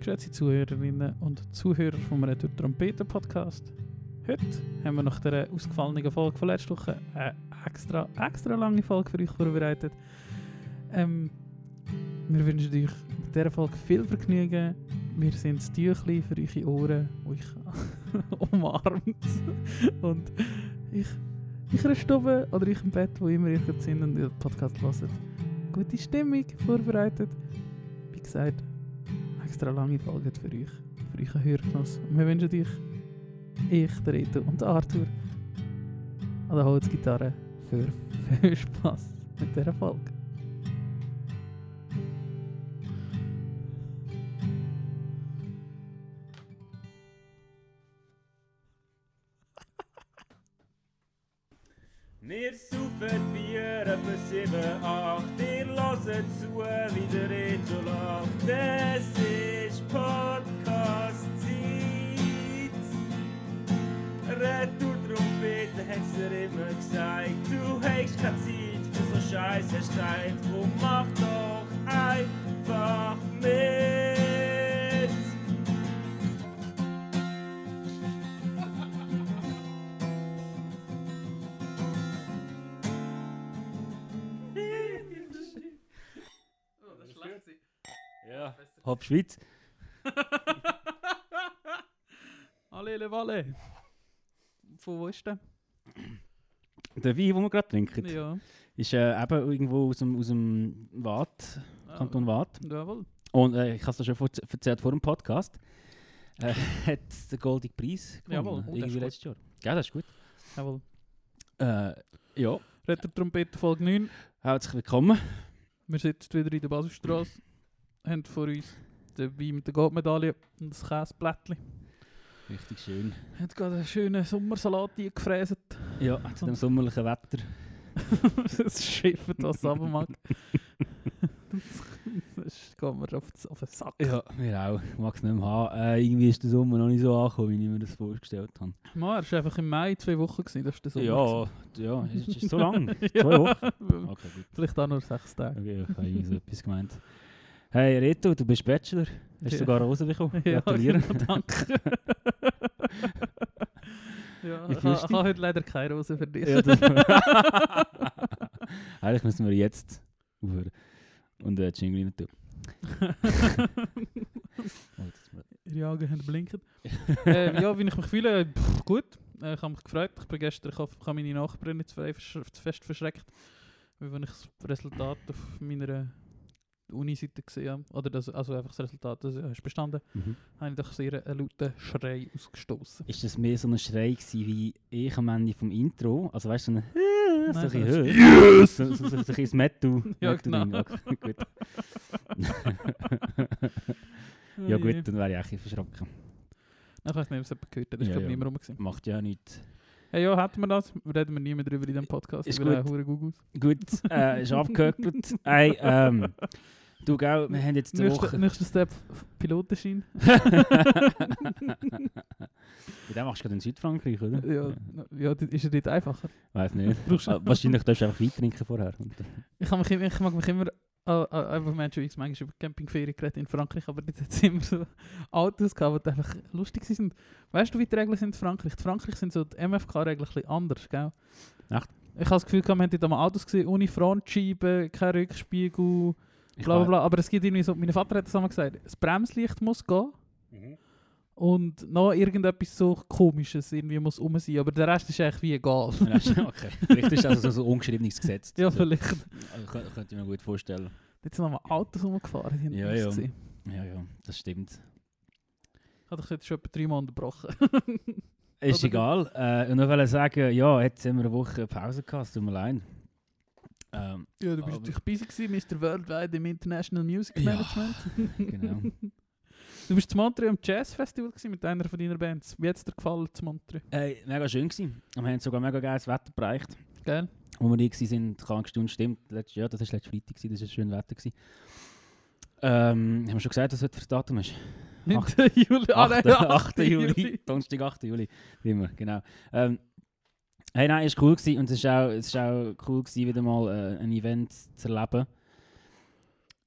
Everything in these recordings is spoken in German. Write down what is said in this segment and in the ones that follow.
geschätzte Zuhörerinnen und Zuhörer vom Retour Trompeten Podcast. Heute haben wir nach der ausgefallenen Folge von letzter Woche eine extra lange Folge für euch vorbereitet. Wir wünschen euch mit dieser Folge viel Vergnügen. Wir sind das Tüchli für eure Ohren, die euch umarmt. Und ich in der Stube oder ich im Bett, wo immer ihr sind und den Podcast hört. Gute Stimmung vorbereitet. Wie gesagt, extra lange Folge für euren Hörgenuss. Und wir wünschen euch, der Reto und der Arthur, an der Holzgitarre für viel Spass mit dieser Folge. Wir saufen Bier etwa 7, 8, ihr hört zu, wie der Reto lacht. Es ist Podcast-Zeit. Retour Trompeten hat's dir immer gesagt. Du hast keine Zeit für so Scheiße Streit. Drum mach doch einfach mit. Ja, Hop Schweiz. Allele Walle. Von wo ist der? Der Wein, den wir gerade trinken, Ja. ist eben irgendwo aus dem Waadt, Kanton Waadt. Jawohl. Und ich habe es dir schon erzählt vor dem Podcast. Hat den Goldigen Preis gewonnen. Jawohl. Oh, irgendwie letztes Jahr. Ja, das ist gut. Jawohl. Ja, Retour Trompeten Folge 9. herzlich willkommen. Wir sitzen wieder in der Baselstrasse. Haben vor uns den Wein mit der Goldmedaille und das Käseblättchen. Richtig schön. Haben gerade einen schönen Sommersalat eingefräset. Ja, zu dem sommerlichen Wetter. Das schifft, was es aber mag. Das geht mir auf den Sack. Ja, mir auch. Ich mag es nicht mehr haben. Irgendwie ist der Sommer noch nicht so angekommen, wie ich mir das vorgestellt habe. Man, er war einfach im Mai 2 Wochen, das war der Sommer. Ja, ist so lang. Ja. 2 Wochen? Okay, gut. Vielleicht auch nur 6 Tage. Okay, ich habe irgendwie so etwas gemeint. Hey Reto, du bist Bachelor. Hast du sogar Rosen bekommen? Ja, Gratuliere. genau, danke. Ja, Wie ich fühlst du habe heute leider keine Rose für dich. Ja, eigentlich müssen wir jetzt aufhören und Jingle rein tun. Ihre Augen haben blinken. Ja, wie ich mich fühle, gut. Ich habe mich gefreut. Ich bin gestern, ich habe meine Nachbarin nicht zu fest verschreckt, weil wenn ich das Resultat auf meiner Uni-Seite gesehen habe, oder also einfach das Resultat, das ist bestanden, habe ich doch sehr einen lauten Schrei ausgestoßen. Ist das mehr so ein Schrei gewesen, wie ich am Ende vom Intro? Also weißt du, so ein so ein bisschen das- höher? So ein bisschen Metal. Ja, Metal-Ding. genau. Okay, gut. Ja gut, dann wäre ich auch ein bisschen verschrocken. Ich weiß nicht, ob es jemand gehört hat, das war Ja, glaube ich ja. niemand rum. Gewesen. Macht ja nichts. Hey, ja, hätten wir das, reden wir nie mehr drüber in diesem Podcast. Ist Ich bin gut. hure gut aus. Gut, ist abgehökelt. Hey, du, gell, wir haben jetzt eine Woche... Nächster Step, Pilotenschein. Bei dem machst du gerade in Südfrankreich, oder? Ja, ist er dort einfacher? Weiß nicht. Brauchst du- Wahrscheinlich darfst du einfach Wein trinken vorher. Ich mag mich immer, einfach Menschen, wie ich manchmal über Campingferien geredet in Frankreich, aber dort hat es immer so Autos gehabt, die einfach lustig sind. Weißt du, wie die Regeln sind in Frankreich? In Frankreich sind so die MFK-Regeln ein bisschen anders, gell? Echt? Ich habe das Gefühl, wir haben dort einmal Autos gesehen, ohne Frontscheibe, kein Rückspiegel, bla bla bla. Aber es gibt irgendwie so, mein Vater hat das einmal gesagt, das Bremslicht muss gehen. Und noch irgendetwas so Komisches irgendwie muss rum sein, aber der Rest ist eigentlich wie egal. Okay. Vielleicht ist das also so ein ungeschriebenes Gesetz. Ja, So. vielleicht. Also, könnte ich mir gut vorstellen. Dort sind nochmal Autos rumgefahren. Die haben Ja, nichts ja. gesehen. Ja, das stimmt. Ich habe dich jetzt schon etwa 3 Mal unterbrochen. Ist Oder- egal. Und noch wollte sagen, ja, jetzt haben wir eine Woche Pause gehabt, es tut mir leid. Ja, du bist Aber- natürlich busy gewesen, Mr. Worldwide im International Music Ja. Management. Genau. Du bist zu Montreux am Jazz Festival gewesen mit einer von deiner Bands. Wie hat es dir gefallen zu Montreux? Hey, mega schön gewesen. Wir haben sogar mega geiles Wetter bereicht. Geil? Wo wir da waren, kann gestimmt, stimmt. Ja, das war letztes Freitag, das war schön Wetter gewesen. Haben wir schon gesagt, was heute für das Datum ist? 9. Juli. 8. Juli. Donnerstag, 8. Juli. Wie immer, genau. Hey, nein, es war cool gewesen. Und es ist auch cool gewesen, wieder mal ein Event zu erleben.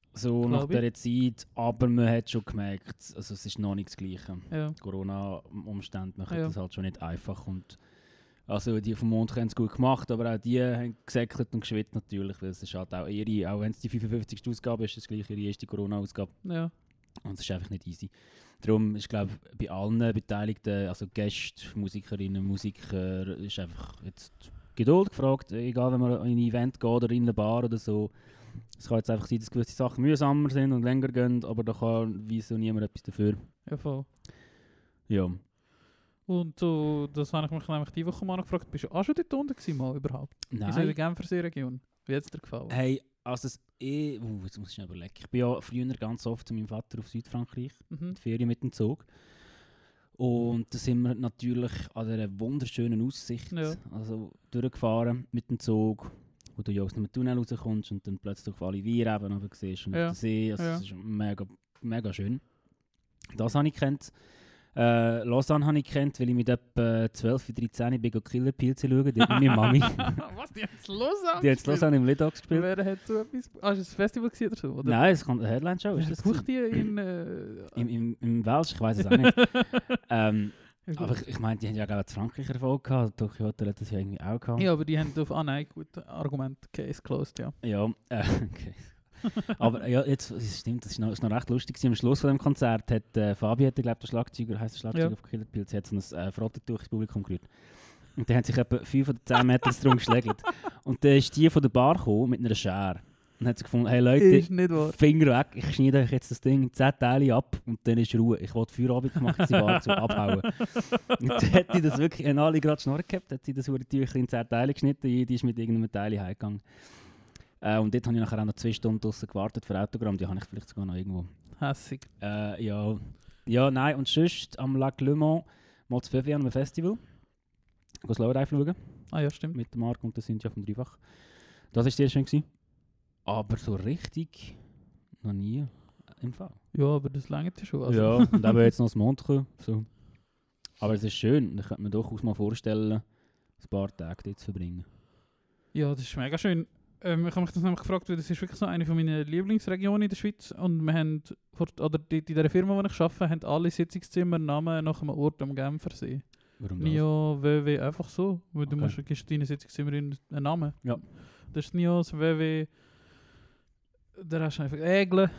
so nach dieser Zeit, aber man hat schon gemerkt, also es ist noch nicht das Gleiche. Ja. Corona-Umstände machen das halt schon nicht einfach. Und also die vom Mond haben es gut gemacht, aber auch die haben gesäckelt und geschwitzt natürlich, weil es ist halt auch ihre, auch wenn es die 55. Ausgabe ist, das gleiche ihre erste Corona-Ausgabe. Ja. Und es ist einfach nicht easy. Darum ist, glaube ich, bei allen Beteiligten, also Gäste, Musikerinnen, Musiker, ist einfach jetzt Geduld gefragt, egal wenn man in ein Event geht oder in eine Bar oder so. Es kann jetzt einfach sein, dass gewisse Sachen mühsamer sind und länger gehen, aber da kann wieso niemand etwas dafür. Ja, voll. Ja. Und so, das habe ich mich nämlich die Woche mal gefragt, bist du auch schon dort unten gewesen, mal überhaupt? Nein. In der Genfersee-Region? Wie hat es dir gefallen? Hey, also jetzt muss ich schnell überlegen. Ich bin ja früher ganz oft zu meinem Vater auf Südfrankreich, in die Ferien mit dem Zug. Und da sind wir natürlich an dieser wunderschönen Aussicht durchgefahren mit dem Zug, wo du ja aus einem Tunnel rauskommst und dann plötzlich auf alle Weihräben siehst und auf den See. Also es ist mega, mega schön. Das habe ich gekannt. Lausanne habe ich gekannt, weil ich mit etwa 12, 13 bin Killer Pilze schauen, die hat meine Mami. Was, die haben es Lausanne? Die haben es Lausanne im Lidox gespielt. Wer hat so etwas... Ah, ist das ein Festival oder so? Oder? Nein, es kommt eine Headline-Show. Ist das bucht die in... Im Welsch, ich weiß es auch nicht. Aber ich meine, die haben ja auch in Frankreich Erfolg gehabt. Tokyo Hotel hat das ja irgendwie auch gehabt. Ja, aber die haben auf... Ah nein, gut, Argument, Case closed, ja. Ja, okay. Aber ja, jetzt stimmt, das ist noch recht lustig. Am Schluss von dem Konzert hat Fabi, glaube der Schlagzeuger, heisst der Schlagzeuger von Killer Pilz, hat so ein Frottetuch ins Publikum gerührt. Und der hat sich etwa 5 oder 10 Meter drum geschlägt. Und dann ist die von der Bar gekommen mit einer Schere. Und hat sie gefunden, hey Leute, Finger weg, ich schneide euch jetzt das Ding in 10 Teile ab und dann ist Ruhe. Ich will Feierabend gemacht, sie Bar zu abhauen. Und dann hat sie das wirklich, alle gerade Schnorren gehabt, hat sie das Tücher in 10 Teile geschnitten, jede ist mit irgendeinem Teil heimgegangen. Und dort habe ich nachher auch noch 2 Stunden draussen gewartet für Autogramm, die habe ich vielleicht sogar noch irgendwo. Hässig. Ja, nein, und sonst am Lac Le Mans mal zu 5 Jahren am Festival. Go Slowdive schauen. Ah ja, stimmt. Mit Marc und der Cynthia vom Dreifach. Das war sehr schön gewesen. Aber so richtig noch nie im Fall. Ja, aber das längert ja schon. Also. Ja, und eben jetzt noch das Montreux. So. Aber es ist schön, ich könnte mir durchaus mal vorstellen, ein paar Tage dort zu verbringen. Ja, das ist mega schön. Ich habe mich das nämlich gefragt, weil das ist wirklich so eine meiner Lieblingsregionen in der Schweiz. Und wir haben, in dieser Firma, wo ich arbeite, haben alle Sitzungszimmer Namen nach einem Ort am Genfersee. Warum das? NIO, WW, einfach so. Weil du gibst deinen Sitzungszimmer einen Namen. Ja. Das ist NIO, das WW, der hast du einfach Ägle.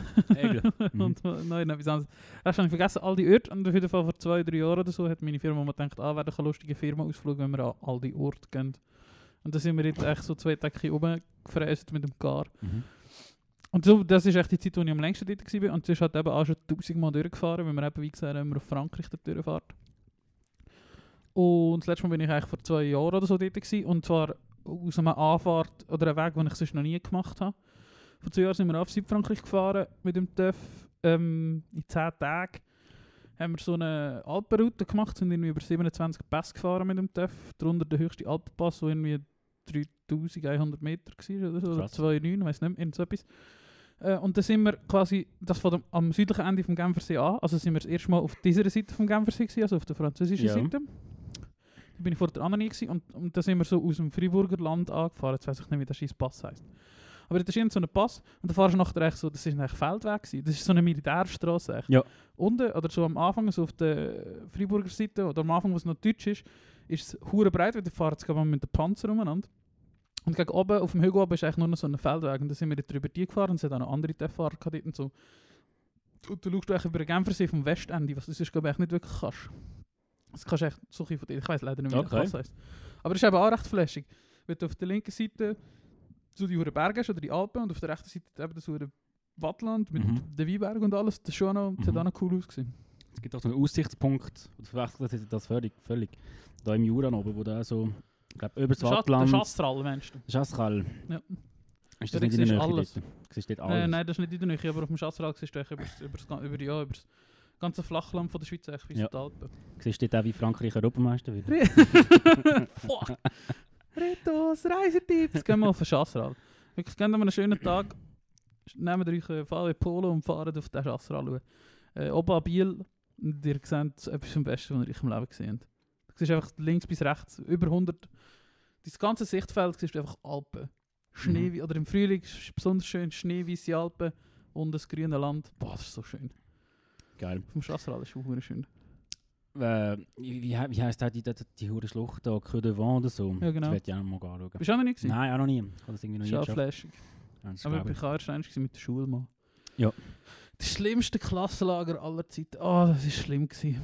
Und nein, etwas anderes. Hast du vergessen, all die Orte. Und auf jeden Fall vor 2-3 Jahren oder so hat meine Firma gedacht, wäre doch ein lustiger Firma-Ausflug, wenn wir an all die Orte gehen. Und da sind wir jetzt echt so 2 Tage rumgefräst mit dem Car. Und so, das ist echt die Zeit, wo ich am längsten dort war. Und es ist halt eben auch schon 1000-mal durchgefahren, weil wir eben, wie gesagt, immer auf Frankreich dort durchfahren. Und das letzte Mal bin ich eigentlich vor 2 Jahren oder so dort gewesen. Und zwar aus einer Anfahrt oder einem Weg, den ich sonst noch nie gemacht habe. Vor 2 Jahren sind wir auf Südfrankreich gefahren mit dem TÜV. In 10 Tagen haben wir so eine Alpenroute gemacht, sind irgendwie über 27 Pässe gefahren mit dem TÜV. Darunter der höchste Alpenpass, so irgendwie 3100 Meter war oder so, oder 2,9, ich weiss nicht mehr, irgend so etwas. Und dann sind wir quasi, das von am südlichen Ende vom Genfersee an, also sind wir das erste Mal auf dieser Seite vom Genfersee gewesen, also auf der französischen Seite. Da bin ich vor der anderen nie gewesen, und dann sind wir so aus dem Freiburger Land angefahren, jetzt weiss ich nicht, wie der scheiß Pass heisst. Aber das ist so ein Pass und da fahrst du nachher echt so, das ist eigentlich Feldweg gewesen, das ist so eine Militärstraße echt. Ja. Unten, oder so am Anfang, so auf der Freiburger Seite, oder am Anfang, wo es noch deutsch ist es hure breit, weil da fahren jetzt mit den Panzer umeinander. Und gegen oben, auf dem Hügel oben, ist eigentlich nur noch so ein Feldweg. Und da sind wir dort drüber gefahren und es hat auch noch andere TÜV-Fahrer dort und so. Und du schaust eigentlich über den Genfersee vom Westende, was du sonst glaube ich nicht wirklich kannst. Das kannst du echt so von dir, ich weiss leider nicht, wie das heisst. Aber das ist eben auch recht flashig. Wenn du auf der linken Seite so die Berge hast oder die Alpen und auf der rechten Seite eben das Wattland mit den Weinbergen und alles, das, schon noch, das hat auch noch cool ausgesehen. Es gibt auch so einen Aussichtspunkt, du verwechselst das völlig. Da im Jura oben, wo da so, ich glaube, über das Wattland... Der Chastral, meinst du? Der Chastral. Ja. Ist das nicht in der Nähe alles. dort? Siehst du dort alles? Nein, das ist nicht in der Nähe, aber auf dem Chastral siehst du über das ganze Flachland von der Schweiz, wie die Alpen. Siehst du dort auch wie Frankreich Europameister wieder? Fuck! Retos, Reisetipps! Gehen wir auf den Chastral. Wirklich, gehen wir einen schönen Tag, nehmen euch einen VW Polo und fahren auf den Chastral. Oben an Biel, und ihr seht etwas vom Besten, was ihr im Leben gesehen habt. Du siehst einfach links bis rechts, über 100, das ganze Sichtfeld siehst du einfach Alpen. Schnee, oder im Frühling ist besonders schön, schneeweisse Alpen. und das grüne Land. Boah, das ist so schön. Geil. Auf dem Chasseral ist auch schön. Wie heisst die hure Schlucht da? Creux de Vent oder so? Ja, genau. Das werde ich auch noch mal anschauen. Bist du auch noch nicht gewesen? Nein, auch noch nie. Ich habe das irgendwie noch Das nie ist auch geschafft. flashig. Ja, das Aber glaube ich war erst einmal mit der Schule mal. Ja. Das schlimmste Klassenlager aller Zeiten. Oh, das war schlimm gewesen.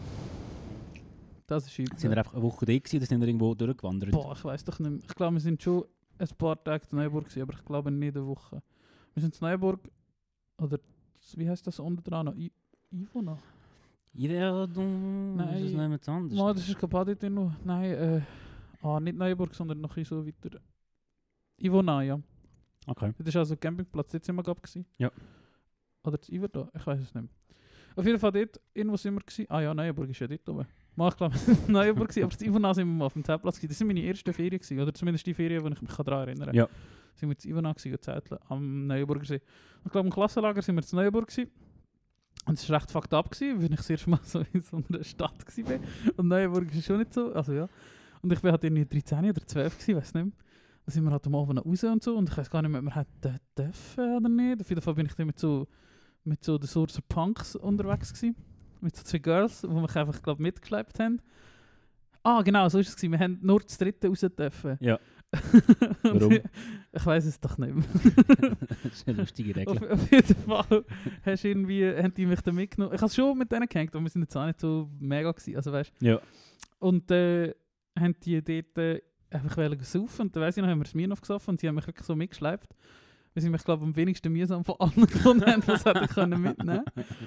Das ist übel. Sind wir einfach eine Woche da gewesen oder sind wir irgendwo durchgewandert? Boah, ich weiß doch nicht mehr. Ich glaube, wir sind schon ein paar Tage in Neuburg gewesen, aber ich glaube nicht eine Woche. Wir sind in Neuburg, oder wie heisst das unten dran noch? Ivona? Ja, du... Nein. Ist das nicht mehr anders? Mal, das ist Kapadit noch. Nein, nicht Neuburg, sondern noch ein so weiter. Ivona, ja. Okay. Das ist also ein Campingplatz, dort sind wir glaube ich. Ja. Oder das Ivona, ich weiß es nicht mehr. Auf jeden Fall dort, irgendwo sind wir gewesen. Ah ja, Neuburg ist ja dort oben. Mal, ich glaube, wir sind in Neuburg gewesen, aber das Ivona sind wir mal auf dem Zeltplatz gewesen. Das waren meine ersten Ferien gewesen, oder zumindest die Ferien, die ich mich daran erinnern kann. Ja. Sind wir in Ivona gewesen, zelteln, am Neuburger See. Ich glaube, im Klassenlager sind wir in Neuburg gewesen. Und es war recht fucked up gewesen, weil ich das erste Mal so in so einer Stadt war. Und Neuburg ist schon nicht so, also ja. Und ich war halt irgendwie 13 oder 12 gewesen, weiß nicht mehr. Dann sind wir halt am Abend raus und so, und ich weiß gar nicht mehr, ob wir hätten dürfen oder nicht. Auf jeden Fall bin ich dann mit so den Source Punks unterwegs gewesen. Mit so 2 Girls, die mich einfach, glaube mitgeschleppt haben. Ah, genau, so war es gewesen. Wir haben nur das dritte raus dürfen. Ja. Und Warum? Ich weiss es doch nicht mehr. Das ist eine lustige Regel. Auf jeden Fall haben die mich dann mitgenommen. Ich habe schon mit denen gehängt, aber wir sind jetzt auch nicht so mega gewesen, also weißt. Ja. Und haben die dort einfach saufen, und dann weiss ich noch, haben wir Smirnoff gesoffen, und sie haben mich wirklich so mitgeschleppt. Weil sie mich, glaube ich, am wenigsten mühsam von allen gefunden haben, was hätte ich können mitnehmen.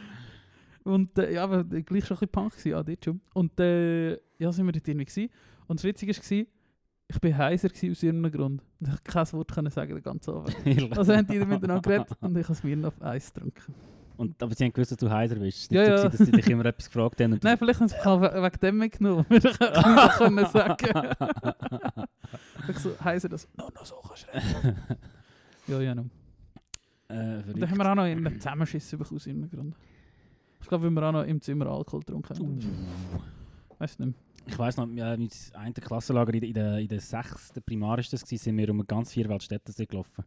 Und ja, aber gleich schon ein bisschen Punk gewesen, ja, dort schon. Und ja, sind wir dort irgendwie gewesen. Und das Witzige war, ich war heiser aus irgendeinem Grund. Und ich konnte kein Wort können sagen den ganzen Abend. Also haben die miteinander geredet und ich habe Smirnoff Eis getrunken. Aber sie haben gewusst, dass du heiser bist. Es Ja, war ja. nicht so, dass sie dich immer etwas gefragt haben. Und Nein, vielleicht haben sie mich wegen dem mitgenommen. Wir können nicht können sagen. Ich so, heiser das. No, so kannst du reden. Ja, no. Und dann haben wir auch noch einen Zusammenschiss bekommen aus irgendeinem Grund. Ich glaube, weil wir auch noch im Zimmer Alkohol getrunken haben. Weißt du nicht mehr. Ich weiss noch, mit einem Klassenlager in der 6. Primar ist das gewesen, sind wir um ganz Vierwaldstättersee gelaufen.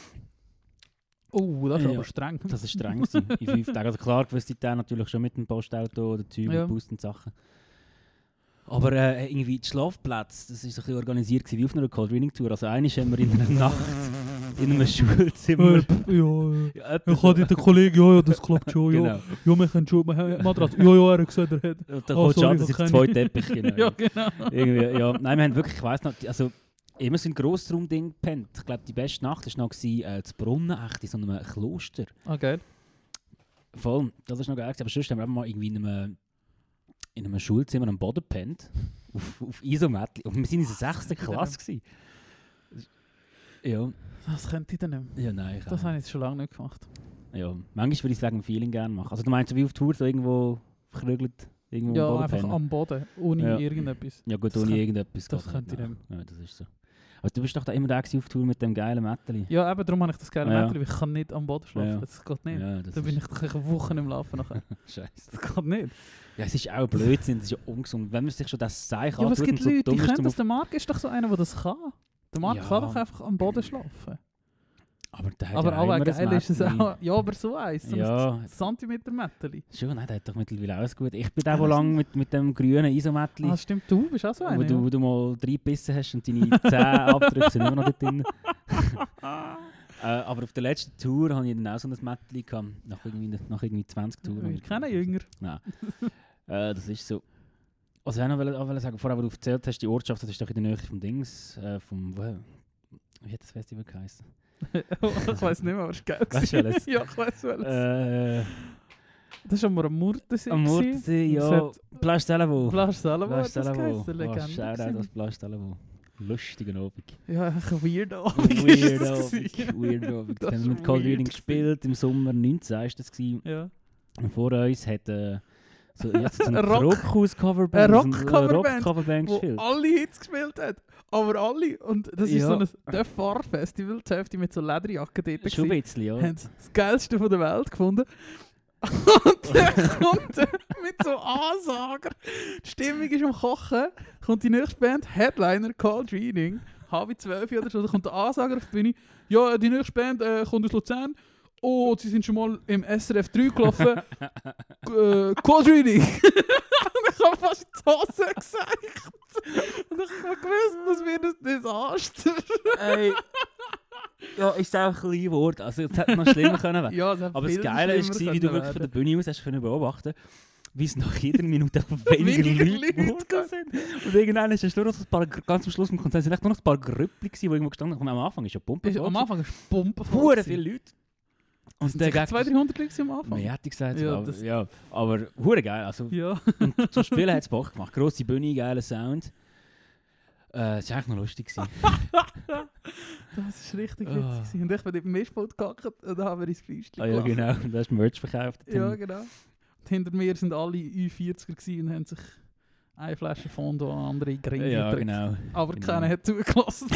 Oh, das ist Ja. aber streng. Das war streng gewesen, in 5 Tagen. Also klar, gewusst Tage natürlich schon mit dem Postauto oder Zügen Ja. und Bus und Sachen. Aber irgendwie die Schlafplätze, das war so ein bisschen organisiert gewesen, wie auf einer Cold Reading Tour. Also einmal haben wir in einer Nacht in einem Schulzimmer... Ja, ich hatte den Kollegen, ja, das klappt schon, ja. Genau. Ja, wir können schon, Matratze, ja, er hat gesagt, er hat. Und dann Oh, kommt schon an, sorry, dass ich jetzt kann 2 Teppiche, genau. Ja, genau. Irgendwie, ja. Nein, wir haben wirklich, ich weiss noch, also immer so ein Grossraumding gepennt. Ich glaube, die beste Nacht war noch zu Brunnen, echt in so einem Kloster. Ah, geil. Voll, das war noch geil. Aber sonst haben wir mal irgendwie in einem Schulzimmer am Boden gepennt. Auf Isomättli. Und wir waren in der 6. Klasse gewesen. Ja. Das könnte ich dann nicht mehr. Ja, nein. Das habe ich jetzt schon lange nicht gemacht. Ja, manchmal würde ich sagen, Feeling gerne machen. Also du meinst so wie auf Tour, so irgendwo verkrügelt, irgendwo Ja, am Boden einfach pennen? am Boden, ohne Ja. irgendetwas. Ja gut, Das ohne kann- irgendetwas. das geht könnte ich nein. nicht Ja, das ist so. Aber du bist doch da immer da gewesen auf Tour mit dem geilen Mätteli. Ja, eben darum habe ich das geile Ja. Mädchen, weil ich kann nicht am Boden schlafen. Ja. Das geht nicht. Ja, das Dann bin ist ich doch eine Woche im Laufen nachher. scheiße. Das geht nicht. Ja, es ist auch Blödsinn, es ist ja ungesund. Wenn man sich schon das Seich Ja, aber es antut gibt und so Leute, dumm die ist, können zum das. Der Marc ist doch so einer, der das kann. Der Marc Ja. kann doch einfach am Boden schlafen. Aber der hat Aber ja auch immer geil ist es Mätteli. auch. Ja, aber so eins. So Ja. ein Zentimeter Mätteli. Schon, nein, der hat doch mittlerweile alles gut. Ich bin der, der lange mit dem grünen Isomättli, Ah, stimmt, du bist auch so einer. wo du mal 3 gebissen hast und deine 10 Abdrücke sind immer noch dort drin. Aber auf der letzten Tour hatte ich dann auch so ein Mätteli gehabt, nach irgendwie 20 Touren. Wir kennen Jünger. Nein. Das ist so. Also ich wollte noch sagen, vorher, wo du erzählt hast, die Ortschaft, das ist doch in der Nähe vom Dings, wie hat das Festival geheißen? Ich weiß nicht mehr, aber es war geil. Weißt du welches? Ja, ich weiß welches. Das war am Murtensee. Am Murtensee, ja. Plage Salavo. Plage Salavo Plage hat das Salavo. geheißen, Oh, Legende. Shoutout gewesen. aus Plage Salavo. Lustigen Abend. Ja, ein weirdo. Weird Abend. Weird Abend. Das Dann haben wir mit ist Cold weird Reading gespielt, im Sommer 19 war das gewesen. Ja. Und vor uns hat so eine Ein Rock- Rockhaus-Coverband eine Rock-Coverband, Rock-Coverband Wo gespielt. alle Hits gespielt hat. Aber alle. Und das ist Ja. so ein Dörf-Festival, die Hälfte mit so Lederjacken dort. Schon ein gewesen. bisschen, ja. Haben das Geilste von der Welt gefunden. Und dann kommt er mit so Ansager. Die Stimmung ist am Kochen. Kommt die nächste Band, Headliner, Cold Reading. HB12 oder so. Da kommt der Ansager auf die Bühne. Ja, die nächste Band kommt aus Luzern. oh, sie sind schon mal im SRF 3 gelaufen. Code-Reading. Und ich habe fast die Hose gesagt. Und ich habe gewusst, das wird ein Desaster. Ey. Ja, ist auch ein kleines Wort. Also, es hätte noch schlimmer können werden. Ja, es hat Aber das viel Geile schlimmer war, wie du können wirklich von der werden. Bühne aus hast können beobachten, wie es nach jeder Minute einfach weniger Leute geworden sind. Und irgendwann ist es nur noch ein paar, ganz am Schluss im Konzert, sind echt nur noch ein paar Grüppli gewesen, die irgendwo gestanden haben. Am Anfang ist ja Pumpe. Am Anfang ist Pumpe Hure viele Leute. Und Und der 200-300 Leute am Anfang. mehr hätte ich gesagt. Ja, aber, das- ja, aber hure geil. Also, Ja. und zum Spielen hat es Bock gemacht. Grosse Bühne, geiler Sound. Es war eigentlich noch lustig gewesen. Das war richtig Ah. witzig. gewesen. Und ich bin im Mischpult gehackt und dann haben wir ins Fäustchen Ah ja, genau. Und da hast du Merch verkauft. Ja, genau. Und hinter mir sind alle Ü40er gewesen und haben sich eine Flasche Fondo an andere in den Ring Ja, gedrückt. genau. Aber Genau. keiner hat zugelassen.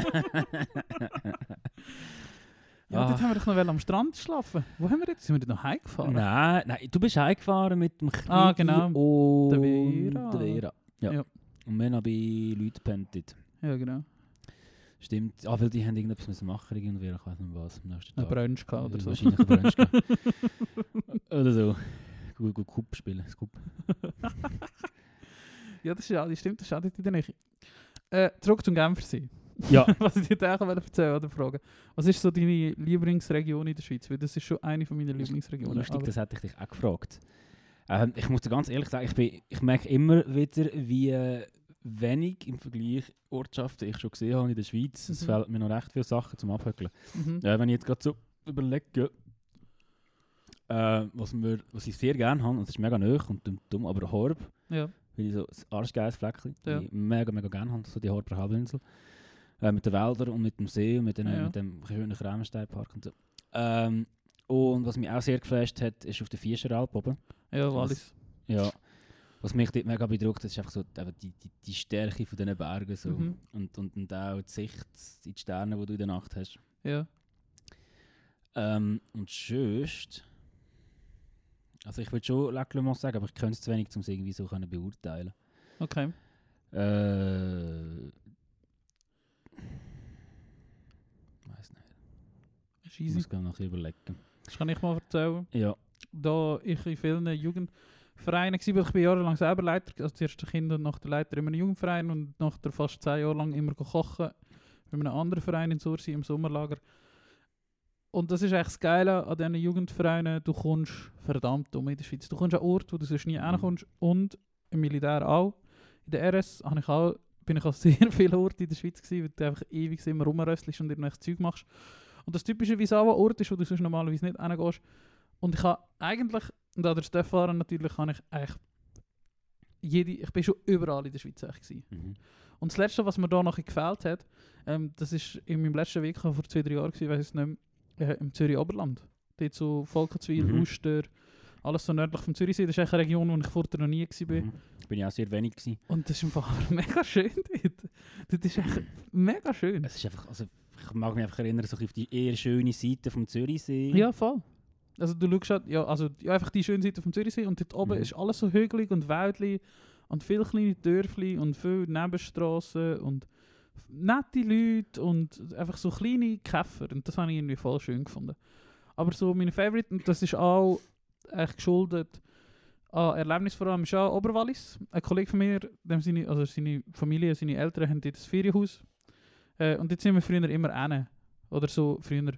Ja, dort Ah. haben wir doch noch am Strand schlafen. Wo haben wir jetzt? Sind wir dort noch heimgefahren? Nein, du bist heimgefahren mit dem Kniggi Ah, genau. und Der Vera. der Vera. Ja. Ja. Und wir haben bei Leuten gepennt. Ja, genau. Stimmt. Ah, weil die haben irgendetwas müssen machen, irgendwie, ich weiß nicht was, am nächsten Ein Tag. Brunch gehabt oder so. Wahrscheinlich ein Brunch gehabt. Oder so. Gut Cup spielen, Scoop. Ja, das ist ja, das stimmt, das ist auch dort in der Nähe. Zurück zum Genfersee. Ja. Was ich dir eigentlich erzählen oder fragen. Was ist so deine Lieblingsregion in der Schweiz? Weil das ist schon eine von meinen Lieblingsregionen. Lustig, aber- das hätte ich dich auch gefragt. Ich muss dir ganz ehrlich sagen, ich merke immer wieder, wie wenig im Vergleich Ortschaften ich schon gesehen habe in der Schweiz. Es Mhm. fehlen mir noch recht viele Sachen zum Abhöckeln. Mhm. Wenn ich jetzt gerade so überlege, was ich sehr gerne habe, und das ist mega nöch und dumm, aber Horb, Ja. weil ich so ein arschgeiles Fleckchen, Ja. die ich mega gerne habe, so die Horber Halbinsel. Mit den Wäldern und mit dem See und mit Ja. dem schönen Kremsteinpark und so. Und was mich auch sehr geflasht hat, ist auf der Fischeralp oben. Ja, Wallis. Ja. Was mich dort mega beeindruckt, ist einfach so eben die Stärke von diesen Bergen so. Mhm. Und auch die Sicht in die Sterne, die du in der Nacht hast. Ja. Und sonst... Also ich würde schon Lac Le Mans sagen, aber ich könnte es zu wenig, um es irgendwie so können beurteilen. Okay. Weiß nicht. Ist Ich easy. muss gerne noch überlegen. Das kann ich mal erzählen. Ja. Da ich in vielen Jugendvereinen war, weil ich bin jahrelang selber Leiter, also zuerst der Kinder und nach der Leiter immer einen Jugendverein und nach der fast 10 Jahre lang immer kochen bei einem anderen Verein in Sursi im Sommerlager. Und das ist echt das Geile an diesen Jugendvereinen, du kommst verdammt in der Schweiz. Du kommst an Orte, wo du sonst nie hinkommst und im Militär auch. In der RS bin ich an sehr vielen Orten in der Schweiz gewesen, weil du einfach ewig immer rumröstelst und irgendwelches Zeug machst. Und das typischerweise auch ein Ort ist, wo du sonst normalerweise nicht hingehst. Und ich habe eigentlich, und an der Stefan natürlich, habe ich eigentlich ich bin schon überall in der Schweiz eigentlich gewesen. Mhm. Und das Letzte, was mir da noch gefällt hat, das ist in meinem letzten Weg vor 2-3 Jahren gewesen, weiss ich nicht mehr, im Zürich Oberland. Dort so Volkenswil, Mhm. Uster, alles so nördlich vom Zürichsee. Das ist eigentlich eine Region, wo ich vorher noch nie war. Mhm. Bin ich auch sehr wenig gewesen. Und das ist einfach mega schön dort. Das ist echt mega schön. Es ist einfach, also ich mag mich einfach erinnern, so auf die eher schöne Seite vom Zürichsee. Ja, voll. Also du schaust halt, ja, einfach die schöne Seite vom Zürichsee und dort oben Mhm. ist alles so hügelig und wäldli und viele kleine Dörfli und viele Nebenstrassen und nette Leute und einfach so kleine Käfer und das habe ich irgendwie voll schön gefunden. Aber so meine Favorite, und das ist auch echt geschuldet an Erlebnis vor allem, ist auch Oberwallis. Ein Kollege von mir, seine Familie, seine Eltern haben dort ein Ferienhaus und dort sind wir früher immer hin. Oder so früher.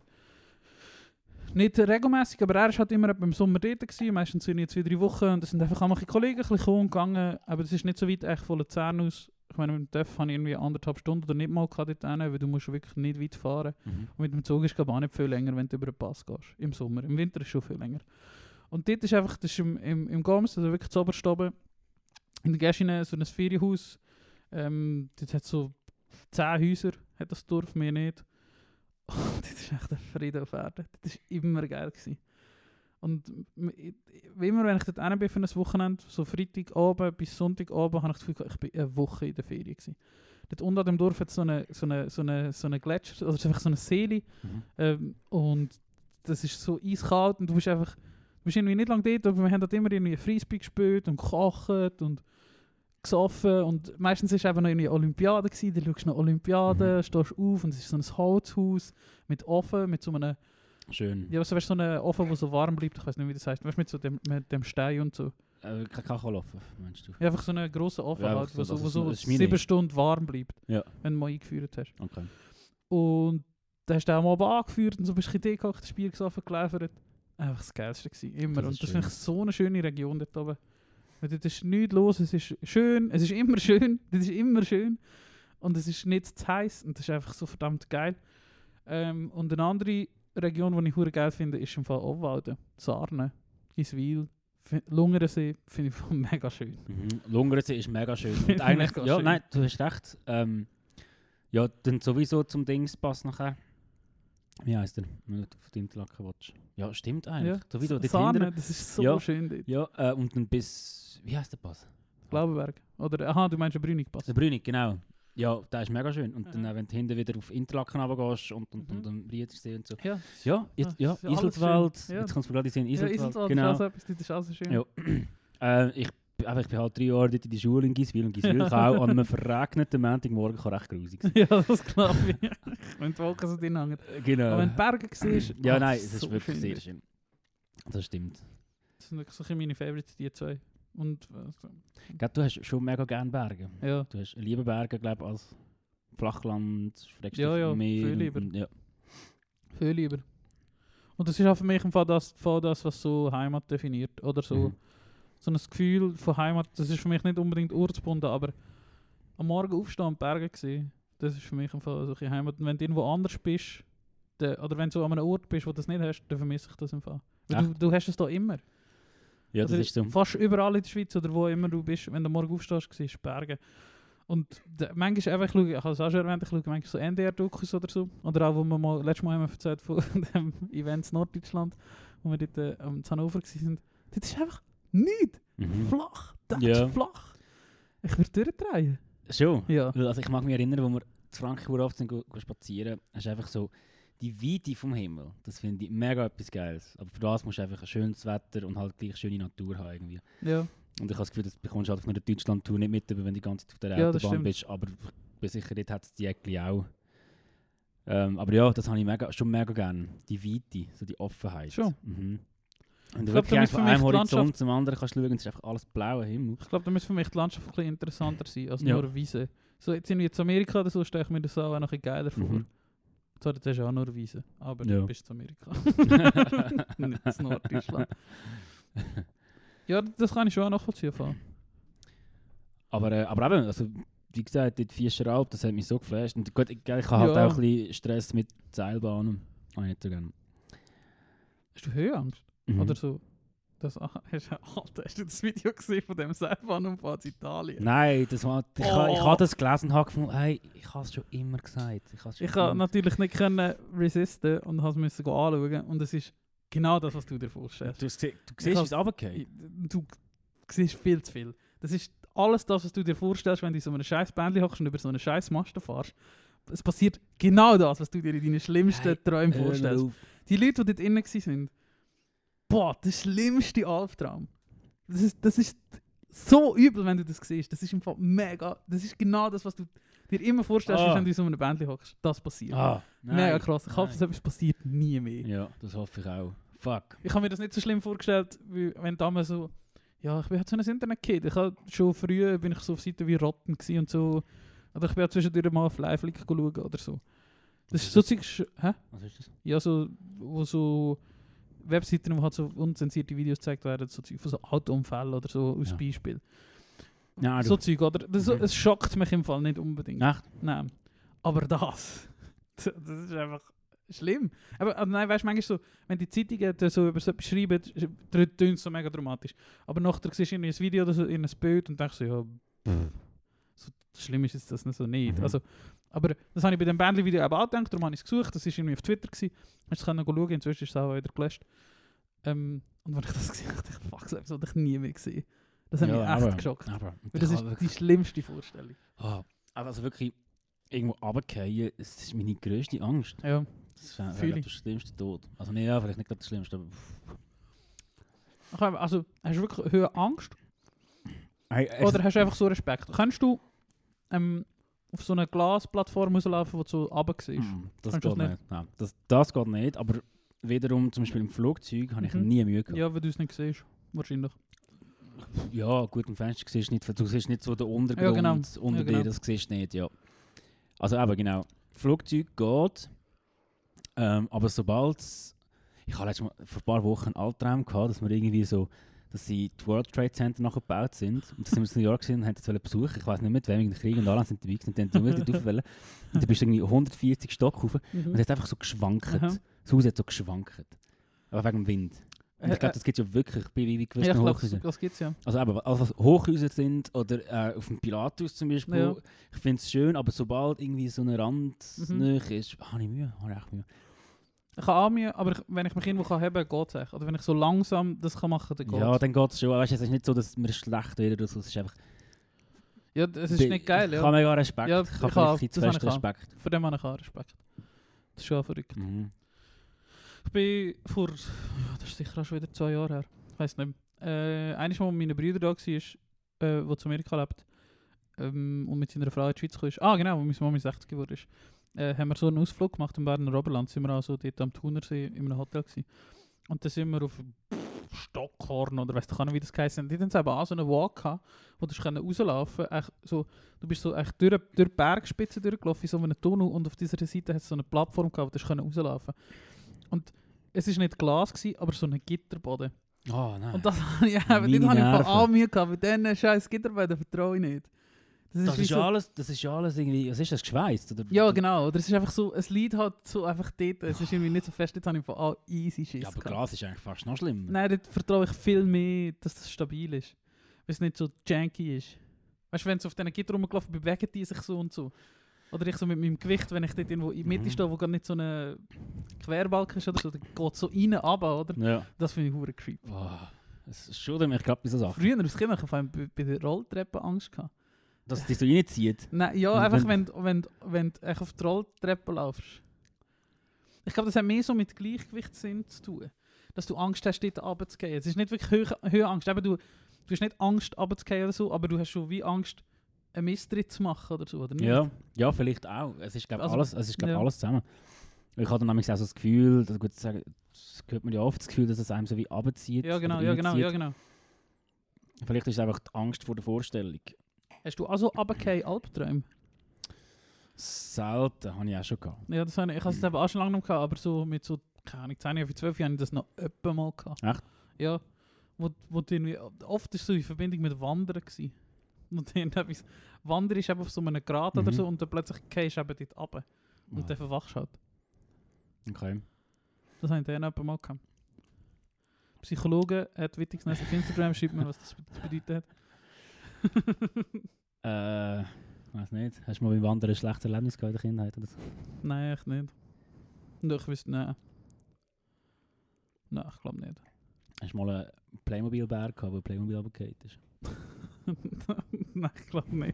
Nicht regelmäßig, aber er war halt immer etwa im Sommer dort gewesen, meistens sind jetzt 2-3 Wochen und es sind einfach auch Kollegen ein bisschen gekommen und gegangen, aber das ist nicht so weit echt von Luzern aus. Ich meine, mit dem TÜV habe ich irgendwie 1,5 Stunden oder nicht mal dort hin, weil du musst wirklich nicht weit fahren. Mhm. Und mit dem Zug ist es auch nicht viel länger, wenn du über den Pass gehst, im Sommer. Im Winter ist es schon viel länger. Und dort ist einfach, das ist im Goms, also wirklich zu oberst oben, in der Gäschine so ein Ferienhaus. Dort hat so 10 Häuser, hat das Dorf, mehr nicht. Und das ist echt ein Friede auf Erden. Das war immer geil gewesen. Und wie immer, wenn ich dort hin bin für ein Wochenende, so Freitagabend bis Sonntagabend, habe ich das Gefühl, ich bin eine Woche in der Ferien gewesen. Dort unten an dem Dorf hat es so eine Gletscher, also einfach so eine Seele. Mhm. Und das ist so eiskalt und du bist irgendwie nicht lange dort, aber wir haben dort immer irgendwie Frisbee gespielt und gekocht und gesoffen und meistens war es eben noch eine Olympiade gewesen, dann schaust du noch Olympiade, stehst auf und es ist so ein Holzhaus mit Ofen, mit so einem Schön. Ja, also weißt du, so ein Ofen, der so warm bleibt, ich weiß nicht, wie das heißt. Weißt du, mit dem Stein und so. Kein Kachelofen, meinst du? Ja, einfach so einen grossen Ofen, Ja, halt, einfach wo so, so, das wo ist so meine 7 Idee. Stunden warm bleibt, Ja. wenn du mal eingeführt hast. Okay. Und dann hast du auch mal angeführt und so bist du ein bisschen gehockt, das Bier gesoffen, geliefert. Einfach das Geilste gewesen, immer. Das Und ist das schön. finde ich so eine schöne Region dort oben. Weil dort ist nichts los, es ist schön, es ist immer schön, das ist immer schön. Und es ist nicht zu heiß und das ist einfach so verdammt geil. Und eine andere Region, die ich hure geil finde, ist im Fall Obwalden, Sarne, Iswil, Lungersee, finde ich voll mega schön. Lungersee ist mega schön. Finde Und ich eigentlich, mega ja, schön. nein, du hast recht. Ja, dann sowieso zum Dingspass nachher. Wie heisst der? Wenn du auf die Interlaken willst. Ja, stimmt eigentlich. Ja, Sowieso dort Sarne, hinten. das ist so Ja. schön dort. Ja, und dann bis... Wie heisst der Pass? Glaubenberg. Oder, aha, du meinst den Brünig-Pass. Der Brünig, genau. Ja, der ist mega schön. Und dann, Ja. wenn du hinten wieder auf Interlaken runtergehst und Mhm. am Rietersee und so. Ja, Ja, das ja, ist alles Iseltwald. schön. Ja. Jetzt kannst du mir gerade sehen, ja, Iseltwald. Iseltwald Genau. ist auch so etwas, das ist auch so schön. Ja. Ich bin halt 3 Jahre dort in die Schule in Giswil und Giswil kann auch an einem verregneten Montagmorgen kann recht grusig sein. Ja, das glaube ich. Wenn die Wolken so drin hängen. Genau. Aber wenn du Berge siehst, Ja, ah, nein, das es ist so wirklich schön sehr dort. schön. Das stimmt. Das sind wirklich so ein bisschen meine Favorites, die zwei. Und, Gell, du hast schon mega gerne Berge. ja. Du hast liebe Berge, glaube ich, als Flachland, Ja, ja, Meer. viel lieber. Ja. Viel lieber. Und das ist auch für mich im Fall das, was so Heimat definiert. Oder so, Mhm. so ein Gefühl von Heimat. Das ist für mich nicht unbedingt ortsgebunden, aber am Morgen aufstehen und Berge sehen, das ist für mich im Fall so ein bisschen Heimat. Und wenn du irgendwo anders bist, oder wenn du so an einem Ort bist, wo du das nicht hast, dann vermisse ich das im Fall. Weil du hast es da immer. Ja, das Oder ist so. Fast überall in der Schweiz oder wo immer du bist, wenn du morgen aufstehst, siehst Berge. Und manchmal einfach, ich habe es auch schon erwähnt, ich schaue manchmal so NDR-Dokus oder so. Oder auch, wo wir mal, letztes Mal haben wir erzählt von dem Event Norddeutschland, wo wir dort am Hannover waren. Das ist einfach nichts. Mhm. Flach. Das Ja. ist flach. Ich würde durchdrehen. Schon? Ja. Weil, also ich mag mich erinnern, wo wir zu Frankreich oft sind, spazieren, es ist einfach so, die Weite vom Himmel, das finde ich mega etwas Geiles. Aber für das musst du einfach ein schönes Wetter und halt gleich schöne Natur haben irgendwie. Ja. Und ich habe das Gefühl, das bekommst du halt auf einer Deutschland-Tour nicht mit, wenn du die ganze Zeit auf der Ja, das Autobahn stimmt. bist. Aber ich bin sicher, dort hat es die Eckli auch. Aber ja, das habe ich schon mega gerne. Die Weite, so die Offenheit. Schon. Mhm. Und du glaub, wirklich da einfach müsste von für mich einem die Horizont Landschaft- zum anderen kannst schauen, es ist einfach alles blauer Himmel. Ich glaube, da müsste für mich die Landschaft ein bisschen interessanter sein als Ja. nur Wiese. So jetzt in Amerika oder so stelle ich mir das auch noch ein bisschen geiler vor. Mhm. Zwar, das ist ja auch nur Wiese, aber Ja. du bist in Amerika. Nicht in Norddeutschland. Ja, das kann ich schon auch nachvollziehen. Aber eben, also, wie gesagt, die Fischeralp, das hat mich so geflasht. Und gut, ich habe halt Ja. auch ein bisschen Stress mit Seilbahnen. Habe ich nicht so gerne. Hast du Höhenangst? Mhm. Oder so? Alter, hast du das Video gesehen von dem Seilbahnunfall in Italien? Nein, das war, ich Oh. habe das gelesen und habe gefunden, hey, ich habe es schon immer gesagt. Ich konnte natürlich nicht können resisten und musste es anschauen. Und es ist genau das, was du dir vorstellst. Du siehst, Ich wie es has- runtergeht. Du siehst viel zu viel. Das ist alles das, was du dir vorstellst, wenn du in so einem scheiß Bändchen hockst und über so einen scheiß Masten fährst. Es passiert genau das, was du dir in deinen schlimmsten Träumen vorstellst. Die Leute, die dort innen waren, boah, der schlimmste Albtraum. Das ist so übel, wenn du das siehst. Das ist im Fall mega. Das ist genau das, was du dir immer vorstellst, wenn du in so einem Bändchen hockst. Das passiert. Mega krass. Ich hoffe, dass etwas passiert nie mehr. Ja, das hoffe ich auch. Fuck. Ich habe mir das nicht so schlimm vorgestellt, wie wenn damals so. Ja, ich bin halt so ein Internet-Kid. Ich habe schon früher bin ich so auf Seiten wie Rotten gsi und so. Oder ich bin auch zwischendurch mal auf Live-Flick schauen oder so. Das ist so Zeug. Hä? Was ist das? Ja, so, wo so Webseiten, wo halt so unzensierte Videos gezeigt werden, so Zeug von so Autounfällen oder so als Ja. Beispiel. Ja, So Zeug, oder? Das, Mhm. Es schockt mich im Fall nicht unbedingt. Echt? Nein. Aber das ist einfach schlimm. Aber nein, weißt du, manchmal so, wenn die Zeitungen da so über so etwas schreiben, tönt es so mega dramatisch. Aber nachher siehst du irgendwie ein Video oder so in ein Bild und denkst so, ja, so schlimm ist jetzt das nicht so nicht. Mhm. Also, aber das habe ich bei dem Bandli-Video auch gedacht, darum habe ich es gesucht, das war irgendwie auf Twitter. Hast du es können schauen, inzwischen ist es auch wieder gelöscht. Und wenn ich das gesehen habe, dachte ich, fuck, so etwas habe ich nie mehr gesehen. Das hat mich echt geschockt. Aber Weil das ist die schlimmste Vorstellung. aber also wirklich irgendwo runterfallen, das ist meine grösste Angst. Ja. Das wäre Fühl wär ich. der schlimmste Tod. Also nee, ja, vielleicht nicht gerade der schlimmste, aber... Also, hast du wirklich hohe Angst? Hey, Oder hast du einfach so Respekt? Kannst du auf so einer Glasplattform rauslaufen, wo du so runter siehst? Das Kannst du geht das nicht. Nein, das geht nicht, aber wiederum, zum Beispiel im Flugzeug, habe ich Mhm. nie Mühe gehabt. Ja, wenn du es nicht siehst. Wahrscheinlich. Ja, gut, im Fenster siehst du siehst nicht so den Untergrund genau. unter Ja, genau. dir, das siehst du nicht, ja. Also eben, genau. Flugzeug geht, aber sobald ich habe letztes Mal vor ein paar Wochen einen Albtraum gehabt, dass wir irgendwie so, dass sie die World Trade Center nachher gebaut sind. Und da sind wir in New York gewesen und haben das besuchen. Ich weiß nicht mit wem, in den Krieg und alle sind dabei gewesen und die haben unbedingt raufwollen. Und du bist irgendwie 140 Stock rauf und es hat einfach so geschwankt. Aha. Das Haus hat so geschwankt. Aber wegen dem Wind. Und ich glaube, das gibt es ja wirklich bei wie Ja, gewissen ich glaube, Hochhäusern. das gibt es ja. Also eben, alles was Hochhäuser sind oder auf dem Pilatus zum Beispiel, Ja. ich finde es schön, aber sobald irgendwie so eine Randnähe ist, habe ich Mühe, habe ich echt Mühe. Ich habe auch Mühe, aber wenn ich mich irgendwo haben kann, geht es echt. Oder wenn ich so langsam das kann machen kann, dann geht Ja, es. dann geht es schon. Weißt du, es ist nicht so, dass mir schlecht wird oder so, es ist einfach... Ja, es ist nicht geil, Ich ja. habe mega Respekt, Ja, ich habe ich auch, vielleicht zu das habe fest ich auch. Respekt. Von dem habe ich auch Respekt. Das ist schon verrückt. Mhm. Ich bin vor, ja, das ist sicher auch schon wieder 2 Jahre her, ich weiß nicht mehr. Eines Mal, als meine Brüder da war, der zu Amerika lebt und mit seiner Frau in die Schweiz kam. Ah genau, als meine Mami 60 geworden ist. Haben wir so einen Ausflug gemacht im Berner Oberland, sind wir also dort am Thunersee in einem Hotel gewesen. Und dann sind wir auf Stockhorn oder weiss ich nicht, wie das geheißen hat. Die hatten eben auch so einen Walk gehabt, wo du rauslaufen konntest. So, du bist so echt durch die Bergspitze durchgelaufen, in so einem Tunnel, und auf dieser Seite hat es so eine Plattform gehabt, wo du rauslaufen konntest. Und es war nicht Glas gewesen, aber so ein Gitterboden. Oh nein. Und das habe ich, Meine dort habe ich Nerven. von allem Mühe gehabt, mit diesen scheiß Gitterböden vertraue ich nicht. das wie ist so, ja alles irgendwie... Was ist das, geschweißt? Oder? ja, genau. Oder es ist einfach so, es liegt halt so einfach dort. Es ist irgendwie nicht so fest, jetzt habe ich von all easy Schiss Ja, aber gehabt. Glas ist eigentlich fast noch schlimmer. Nein, dort vertraue ich viel mehr, dass das stabil ist. Weil es nicht so janky ist. Weißt du, wenn es auf diesen Gitter rumgelaufen bewegen die sich so und so. Oder ich so mit meinem Gewicht, wenn ich dort irgendwo in der Mitte stehe, wo gar nicht so eine Querbalken ist oder so, dann geht es so rein, runter, oder? Ja. Das finde ich verdammt creepy. Oh, es ist schon, ich glaube, bei so Sachen. Früher als Kind hatte ich vor allem bei der Rolltreppe Angst gehabt. Dass es dich so reinzieht. Nein, ja, Und einfach wenn du echt auf die Rolltreppe laufst. Ich glaube, das hat mehr so mit Gleichgewichtssinn zu tun. Dass du Angst hast, dort runterzugehen. Es ist nicht wirklich Höhenangst. Eben, du hast nicht Angst, runterzugehen oder so, aber du hast schon wie Angst, einen Misstritt zu machen oder so, oder nicht? Ja, vielleicht auch. Es ist, glaube Also, ja. alles zusammen. Ich habe dann nämlich auch so das Gefühl, das hört man ja oft, das Gefühl, dass es einem so wie runterzieht. Ja, genau, oder ja, genau, reinzieht. ja, genau. Vielleicht ist es einfach die Angst vor der Vorstellung. Hast du also runtergehen Albträume? Selten, habe ich auch schon gehabt. Ja, das habe ich habe es eben auch schon lange noch gehabt, aber so mit so, keine Ahnung, 10 oder 12 Jahren habe ich das noch öppe mal gehabt. Echt? Ja. Wo du irgendwie, oft war es so in Verbindung mit Wandern gewesen. Und dann etwas, Wandern ist eben auf so einem Grat oder Mhm. so und dann plötzlich gehst du eben dort runter. Und Ah, dann verwachst du halt. okay. Das habe ich dann eben mal gehabt. Psychologe hat Wittigsness auf Instagram, schreibt mir, was das bedeutet hat. Weiß nicht. Hast du mal beim Wandern ein schlechtes Erlebnis gehabt in der Kindheit oder so? Nein, echt nicht. Und ich wüsste, nein. Nein, ich glaube nicht. Hast du mal einen Playmobil-Bär gehabt, wo Playmobil runtergefallen ist? Nein, ich glaube nicht.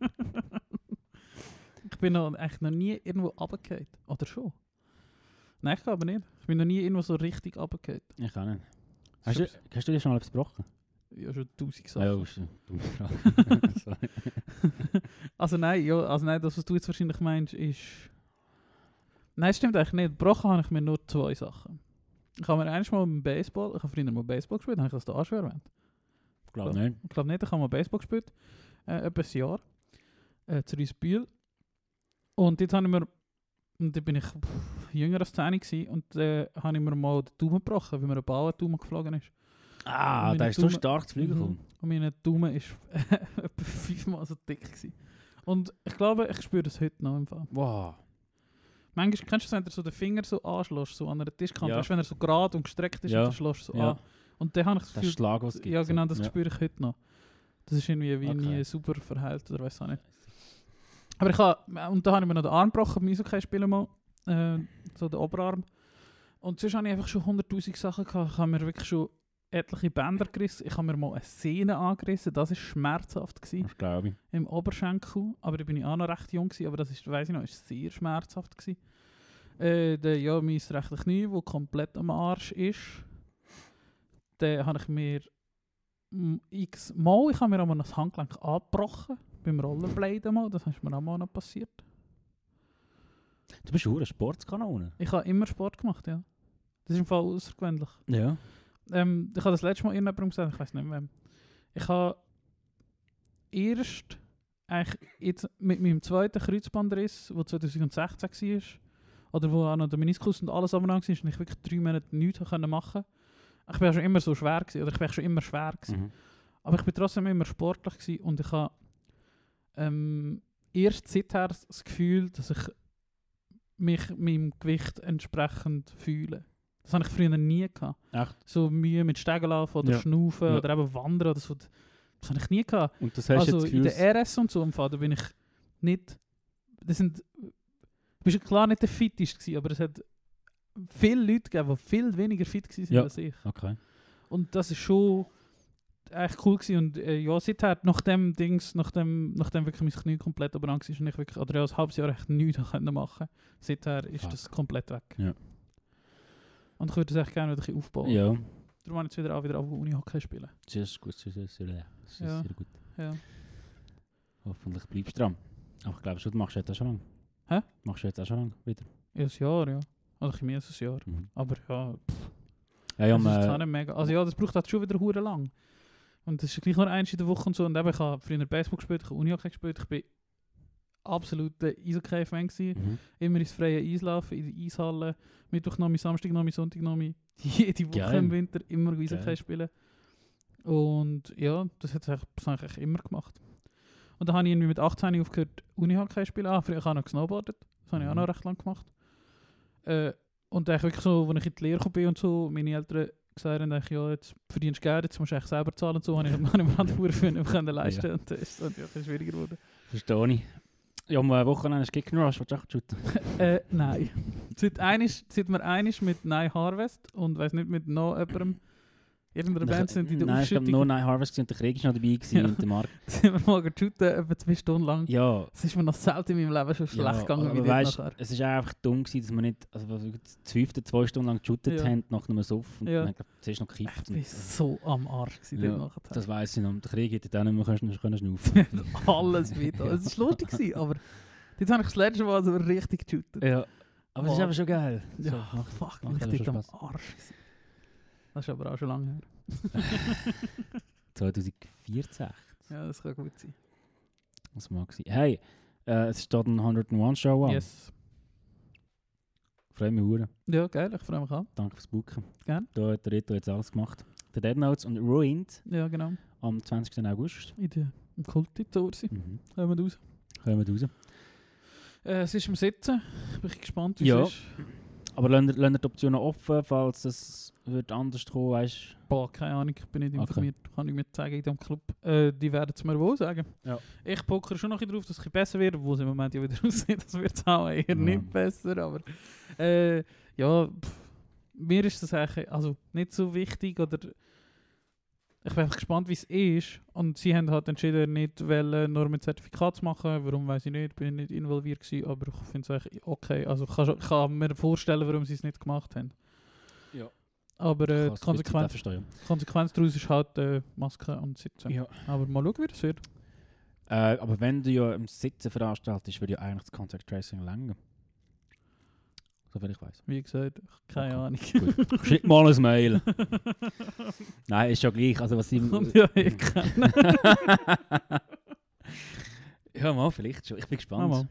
Ich bin echt noch nie irgendwo runtergefallen. Oder schon? Nein, ich glaube nicht. Ich bin noch nie irgendwo so richtig runtergefallen. Ich auch nicht. Hast du dir schon mal etwas gebrochen? Ja, schon 1000 Ah, Sachen. ja, ist dumm. Sorry. Also nein, das, was du jetzt wahrscheinlich meinst, ist... Nein, stimmt eigentlich nicht. Gebrochen habe ich mir nur 2 Sachen. Ich habe mir einmal beim Baseball, ich habe früher mal Baseball gespielt, habe ich das da auch schon erwähnt? Ich glaube nicht. Ich glaube nicht, ich habe mal Baseball gespielt, etwa ein Jahr, zu Riesbühl. Und dort habe ich mir, und da bin ich jünger als 10 gewesen, und habe ich mir mal den Daumen gebrochen, weil mir ein Ball an den Daumen geflogen ist. Ah, Meine der ist so Daumen- stark zu fliegen Mhm. gekommen. Und mein Daumen war etwa 5-mal so dick gewesen. Und ich glaube, ich spüre das heute noch im Fall. Wow. Manchmal kennst du es, wenn du so den Finger so anschlägst, so an einer Tischkante, Ja. weißt du, wenn er so gerade und gestreckt ist, Ja. und dann schlägst du so Ja. an. Und dann habe ich das Der Gefühl, Schlag, was es gibt. ja genau, so. das Ja. spüre ich heute noch. Das ist irgendwie wie Okay. nie super verheilt, oder weiß auch nicht. Aber und da habe ich mir noch den Arm gebrochen beim Eishockey spielen mal, so den Oberarm. Und sonst habe ich einfach schon 100'000 Sachen gehabt. Ich habe mir wirklich schon etliche Bänder gerissen. Ich habe mir mal eine Sehne angerissen, das war schmerzhaft gewesen, Das glaube ich. im Oberschenkel. Aber da bin ich auch noch recht jung gewesen, aber das ist, weiss ich noch, ist sehr schmerzhaft gewesen. Mein rechte Knie, das komplett am Arsch ist, den habe ich mir x-mal, ich habe mir einmal das Handgelenk abgebrochen, beim Rollerbladen mal, das ist mir auch mal noch passiert. Du bist eine Sportskanone. Ich habe immer Sport gemacht, ja. Das ist im Fall außergewöhnlich. Ja. Ich habe das letzte Mal irgendjemandem gesagt, ich weiß nicht mehr wem. Ich habe erst eigentlich jetzt mit meinem zweiten Kreuzbandriss, der 2016 war, oder wo auch noch der Meniskus und alles am war, und ich wirklich 3 Monate nichts machen konnte. Ich war ja schon immer so schwer gewesen, oder ich war schon immer schwer gewesen. Mhm. Aber ich war trotzdem immer sportlich gewesen, und ich habe erst seither das Gefühl, dass ich mich meinem Gewicht entsprechend fühle. Das habe ich früher nie gehabt. Echt? So Mühe mit Stegenlaufen oder Ja. Schnaufen Ja. oder eben Wandern oder so. Das habe ich nie gehabt. Und das hast du Also jetzt in das der RS und so im Fall, da bin ich nicht... Ich war klar nicht der Fitteste gewesen, aber es hat viele Leute gegeben, die viel weniger fit waren Ja. als ich. Okay. Und das ist schon echt cool gewesen. Und ja, seither, nachdem wirklich mein Knie komplett abrannt war und ich wirklich ein halbes Jahr echt nichts machen konnte, seither ist Fuck. das komplett weg. Ja. Und ich würde das echt gerne wieder ein bisschen aufbauen. Ja. Darum habe ich jetzt wieder an Uni-Hockey spielen. Das ist gut. Das ist sehr Ja. gut. Ja. Hoffentlich bleibst du dran. Aber ich glaube schon, du machst jetzt auch schon lange. Hä? Machst du jetzt auch schon lange wieder? Ja, ein Jahr, ja. Also ein bisschen mehr als ein Jahr. Mhm. Aber ja, Ja, ja, das ist jetzt auch man, nicht mega. Also ja, das braucht halt schon wieder hure lang. Und das ist gleich nur eins in der Woche und so. Und eben, ich habe früher Baseball gespielt, ich habe Uni-Hockey gespielt. Ich bin absoluter Eishockey-Fan gewesen. mhm. Immer ins freie Eislaufen, in der Eishalle. Mittwoch noch, Samstag noch, Sonntag noch. Jede Woche Geil. im Winter immer Eishockey Geil. spielen. Und ja, das habe ich eigentlich immer gemacht. Und dann habe ich irgendwie mit 18 aufgehört, Uni-Hockey zu spielen. Früher habe ich noch gesnowboardet. Das habe ich auch Mhm. noch recht lang gemacht. Und eigentlich wirklich so, als ich in die Lehre gekommen bin und so, meine Eltern gesagt haben, ja, jetzt verdienst du Geld, jetzt musst du eigentlich selber zahlen und so, habe ich mir an der Uhr nicht leisten. Und das ist dann ja ein bisschen schwieriger geworden. Verstehe ich. Ja, am Wochenende ist Kick Rush, willst du auch shooten? Nein. Seit wir einig mit Nye Harvest und weiss nicht, mit noch jemandem, irgendeiner Band sind in der Nein, ich glaube Ausschüttung, nur Night Harvest und der Krieg war noch dabei gewesen Ja. und der Marc. sind wir mal geshootet, etwa 2 Stunden lang. Ja. Es ist mir noch selten in meinem Leben schon schlecht gegangen wie aber dort weißt, nachher. es ist einfach dumm gewesen, dass wir nicht, also was wir das 2 Stunden lang geshootet Ja. haben, nach einem Suff und Ja. dann zuerst noch gekifft. Ich war so am Arsch gewesen Ja, dort nachher. Das weiss ich noch. Und der Krieg hätte dann nicht mehr können schnaufen. Alles wieder. Es war lustig gewesen, aber dort habe ich das letzte Mal so richtig geshootet. Ja. Aber das ist Wow. aber schon geil. Ja, So, macht- fuck, macht bin ich aber dort schon am Arsch gewesen. Das ist aber auch schon lange her. 2014. Ja, das kann gut sein. Das mag sein. Hey, es steht ein 101 Show an. Yes. Freue mich hure. Ja, geil, ich freue mich auch. Danke fürs Booken. Gern. Da hat der Reto jetzt alles gemacht. Der Dead Notes und Ruined Ja, genau. am 20. August. Im Kult zu Ursi. Mhm. Kommen wir raus. Kommen wir raus. Es ist im Sitzen. Ich bin gespannt, wie Ja. es ist. Aber lassen ihr die Optionen offen, falls es wird anders kommen, weißt Boah, keine Ahnung, ich bin nicht Okay. informiert. Kann ich mir sagen in diesem Club. Die werden es mir wohl sagen. Ja. Ich pokere schon noch ein bisschen drauf, dass es ein bisschen besser wird, obwohl es im Moment ja wieder aussieht, das wird es auch eher nicht besser. Aber ja, mir ist das eigentlich also nicht so wichtig. Oder ich bin einfach gespannt, wie es ist. Und sie haben halt entschieden, nicht nur mit Zertifikat zu machen. Warum, weiß ich nicht. Bin nicht involviert gewesen, aber ich finde es eigentlich okay. Also ich kann mir vorstellen, warum sie es nicht gemacht haben. Ja. Aber die Kannst du bitte Konsequenz, verstehen. Konsequenz daraus ist halt Maske und Sitzen. Ja. Aber mal schauen, wie das wird. Aber wenn du ja im Sitzen veranstaltest, würde ja eigentlich das Contact Tracing länger. Soviel ich weiss. Wie gesagt, keine Ahnung. Gut. Schick mal ein Mail. Nein, ist ja gleich. Also was ich... Und ja, ich kann. Ja, mal, vielleicht schon. Ich bin gespannt.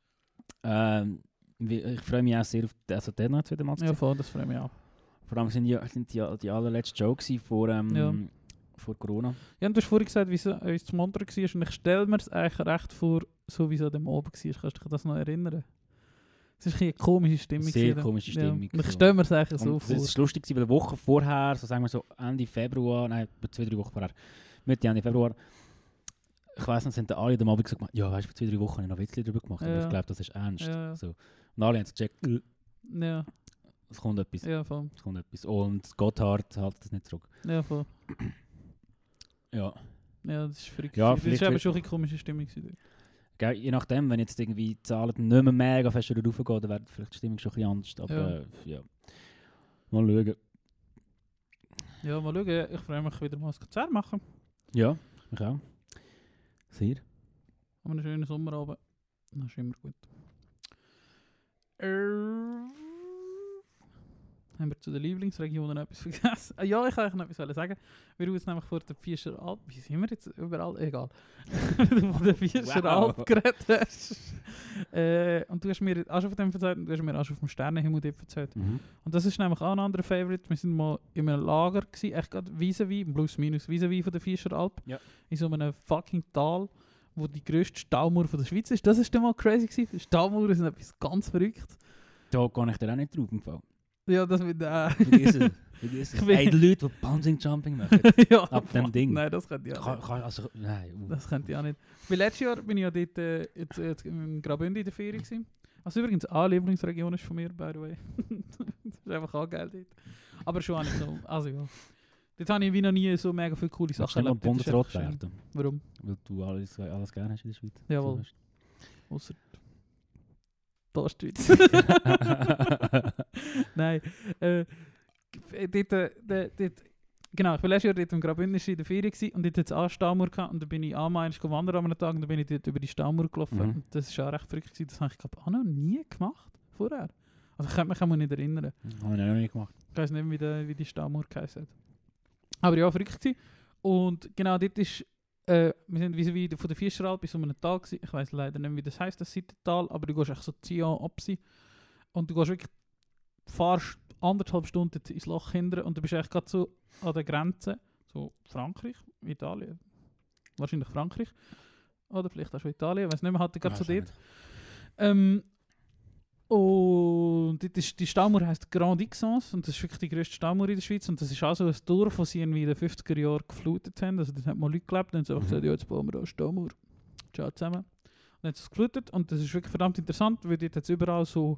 Ich freue mich auch sehr auf den Notes wieder mal zu Ja, sehen. voll, das freut mich auch. Vor allem sind die allerletzte Show gewesen vor Corona. Ja, und du hast vorhin gesagt, wie es zu Montreux war. Und ich stelle mir es eigentlich recht vor, so wie es an dem oben war. Kannst du dich das noch erinnern? Es war eine komische Stimmung. Sehr gewesen. komische Stimmung. Ja. Und ich stelle mir es eigentlich so Und vor. es war lustig, weil eine Woche vorher, so sagen wir so Ende Februar, nein, 2-3 Wochen vorher, Mitte Ende Februar, ich weiss noch, sind alle am Abend gesagt, ja, weißt du, vor 2-3 Wochen habe ich noch Witzli darüber gemacht, aber Ja. ich glaube, das ist ernst. Ja. So. Und alle haben es gecheckt, Ja, es kommt etwas. ja, voll. Es kommt etwas. Und Gotthard hält das nicht zurück. Ja, voll. Ja. Ja, das ist verrückt. Ja, das vielleicht war eben wird- schon eine komische Stimmung. gewesen. Gell, je nachdem, wenn jetzt irgendwie die Zahlen nicht mehr mega fest wieder raufgehen, dann wäre vielleicht die Stimmung schon ein bisschen anders. Aber ja. Mal schauen. Ja, mal schauen. Ich freue mich wieder mal ein Konzert machen. Ja, ich auch. Sehr. An einem schönen Sommerabend. Das ist immer gut. haben wir zu den Lieblingsregionen etwas vergessen. Ja, ich kann eigentlich noch etwas sagen. Wir haben jetzt nämlich vor der Vierscher Alp... Wie sind wir jetzt überall? Egal. Wenn du von der Vierscher Alp geredet hast. Und du hast mir auch schon von dem erzählt und du hast mir auch schon vom Sternenhimmel dort erzählt. Und das ist nämlich auch ein anderer Favourite. Wir sind mal in einem Lager gewesen, echt gerade vis-à-vis, plus minus vis-à-vis von der Vierscher Alp. Ja. In so einem fucking Tal, wo die grösste Staumauer von der Schweiz ist. Das ist dann mal crazy gewesen. Staumauern sind etwas ganz Verrücktes. Da kann ich dir auch nicht drauf im Fall. Ja, das wird Vergiss es. Hey, die Leute, die Bouncing Jumping machen. ja, Ab dem Ding. Nein, das könnte ich auch nicht. Nein. Das könnte ich auch nicht. Weil letztes Jahr bin ich ja dort jetzt in Graubünden in der Ferien gewesen. Was übrigens auch eine Lieblingsregion ist von mir, by the way. Das ist einfach auch geil dort. Aber schon auch nicht so. Also ja. Dort habe ich wie noch nie so mega viele coole Sachen erlebt. Kannst du Bundesrat Dort ist einfach werden? Warum? Weil du alles gerne hast in der Schweiz. Jawohl. Ausser da ist die Schweiz. Nein. Dort, genau, ich war letztes Jahr dort im Graubünden in der Ferien gewesen, und dort hatte es auch Staumauer gehabt, und dann bin ich einmal wandern an einem Tag und dann bin ich dort über die Staumauer gelaufen. Mhm. Und das war auch recht verrückt gewesen. Das habe ich glaube auch noch nie gemacht vorher. Also ich kann mich auch nicht erinnern. Habe ich auch noch nicht gemacht. Ich weiß nicht, wie die Staumauer geheißen hat. Aber ja, verrückt gewesen. Und genau dort ist, wir sind wie von der Fischeralp bis um einen Tal gewesen. Ich weiß leider nicht, wie das heisst, das Seitental, aber du gehst echt so Zion absi und du gehst wirklich, fahrst 1,5 Stunden ins Loch hinten und du bist echt gerade so an der Grenze, so Frankreich, Italien, wahrscheinlich Frankreich, oder vielleicht auch schon Italien, ich weiß nicht mehr, halt gerade so dort. Und die Staumauer heisst Grand Ixence und das ist wirklich die grösste Staumauer in der Schweiz und das ist auch so ein Dorf, das sie irgendwie in den 50er Jahren geflutet haben. Also dort haben mal Leute gelebt und haben einfach gesagt, ja, jetzt bauen wir da eine Staumauer. Ciao zusammen. Und dann haben sie es geflutet und das ist wirklich verdammt interessant, weil dort jetzt überall so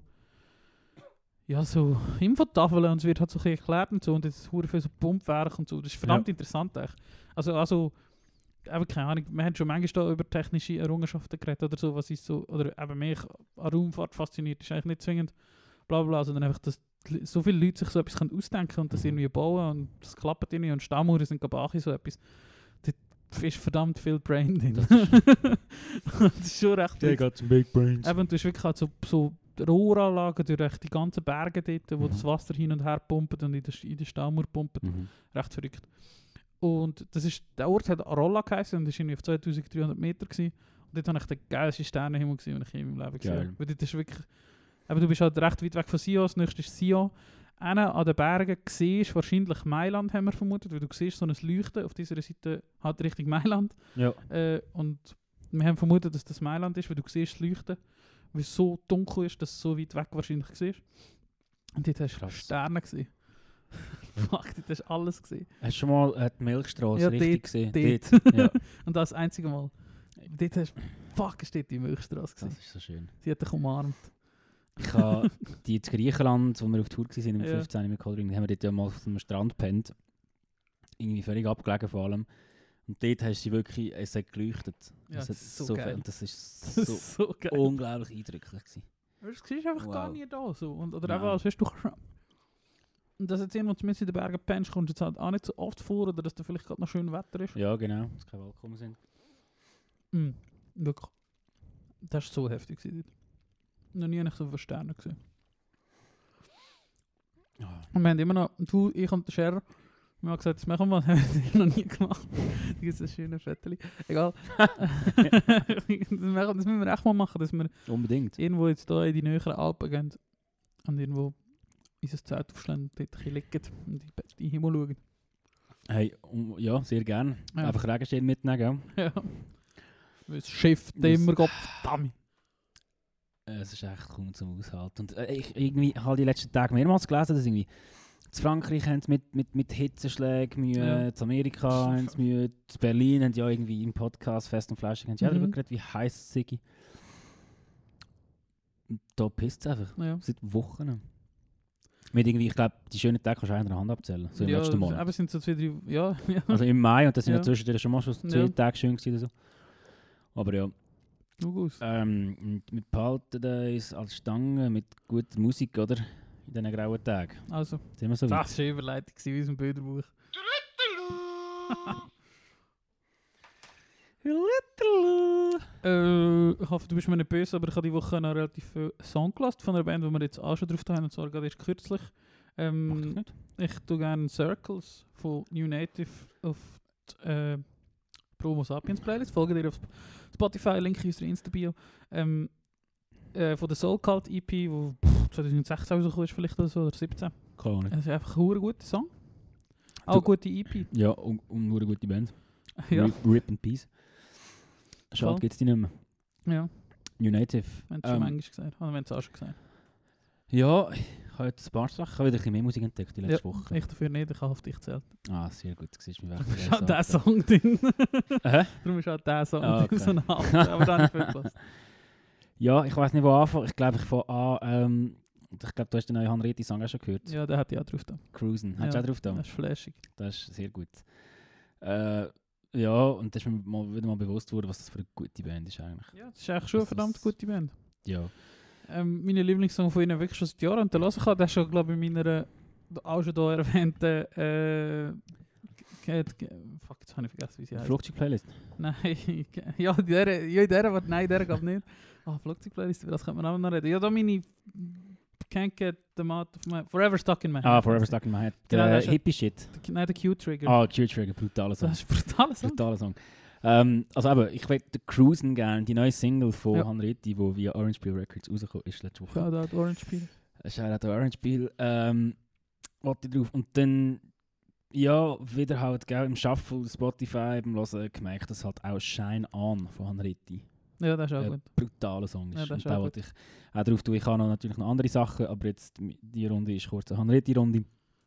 Infotafeln und es wird halt so ein bisschen erklärt und so und jetzt ist es viel so Pumpwerk und so. Das ist verdammt interessant eigentlich. Also eben keine Ahnung, wir haben schon manchmal da über technische Errungenschaften geredet oder so, was ist so, oder eben mich an Raumfahrt fasziniert, ist eigentlich nicht zwingend bla bla, sondern einfach, dass so viele Leute sich so etwas ausdenken können und das irgendwie bauen und das klappt irgendwie und Staumauern sind glaube ich auch so etwas. Da ist verdammt viel Brain drin. Das ist schon recht viel. got some big brains. Eben, du hast wirklich halt so Rohranlagen durch die ganzen Berge dort, wo das Wasser hin und her pumpt und in der Staumauer pumpt. Recht verrückt. Und der Ort hat Arolla geheißen und das war irgendwie auf 2300 Meter gewesen. Und dort habe ich den geilsten Sternenhimmel gesehen, den ich in meinem Leben gesehen habe. Weil dort ist wirklich, du bist halt recht weit weg von Sion, das nächste ist Sion. An den Bergen siehst wahrscheinlich Mailand, haben wir vermutet, weil du siehst so ein Leuchten auf dieser Seite halt Richtung Mailand. Ja. Und wir haben vermutet, dass das Mailand ist, weil du siehst das Leuchten, weil es so dunkel ist, dass es so weit weg wahrscheinlich siehst. Und dort hast du Sterne gesehen. Fuck, dort hast du alles gesehen. Hast du schon mal die Milchstraße richtig gesehen? Dort. Ja. Und das einzige Mal. Dort hast du, fuck, ist dort die Milchstraße gesehen. Das ist so schön. Sie hat dich umarmt. Ich habe die in Griechenland, wo wir auf Tour waren, im 15. mit Coldring, haben wir dort ja mal auf einem Strand gepennt. Irgendwie völlig abgelegen vor allem. Und dort hast du wirklich, es hat geleuchtet. Ja, das ist so geil. Und das ist so geil. unglaublich eindrücklich gewesen. Das siehst einfach gar nie da so. Oder eben, als wärst du... Und dass jetzt irgendwo zumindest in den Bergen pennst, kommst du jetzt halt auch nicht so oft vor, oder dass da vielleicht gerade noch schön Wetter ist. Ja, genau. Dass keine Wolken sind. Wirklich. Das war so heftig dort. Noch nie so viele Sterne gesehen. Oh. Und wir haben immer noch, du, ich und der Scherer, wir haben gesagt, das machen wir, haben wir noch nie gemacht. Da gibt es ein schönes Foto. Egal. Das müssen wir echt mal machen, dass wir unbedingt irgendwo jetzt hier in die näheren Alpen gehen und irgendwo unser Zelt aufschlagen und dort ein bisschen liegen und in den Himmel schauen. Hey, ja, sehr gerne. Ja. Einfach Regenschirm mitnehmen, gell? Ja. Weil das Schiff immer geht, verdammt. Es ist echt kaum zum Aushalten. Und ich irgendwie habe die letzten Tage mehrmals gelesen, dass irgendwie in Frankreich haben sie mit Hitzeschlägen Mühe, in Amerika haben sie Mühe, in Berlin haben sie ja irgendwie im Podcast Fest und Flashig haben sie auch darüber geredet, wie heiß es sei. Und da pisst es einfach. Ja. Seit Wochen. Mit irgendwie, ich glaube, die schönen Tage kannst du auch in der Hand abzählen. So im letzten Monat. Aber sind so 2-3, ja. Also im Mai, und das sind ja zwischendurch schon mal 2 Tage schön gewesen oder so. Aber ja. Wir behalten uns als Stange mit guter Musik, oder? In diesen grauen Tagen. Also, sind wir so das war eine Überleitung in unserem Bilderbuch. Ich hoffe, du bist mir nicht böse, aber ich habe die Woche noch relativ viel Song gelassen von einer Band, die wir jetzt auch schon drauf haben, und zwar gerade erst kürzlich. Mach das nicht. Ich tue gerne Circles von New Native auf die Promo Sapiens Playlist. Folge dir auf Spotify, Link in unserer Insta-Bio. Von der Soul Cult EP, die 2016 rausgekommen ist, vielleicht oder so, oder 17. Keine Ahnung. Es ist einfach ein guter Song. Auch eine gute EP. Ja, und nur eine gute Band. Ja. Rip in Peace. Schade Voll. gibt es die nicht mehr. Ja, New Native. wenn es schon manchmal gesagt. Oder wenn es auch schon gesagt. Ja, ich habe jetzt ein paar Sachen. Ich habe wieder ein bisschen mehr Musik entdeckt die letzte Woche. Ich dafür nicht, ich habe auf dich gezählt. Ah, sehr gut. Du siehst mich weg. Darum ist auch der Song drin. Hä? Darum ist auch der Song Ah, drin, okay. so ein Halb. Aber da habe ich viel gelassen. Ja, ich weiß nicht, wo anfangen. Ich glaube, ich fange an. Ich glaube, du hast den neuen Hanreti-Song auch schon gehört. Ja, der hat ja auch drauf da. Cruisen. Hast du auch drauf da? Das ist flashig. Das ist sehr gut. Ja, und da ist mir wieder mal bewusst worden, was das für eine gute Band ist eigentlich. Ja, das ist eigentlich schon eine Das verdammt ist- gute Band. Ja. Meine Lieblingssong von ihnen wirklich schon seit Jahren und der hören kann, der ist schon, glaube ich, in meiner auch schon hier erwähnten fuck, jetzt habe ich vergessen, wie sie heißt. Flugzeug-Playlist. Nein, ja, in der glaube ich nicht. Flugzeugplaylist, über das könnte man auch noch reden. Ja, da meine Can't Get Them Out of My... Forever Stuck in My Head. Ah, Forever Stuck in My Head. Genau, Der das ist- Hippie-Shit. Nein, der Q-Trigger. Ah, Q-Trigger, brutaler Song. Das ist brutal. Brutaler Song. Also eben, ich möchte Cruisen gerne, die neue Single von Ja. Hanreti, die via Orange Peel Records rausgekommen ist letzte Woche. Shoutout Orange Peel. Shoutout Orange Peel. Warte ich drauf. Und dann, ja, wieder halt, gell, im Shuffle, Spotify, beim Hören gemerkt, dass halt auch Shine On von Hanreti Ja, das ist auch ein gut. brutaler Song ist. Ja, das ist und da auch wollte ich auch drauf tun. Ich habe natürlich noch andere Sachen, aber jetzt die Runde ist kurz eine Hanreti-Runde.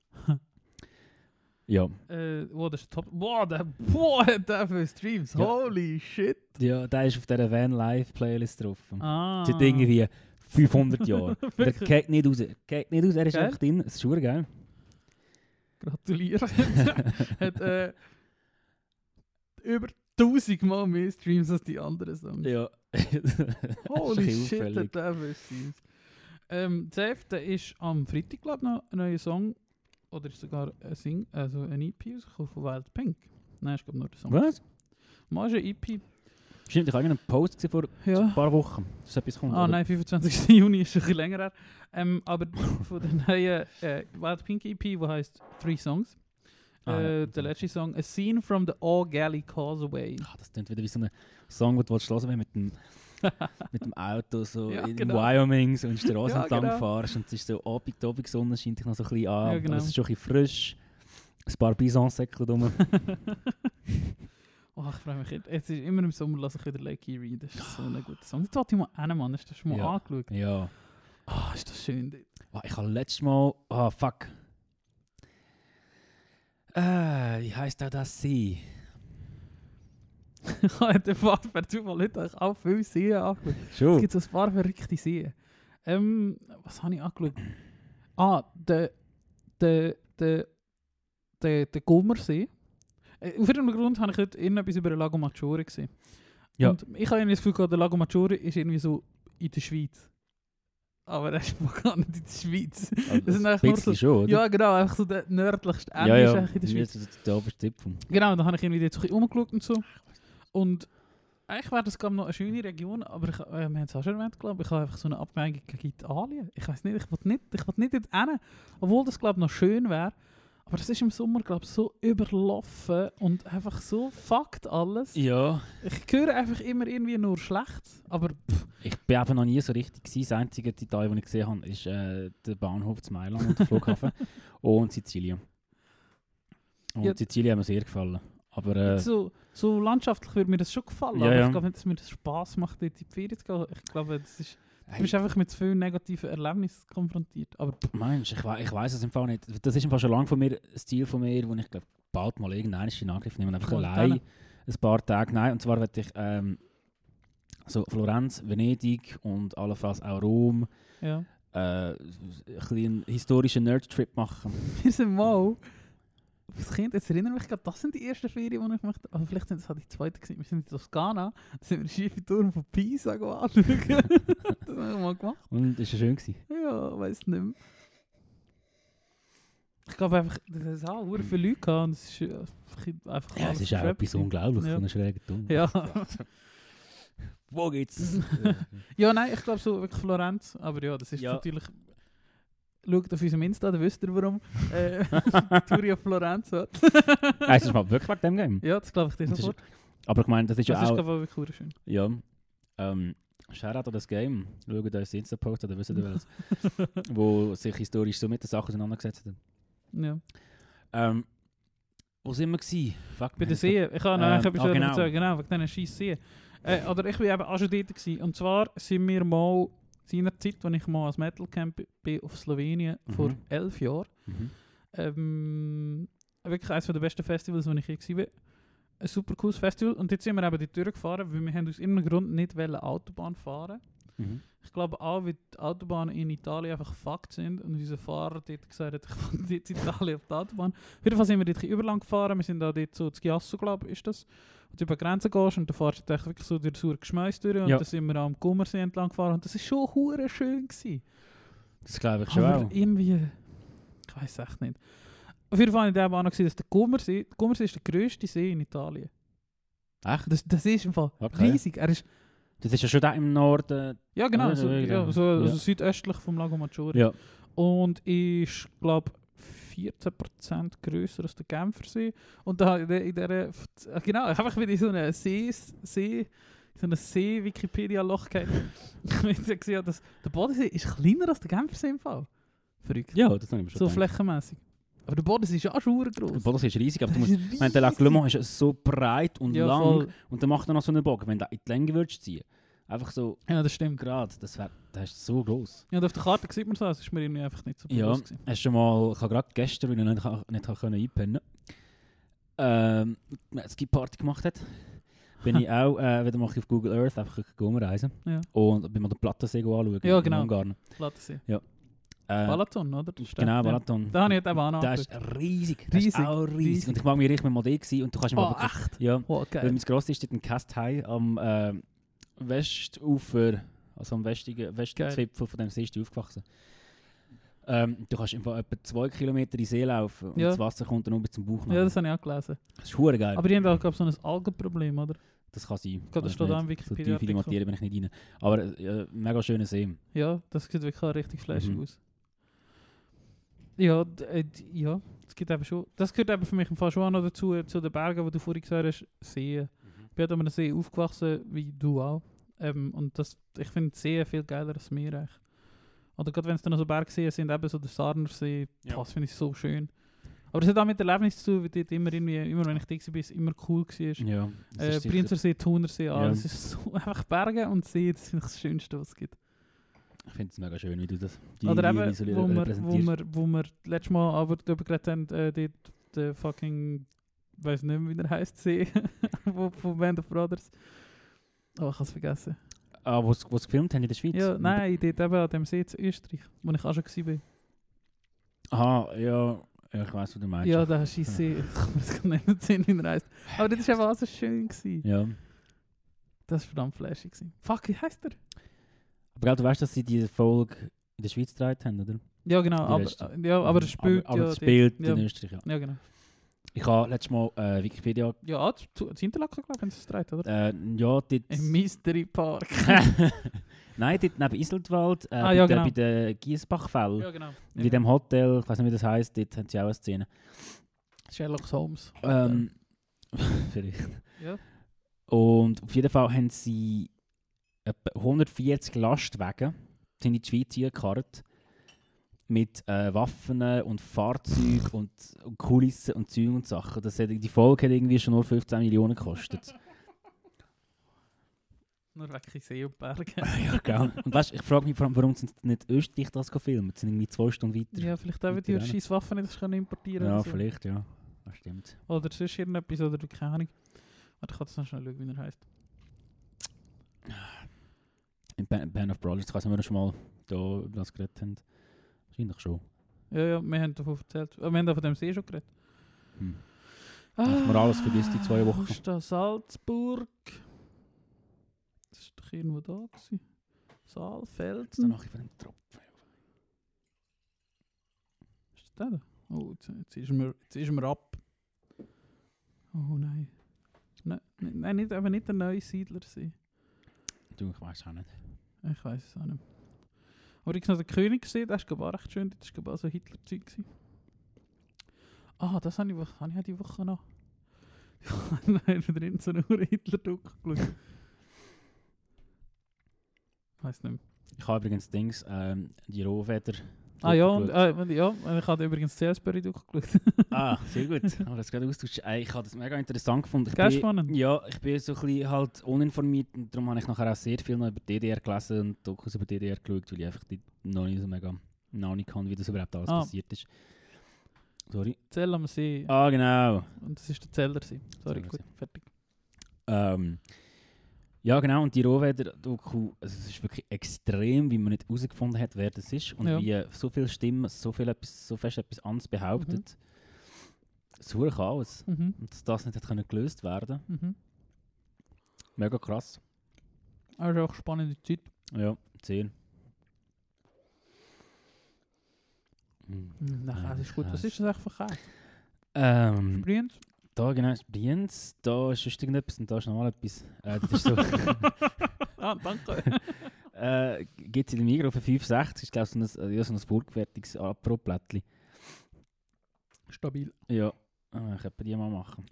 Ja. Das ist top. Boah, der hat für Streams. Ja. Holy shit. Ja, der ist auf dieser Van Live Playlist drauf. Ah. Seit irgendwie 500 Jahren. Der Wirklich? geht nicht raus. Geht nicht raus, er ist Geil. einfach drin. Das ist schon geil. Gratuliere. Hat über 1000 Mal mehr Streams als die anderen Songs. Ja. Holy Das ist shit, auffällig. hat der für Streams. Safe, der ist am Freitag, glaube ich, noch ein neuer Song. Oder ist sogar ein EP rausgekommen von Wild Pink. Nein, ich glaube nur der Song. Was? Mal ist ein EP. Stimmt, ich habe einen Post gesehen vor ein Ja. paar Wochen. Das ist etwas kommt. Ah oder? nein, 25. Juni ist ein bisschen länger her. Aber von der neuen Wild Pink EP, die heisst 3 Songs. Ah, ja. Der letzte Song, A Scene from the All Galley Causeway. Ah, das klingt wieder wie so ein Song, den du hören willst, mit dem, mit dem Auto so Ja, in genau. Wyoming so in die Straße Ja, entlang genau. fahrst und es ist so Abend, die Sonne scheint dich noch so ein bisschen an. Ja, genau. Aber es ist schon ein bisschen frisch. Ein paar Bisonsäckchen rum. Oh, ich freue mich. Jetzt ist immer im Sommer lasse ich wieder Lake Erie. Das ist so ein guter Song. Jetzt wollte ich mal einen, Mann. Hast du das schon mal Ja. angeschaut? Ja. Ah, ist das schön dort. Oh, ich habe letztes Mal... Ah, fuck. Wie heisst auch das See? Ich habe den Fahrt per Zufall heute auch viele Seen angeschaut. Es Schon? gibt so ein paar verrückte Seen. Was habe ich angeschaut? Ah, der Gommersee. Auf irgendeinem Grund habe ich heute irgendetwas über den Lago Maggiore gesehen. Ja. Und ich habe irgendwie das Gefühl gehabt, der Lago Maggiore ist irgendwie so in der Schweiz. Aber er ist gar nicht in der Schweiz. Das sind eigentlich ein nur bisschen so- schon, oder? Ja, genau, einfach so der nördlichste Ende ja, ist ja. eigentlich in der Schweiz. Jetzt der oberste Zipfel. Genau, dann habe ich irgendwie jetzt ein bisschen umgeschaut und so. Und eigentlich wäre das glaube noch eine schöne Region, aber wir haben es auch schon erwähnt, glaube ich habe einfach so eine Abneigung gegen Italien. Ich weiß nicht, ich will nicht dort hin, obwohl das glaube ich noch schön wäre. Aber das ist im Sommer glaube ich so überlaufen und einfach so fuckt alles. Ja. Ich höre einfach immer irgendwie nur schlecht, aber Ich bin eben noch nie so richtig gewesen. Das einzige Detail, das ich gesehen habe, ist der Bahnhof zu Mailand und der Flughafen und Sizilien. Und Ja. Sizilien hat mir sehr gefallen. Aber so landschaftlich würde mir das schon gefallen, Ja, aber ja. ich glaube nicht, dass mir das Spass macht, dort in die Ferien zu gehen. Ich glaube, du bist einfach mit zu vielen negativen Erlebnissen konfrontiert. Aber Mensch, ich weiss es im Fall nicht. Das ist im Fall schon lange von mir ein Ziel von mir, wo ich glaube, bald mal irgendeinen in Angriff nehmen und einfach Cool, allein dann. ein paar Tage. Nein, und zwar möchte ich so Florenz, Venedig und allenfalls auch Rom ja. ein bisschen einen historischen Nerd-Trip machen. Wir sind mal... Das Kind, jetzt erinnere mich gerade, das sind die ersten Ferien, die ich möchte. Also vielleicht sind das auch die zweite gewesen. Wir sind in Toskana, da sind wir den schiefen Turm von Pisa anschauen. Das haben wir mal gemacht. Und es war schön gewesen. Ja, weiß nicht mehr. Ich glaube einfach, das hat auch viele Leute gehabt und es ist einfach Ja, es alles ist auch schräg etwas gewesen. unglaublich, Ja. so einen schrägen Turm. Ja. Wo geht's? Ja, nein, ich glaube so wirklich Florenz. Aber ja, das ist Ja. natürlich... schaut auf unserem Insta, dann wisst ihr warum. Turia Florenz hat. Heißt das mal wirklich wegen dem Game? Ja, das glaube ich dir Das ist- sofort. Aber ich meine, das ist Das ja ist auch... glaube ich wirklich schön. Ja. Shoutout an das Game. Schaut euch Insta-Post an, dann wisst ihr was. Wo sich historisch so mit den Sachen auseinandergesetzt hat. Ja. Wo sind wir gewesen? Fuck, Bei den Seen. Ich habe noch etwas genau. erzählen, genau, wegen diesen scheiß Seen. Oder ich war eben auch schon dort gewesen. Und zwar sind wir mal seinerzeit, als ich mal als Metal Camp bin auf Slowenien, vor 11 Jahren. Mhm. Wirklich eines der besten Festivals, wo ich je war. Ein super cooles Festival. Und jetzt sind wir eben die Tür gefahren, weil wir haben aus irgendeinem Grund nicht Autobahn fahren. Mhm. Ich glaube auch, weil die Autobahnen in Italien einfach fucked sind und unser Fahrer dort gesagt hat, ich fahre jetzt in Italien auf die Autobahn. Auf jeden Fall sind wir dort ein bisschen überlang gefahren, wir sind da dort so zu Chiasso, glaube ich, ist das. Und du über die Grenze gehst und dann fahrst du echt wirklich so durch das saure Geschmäus durch und Ja. dann sind wir am Gummersee entlang gefahren und das war schon hure schön gewesen. Das glaube ich schon Aber auch. irgendwie, ich weiß echt nicht. Auf jeden Fall habe ich eben auch noch gesehen, dass der Gummersee ist der grösste See in Italien. Echt? Das ist im Fall Okay. riesig. Er ist, Das ist ja schon da im Norden. ja genau, Ah, so, ja, ja, genau. so, Ja. also südöstlich vom Lago Maggiore. Ja. Und ist, glaube ich, 14% grösser als der Genfersee. Und da in der genau, einfach wieder in so eine so ein See-Wikipedia-Loch gehabt. Ich habe gesehen, dass der Bodensee ist kleiner als der Genfersee im Fall. Verrückt. Ja, das habe ich mir schon So gedacht. flächenmäßig. Aber der Bodensee ist ja auch schon Der groß. Bodensee ist riesig, aber du musst... Ich meine, der Lac Le Mans ist so breit und Ja, lang voll. und dann macht er noch so einen Bogen. Wenn du in die Länge würdest ziehen, einfach so Ja, das stimmt. gerade, das ist so groß. Ja, und auf der Karte sieht man so, das ist mir irgendwie einfach nicht so Ja, bewusst gewesen. hast du schon mal... Ich habe gerade gestern, weil ich nicht einpennen konnte, eine Ski-Party gemacht hat, bin ich auch wieder mal auf Google Earth einfach rumreisen Ja. und bin mal den Plattensee anschauen. Ja, in genau. Ungarn. Plattensee. Äh, Balaton, oder? Das ist der. Genau, Ja. Balaton. Da habe ich jetzt eben auch noch Das ist riesig. Das ist Riesig, auch riesig. riesig. Und ich mag mich richtig mit dem gewesen und du kannst Oh, mal wirklich... echt? Ja, Oh, weil geil. mein Gross ist dort in Cast High am Westufer, also am Westzipfel von dem See ist die aufgewachsen. Du kannst einfach etwa 2 Kilometer in den See laufen und Ja. das Wasser kommt dann nur bis zum Bauch. Ja, das habe ich auch gelesen. Das ist verdammt geil. Aber die haben auch, glaube ich, so ein Algenproblem, oder? Das kann sein. Das Weiß steht auch im nicht. So Wikipedia-Artikel. tiefe Materie bin ich nicht rein. Aber mega schöner See. Ja, das sieht wirklich auch richtig flashig Mhm. aus. Ja, ja, das gibt eben schon. Das gehört eben für mich im Fall schon auch noch dazu, zu den Bergen, wo du vorhin gesagt hast, Seen. Ich bin halt an einem See aufgewachsen, wie du auch. Und ich finde Seen viel geiler als Meer eigentlich. Oder gerade wenn es dann noch so Bergseen sind, eben so der Sarnersee, Ja. das finde ich so schön. Aber das hat auch mit Erlebnis zu tun, weil dort immer wenn ich da war, es immer cool war. Ja, das ist sicher- Prinzersee, Thunersee, Ja. alles ist so einfach Berge und See, das finde ich das Schönste, was es gibt. Ich finde es mega schön, wie du das Oder Linie eben, so wo repräsentierst. wir letztes Mal aber darüber geredet haben, dort der fucking, ich weiß nicht mehr, wie der heisst, See, von Band of Brothers. Oh, ich habe es vergessen. Ah, wo sie gefilmt haben in der Schweiz? Ja, nein, dort eben an dem See in Österreich, wo ich auch schon war. Aha, ja, ich weiss, was du meinst. Ja, da hast du einen See, ich kann mir das gar nicht erzählen, wie er heisst. Aber das war eben auch so schön gewesen. Ja. Das war verdammt flashig gewesen. Fuck, wie heisst der? Aber glaub, du weißt, dass sie diese Folge in der Schweiz gedreht haben, oder? Ja, genau, Die letzte. aber er spielt aber ja das dort. spielt ja. in Österreich, ja. Ja, genau. Ich habe letztes Mal Wikipedia... Ja, das Interlaken, glaube ich, haben sie es gedreht, oder? ja, dort... Im Mystery Park. Nein, dort neben Iseltwald, Ah, ja, genau. bei den Giesbachfällen. Ja, genau. In dem Hotel, ich weiß nicht, wie das heisst, dort haben sie auch eine Szene. Sherlock Holmes. Vielleicht. Ja. Und auf jeden Fall haben sie etwa 140 Lastwagen sind in die Schweiz eingekarrt mit Waffen und Fahrzeugen und Kulissen und Zeug und Sachen. Die Folge hat irgendwie schon nur 15 Millionen gekostet. Nur wirklich See und Berge. Ja, gell. Und weißt, ich frage mich vor allem, warum sind nicht Österreich das filmen? Das sind irgendwie 2 Stunden weiter. Ja, vielleicht auch, weil die Weiter scheiß Waffen nicht können importieren Ja, oder so. vielleicht, ja. Das stimmt. Oder sonst irgendetwas, oder keine Ahnung. Warte, ich kann das noch schnell schauen, wie er heisst. In Band of Brothers, ich weiß nicht, ob wir schon mal da über das geredet haben. Wahrscheinlich schon. Ja, wir haben davon erzählt. Wir haben da von dem See schon geredet. Hm. Hast du alles vergessen, die 2 Wochen? Wo ist da? Salzburg. Das ist doch irgendwo da gewesen. Jetzt dann Saalfelden. nachher von dem Tropfen. Ist das der da? Oh, jetzt ist mir ab. Oh nein. Nein, nicht der neue Siedlersee. Du, ich weiß auch nicht. Ich weiß es auch nicht. Aber ich habe den König gesehen, das ist glaube ich auch recht schön. Das war glaube ich auch so Hitler-Zeug gewesen. Das habe ich die Woche noch. Ich habe drin so einen Hitler-Doku geschaut. Weiss nicht mehr. Ich habe übrigens die Rohfeder. Ich habe übrigens Salisbury durchgeschaut. Sehr gut. Aber das gerade austauscht. Ich habe das mega interessant gefunden. Spannend. Ja, ich bin so ein bisschen halt uninformiert und darum habe ich nachher auch sehr viel noch über DDR gelesen und Dokus über DDR geschaut, weil ich einfach noch nicht so mega Ahnung habe, wie das überhaupt alles passiert ist. Sorry. Zell am See. Genau. Und das war der Zeller. Sorry, gut, fertig. Ja, genau. Und die Rohweder-Doku, also es ist wirklich extrem, wie man nicht herausgefunden hat, wer das ist. Und wie so viele Stimmen so fest etwas anderes behauptet. So ein Chaos. Und dass das nicht hat gelöst werden können. Mega krass. Also auch spannende Zeit. Ja, 10. Das ist gut. Was ist das eigentlich für Käse? Brienz? Da genau ist Brienz, da ist sonst irgendetwas und da ist nochmal etwas. Das ist so. Danke. Gibt es in der Migros für 5,60, ist glaube ich so ein vorgefertigtes Apro-Plättchen. Stabil. Ja, ich könnte die mal machen.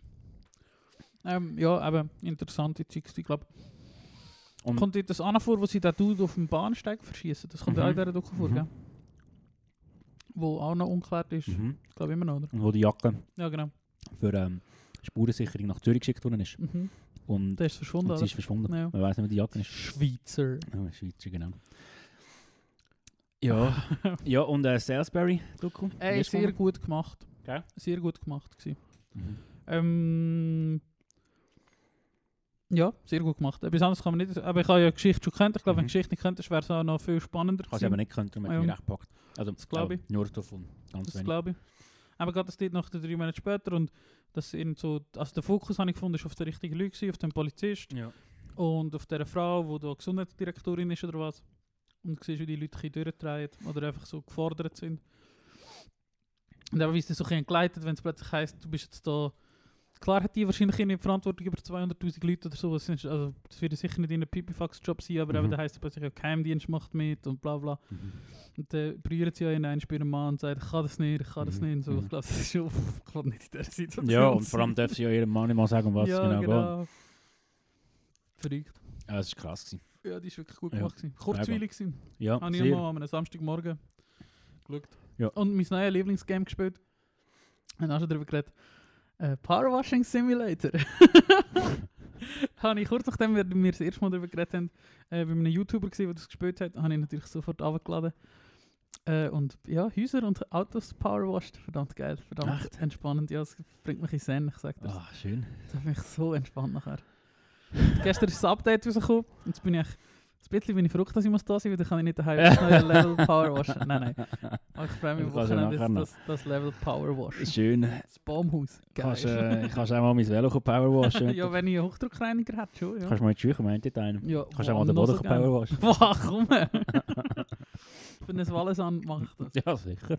Aber interessante Zeugs, ich glaube. Kommt dir das an vor, wo sie den Dude auf dem Bahnsteig verschießen? Das kommt auch in dieser Doku vor, gell? Wo auch noch unklar ist. Ich glaube immer noch, oder? Und wo die Jacke genau. für Spurensicherung nach Zürich geschickt worden ist. Und der ist verschwunden, und sie ist verschwunden. Ja. Man weiss nicht, wie die Jacke ist. Schweizer. Oh, Schweizer, genau. Ja, und Salisbury-Doku? Sehr gut gemacht. Okay. Sehr gut gemacht gewesen. Ja, sehr gut gemacht. Etwas anderes kann man nicht... Aber ich habe ja die Geschichte schon gekannt. Ich glaube, wenn die Geschichte nicht könntest, wäre es auch noch viel spannender gewesen. Ich aber nicht gekannt, darum hat mich recht gepackt. Also, das glaube ich. Nur davon. Ganz das wenig. Glaube ich. Aber gerade das dort nach 3 Monaten später und das eben so... Also der Fokus, habe ich gefunden, ist auf den richtigen Leuten, auf den Polizist und auf dieser Frau, die da Gesundheitsdirektorin ist oder was. Und du siehst, wie die Leute ein bisschen durchdrehen oder einfach so gefordert sind. Und eben, wie es dann so ein bisschen entgleitet, wenn es plötzlich heisst, du bist jetzt da... Klar hat die wahrscheinlich nicht Verantwortung über 200'000 Leute oder so. Also, das wird sicher nicht in einem Pipifax-Job sein, aber eben, da heisst es plötzlich, ja, Geheimdienst macht mit und bla bla. Und dann brühen sie ja in einen Spiel Mann und sagen, ich kann das nicht. Und so. Ich glaube, das ist schon nicht in dieser Situation. Ja, und vor allem dürfen sie ja ihrem Mann nicht mal sagen, um was es genau geht. Verrückt. Ja, das war krass gewesen. Ja, die war wirklich gut gemacht. Kurzweilig gewesen. Ja, habe ich mal an einem Samstagmorgen geschaut. Ja. Und mein neues Lieblingsgame gespielt. Und auch schon darüber geredet. Powerwashing Simulator. Habe ich kurz nachdem wir das erste Mal darüber geredet haben, bei einem YouTuber gesehen, der das gespielt hat, habe ich natürlich sofort runtergeladen. Und ja, Häuser und Autos powerwashed. Verdammt geil, verdammt entspannend. Ja, das bringt mich in Zen, ich sage das. Schön. Das hat mich so entspannt nachher. Gestern ist das Update rausgekommen und jetzt bin ich ein bisschen verrückt, dass ich da sein muss, weil dann kann ich nicht daheim das neue Level Powerwashen. Nein. Aber ich freue mich am Wochenende, das Level Powerwash. Schön. Das Baumhaus. Kannst auch mal mein Velo powerwashen. Ja, wenn ich einen Hochdruckreiniger hätte, schon. Ja. Kannst du mal in die Schüche, meint ihr einen? Ja, kannst auch mal den Boden powerwashen. Boah, komm! Für ein Wallensand mache ich das. Ja, sicher.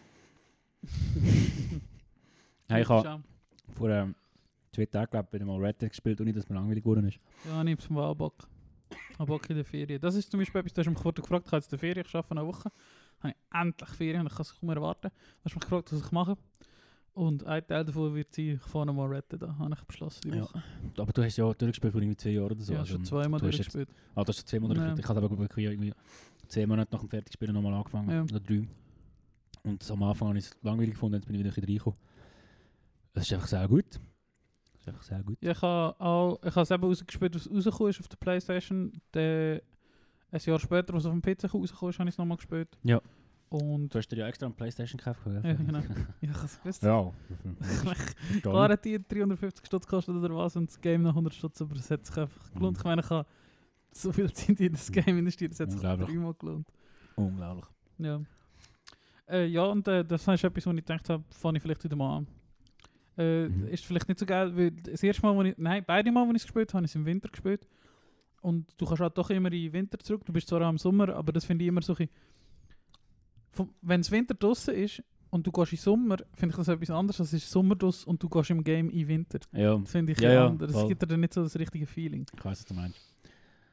Hey, ich habe vor 2 Tagen wieder mal Red Dead gespielt, ohne dass mir langweilig geworden ist. Ja, ich habe es Bock. Ich habe Bock in der Ferien. Das ist zum Beispiel etwas, du hast mich vorher gefragt, ich habe jetzt in der Ferien, ich arbeite eine Woche. Habe ich endlich Ferien und ich kann es kaum erwarten. Du hast mich gefragt, was ich mache. Und ein Teil davon wird sein, ich fahre nochmal Red Dead an, habe ich beschlossen die Woche. Ja. Aber du hast ja durchgespielt vor irgendwie 2 Jahren oder so. Ja, schon 2 Mal durchgespielt. Du hast schon 2 Monate durchgespielt. Ich habe aber wirklich irgendwie 10 Monate nach dem Fertigspielen nochmal angefangen. Ja. Oder 3. Und am Anfang habe ich es langweilig gefunden, jetzt bin ich wieder ein bisschen reingekommen. Es ist einfach sehr gut. Ja, ich habe es eben rausgespielt, was rausgekommen ist auf der Playstation. Ein Jahr später, was auf dem PC rausgekommen ist, habe ich es nochmal gespielt. Ja. Und du hast dir ja extra eine Playstation gekauft, ja? Ja, genau. Ja, ich habe es gewusst. Ja. Klar hat die 350 Stutz gekostet oder was und das Game noch 100 Stutz, aber es hat sich einfach gelohnt. Ich meine, ich habe so viel Zeit in das Game investiert, es hat sich 3-mal gelohnt. Unglaublich. Ja. Ja, und das ist etwas, wo ich gedacht habe, fange ich vielleicht wieder mal an. Ist vielleicht nicht so geil, weil das erste Mal, beide Mal, als ich es gespielt habe, ich es im Winter gespielt. Und du kannst halt doch immer in den Winter zurück. Du bist zwar auch im Sommer, aber das finde ich immer so ein bisschen... Wenn es Winter draussen ist und du gehst in Sommer, finde ich das etwas anderes, als es ist Sommer draussen und du gehst im Game in Winter. Ja. Das finde ich anders. Das gibt dir dann nicht so das richtige Feeling. Ich weiss, was du meinst.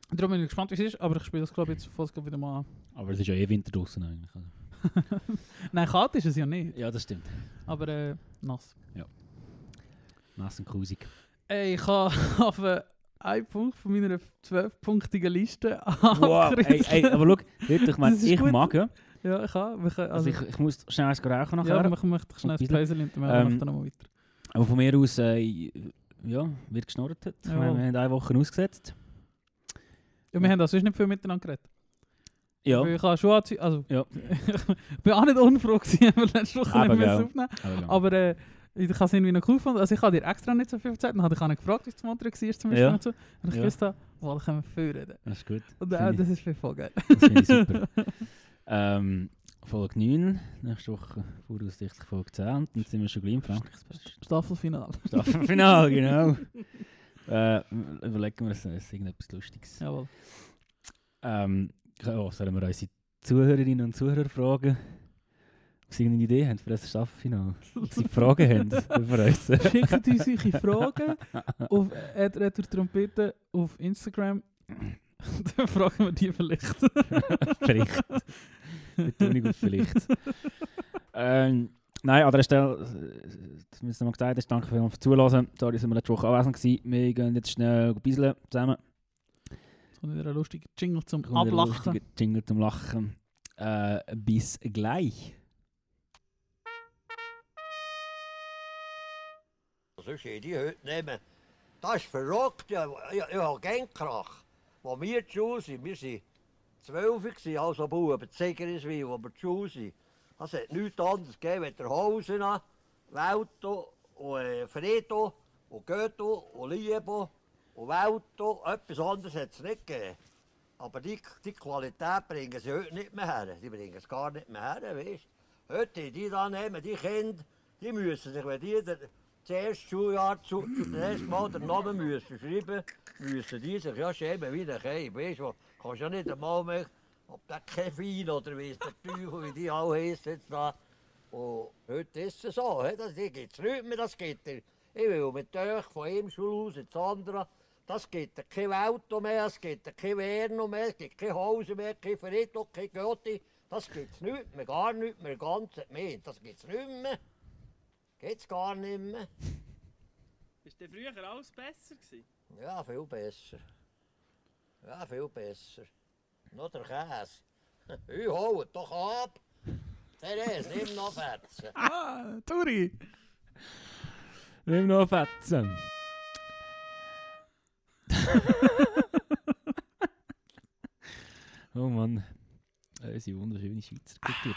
Darum bin ich gespannt, wie es ist, aber ich spiele das, glaube ich, jetzt fast wieder mal an. Aber es ist ja eh Winter draußen eigentlich. Also. Nein, kalt ist es ja nicht, Ja, das stimmt. aber nass. Nass und grusig. Ich habe auf einen Punkt von meiner 12-punktigen Liste Wow, ey, aber schau, Leute, ich meine, Das ist ich gut. mag ja. Ja, ich habe. Also ich muss schnell eins rauchen nachher. Ja, ich möchte schnell ein Und Päuschen und dann machen wir dann nochmal weiter. Aber von mir aus, ja, wird geschnurrt. Wir Jawohl. haben 1 Woche ausgesetzt. Ja, wir haben da sonst nicht viel miteinander geredet. Ja. Weil ich habe schon also Ja. ich bin auch nicht unfroh gewesen, weil letzte Woche Aber nicht mehr gell. aufnehmen. Aber Aber ich habe es irgendwie noch cool gefunden. Also ich habe dir extra nicht so viel Zeit. Dann habe ich auch nicht gefragt, wie es zum Montag war zum Beispiel. Ja. Und so. Und ich Ja. gewusst habe, da können wir viel reden. das ist gut. Und Finde ich- das ist voll geil. Das finde ich super. Folge 9, nächste Woche voraussichtlich Folge 10 und dann sind wir schon gleich in Frankreich. Staffelfinale. Staffelfinale, genau. Überlegen wir uns irgendetwas Lustiges. Jawohl. Sollen wir unsere Zuhörerinnen und Zuhörer fragen, ob sie irgendeine Idee haben für das Staffelfinale? Ob sie Fragen haben über uns? Schickt uns eure Fragen auf @returtrompete auf Instagram. Dann fragen wir die vielleicht. Vielleicht. Betonung auf vielleicht. Nein, an der Stelle, das müssen wir noch gesagt haben, danke vielmals fürs Zuhören. Sorry, sind wir letzte Woche anwesend gewesen. Wir gehen jetzt schnell ein bisschen zusammen. Jetzt kommt wieder ein lustiger Jingle zum Kommt wieder ein Ablachen. lustiger Jingle zum Lachen. Bis gleich. Sonst hätte ich heute nehmen. Das ist verrückt. Ich habe gerne Krach. Als wir zu Schule sind, wir waren 12 gewesen, also Buben, Zeggeriswil, wo wir zu Schule sind. Es hat nichts anderes gegeben, als der Hausen, Welto, und Fredo, und Goethe, und Liebo, und Welto. Etwas anderes hat es nicht gegeben. Aber die Qualität bringen sie heute nicht mehr her. Die bringen es gar nicht mehr her, weißt du. Heute, die da nehmen, die Kinder, die müssen sich, wenn die das erste Schuljahr zu dem ersten Mal den Namen müssen schreiben, müssen die sich ja schämen wie ein Kind. Weißt du, kannst ja nicht einmal mehr, ob der Kevin oder wie der Teufel, wie die alle heissen jetzt da. Und heute ist es so, die gibt es nicht mehr, das geht ich will mit euch von einem Schulhaus ins andere, das gibt kein Auto mehr, es gibt kein Werno mehr, es gibt kein Haus mehr, kein Friedhof, kein Gotti, das gibt es nicht mehr, gar nicht mehr, ganz mehr, das gibt es nicht mehr. Geht's gar nicht mehr. Ist der früher alles besser gewesen? Ja, viel besser. Ja, viel besser. Noch der Käse. Ich hol doch ab. Therese, nimm noch Fetzen. Ah, Turi! Nimm noch Fetzen. Oh Mann. Unsere wunderschöne Schweizer Kultur.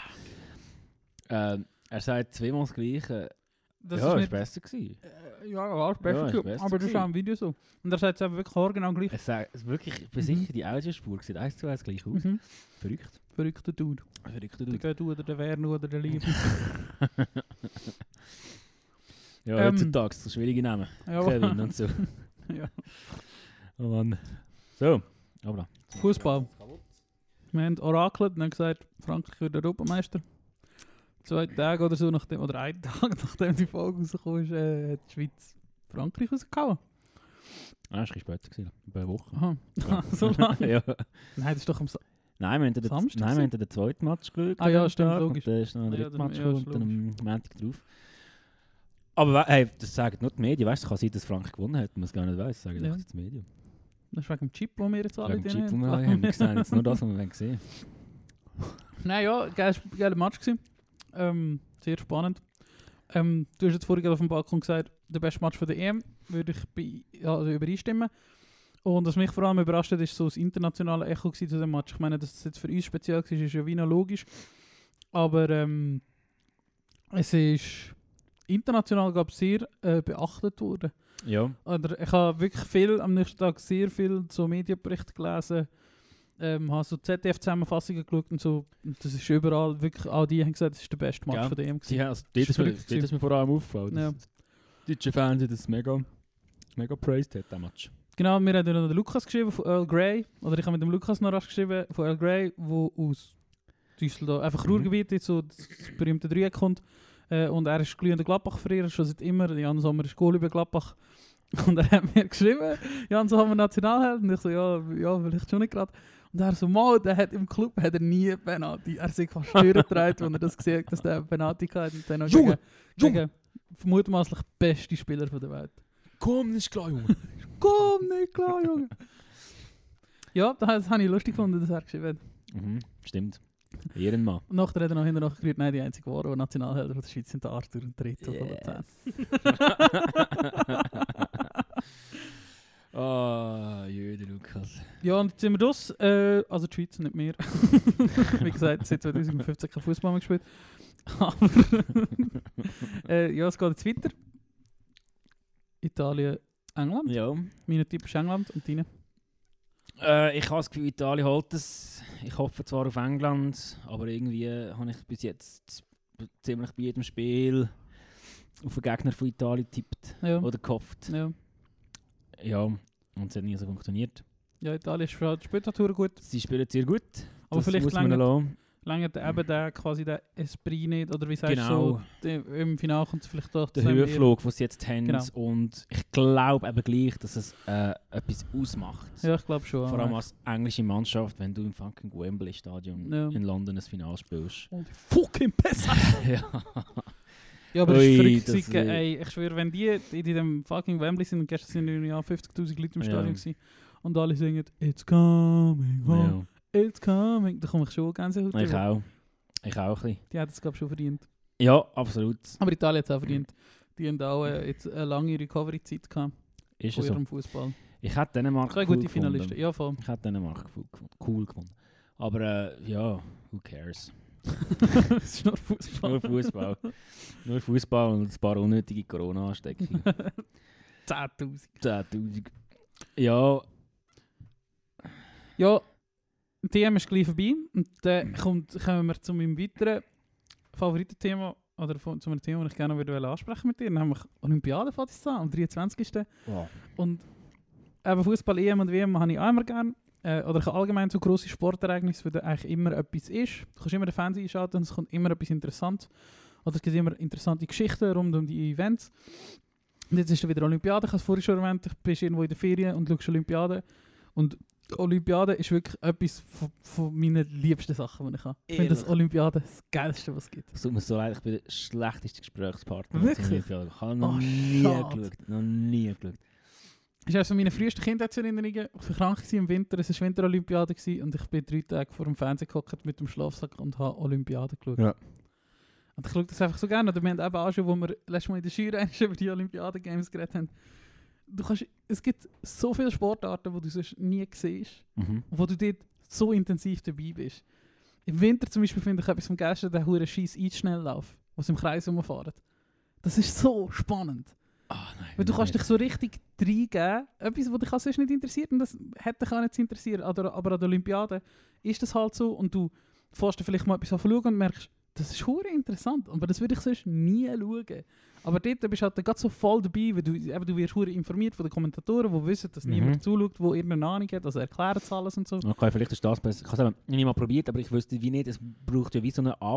Er sagt zweimal das Gleiche. Das ja, ist ist nicht, besser gewesen. ja, war besser, Ja, ist gewesen, besser aber das ist auch gewesen. im Video so. Und er sagt es eben wirklich original gleich. Er sagt es wirklich, ich bin sicher, die Audiospur sieht 1:1 gleich aus. Mhm. Verrückt. Verrückter Dude. Verrückter Der Dude. Götu oder der Werner oder der Liebe. Ja, heutzutage so schwierige Namen. Ja, Kevin und so. ja. Oh Mann. So, aber Fußball. Wir haben orakelt und haben gesagt, Frankreich wird Europameister. 2 Tage oder so nachdem, oder 1 Tag nachdem die Folge rausgekommen ist, hat die Schweiz Frankreich rausgehauen. das war ein bisschen später gewesen, über eine Woche. Aha, Ja. so lange? Ja. Nein, das ist doch am Nein, wir haben Samstag wir haben den zweiten Match geschaut. Ah ja, an dem stimmt, Tag, logisch. Und dann ist noch ein Ja, dritter das- Match ja, gekommen ist und dann am Montag drauf. Aber hey, das sagen nur die Medien. Weißt du, es kann sein, dass Frankreich gewonnen hat, man es gar nicht weiss. Das sagen Ja. doch jetzt die Medien. Das ist wegen dem Chip, den wir jetzt alle Wegen dem drin Chip, den wir haben. Wir sehen jetzt nur das, was wir gesehen Nein, ja, geiler Match gewesen. Sehr spannend. Du hast jetzt vorhin auf dem Balkon gesagt, der beste Match von der EM, würde ich übereinstimmen. Und was mich vor allem überrascht hat, ist so das internationale Echo zu dem Match. Ich meine, dass es jetzt für uns speziell war, ist ja wie noch logisch. Aber es ist international, glaube ich, sehr beachtet worden. Ja. Oder ich habe wirklich viel, am nächsten Tag sehr viel so Medienberichte gelesen, habe so ZDF-Zusammenfassungen geschaut und so. Und das ist überall, wirklich, all die haben gesagt, das ist der beste Match Ja, von der EM gewesen. Ja, also Das ist verrückt dort ist mir vor allem aufgefallen. Ja. Dass das deutsche Fernsehen das mega praised hat, der Match. Genau, wir haben ja noch den Lukas geschrieben von Earl Grey, oder ich habe mit dem Lukas noch rasch geschrieben von Earl Grey, der aus Düsseldorf, einfach Ruhrgebiet, jetzt so das berühmte Dreieck kommt. Und er ist glühender Gladbach-Verlierer, schon seit immer. Jan Sommer ist Goalie bei Gladbach. Und er hat mir geschrieben, ja, und so haben wir Nationalhelden. Und ich so, ja, vielleicht schon nicht gerade. Und er so, mal, der hat im Club hat er nie Penalty. Er sich fast durchgedreht, als er das gesehen hat, dass der Penalty hatte. Und dann noch gegen vermutmaßlich beste Spieler der Welt. Komm, nicht klar, Junge. Komm, nicht klar, Junge. Ja, das habe ich lustig gefunden, dass er geschrieben hat. Stimmt. Ehrenmann. Und nachher hat er noch hinterher gerührt, nein, die einzige Wahre, die Nationalhelden von der Schweiz sind der Arthur und der Rito von Luzern. Jüde Lukas. Ja, und jetzt sind wir das. Also die Schweiz, nicht mehr. Wie gesagt, seit 2015 kein Fußball mehr gespielt. Aber ja, es geht jetzt weiter. Italien, England. Ja. Mein Typ ist England und deine? Ich habe das Gefühl, Italien holt es. Ich hoffe zwar auf England, aber irgendwie habe ich bis jetzt ziemlich bei jedem Spiel auf den Gegner von Italien getippt oder gehofft. Ja. Ja, und es hat nie so funktioniert. Ja, Italien spielt halt gut. Sie spielen sehr gut. Aber das vielleicht muss man lassen. Längert eben quasi der Esprit nicht, oder wie sagst Genau. du so, im Finale kommt es vielleicht doch Der Höhenflug, den sie jetzt haben. Genau. Und ich glaube eben gleich, dass es etwas ausmacht. Ja, ich glaube schon. Vor allem als englische Mannschaft, wenn du im fucking Wembley Stadion in London ein Finale spielst. Oh, die fucking Pässe! Ja. Ja, aber es ist Ui, verrückt. Ey, ich schwöre, wenn die in diesem fucking Wembley sind, und gestern sind ja 50'000 Leute im Stadion gewesen, und alle singen «It's coming home, it's coming», da komme ich schon Gänsehaut. Ich auch. Ich auch ein bisschen. Die hat es, glaube ich, schon verdient. Ja, absolut. Aber Italien hat es auch verdient. Die haben auch jetzt eine lange Recovery-Zeit gehabt Ist von es so? ihrem Fußball. Ich hätte Dänemark Zwei gute Finalisten. Ja, voll. Ich hätte Dänemark cool gefunden. Aber ja, who cares? Es ist nur Fußball. Nur Fußball. Nur Fußball und ein paar unnötige Corona-Ansteckungen. 10'000. 10'000. Ja. Ja, die EM ist gleich vorbei. Und dann kommen wir zu meinem weiteren Favoritenthema, oder zu einem Thema, das ich gerne würde ansprechen mit dir. Dann haben wir Olympiade am 23. Wow. Und eben Fußball, EM und WM habe ich auch immer gerne. Oder ich habe allgemein so grosse Sportereignisse, wo da eigentlich immer etwas ist. Du kannst immer den Fernseher einschalten und es kommt immer etwas Interessantes. Oder es gibt immer interessante Geschichten rund um die Events. Und jetzt ist wieder Olympiade, ich habe es vorhin schon erwähnt, du bist irgendwo in der Ferien und schaust Olympiade. Und Olympiade ist wirklich etwas von meinen liebsten Sachen, die ich habe. Ich finde das Olympiade das Geilste, was es gibt. Es tut mir so leid, ich bin der schlechteste Gesprächspartner. Wirklich? Ich habe noch nie geschaut. Das ist eines meiner frühesten Kindheitserinnerungen. Ich war krank im Winter, es war Winterolympiade und ich bin 3 Tage vor dem Fernseher gehockt mit dem Schlafsack und habe Olympiade geschaut. Ja. Und ich schaue das einfach so gerne. Wir haben eben auch schon, wo wir letztes Mal in der Jury über die Olympiade-Games geredet haben. Es gibt so viele Sportarten, die du sonst nie siehst, wo du dort so intensiv dabei bist. Im Winter zum Beispiel finde ich etwas vom Geilsten, der hure scheiß Eisschnelllauf, wo sie im Kreis rumfahren. Das ist so spannend. Weil du kannst dich so richtig reingeben, etwas, was dich sonst nicht interessiert, und das hätte dich auch nicht interessieren. Aber an der Olympiade ist das halt so, und du fährst vielleicht mal etwas anschauen und merkst, das ist hure interessant, aber das würde ich sonst nie schauen. Aber dort bist du halt gerade so voll dabei, weil du wirst hure informiert von den Kommentatoren, die wissen, dass niemand zuschaut, der irgendeine Ahnung hat, also erklären es alles und so. Okay, vielleicht ist das besser. Ich habe es nicht mal probiert, aber ich wüsste wie nicht, es braucht ja wie so eine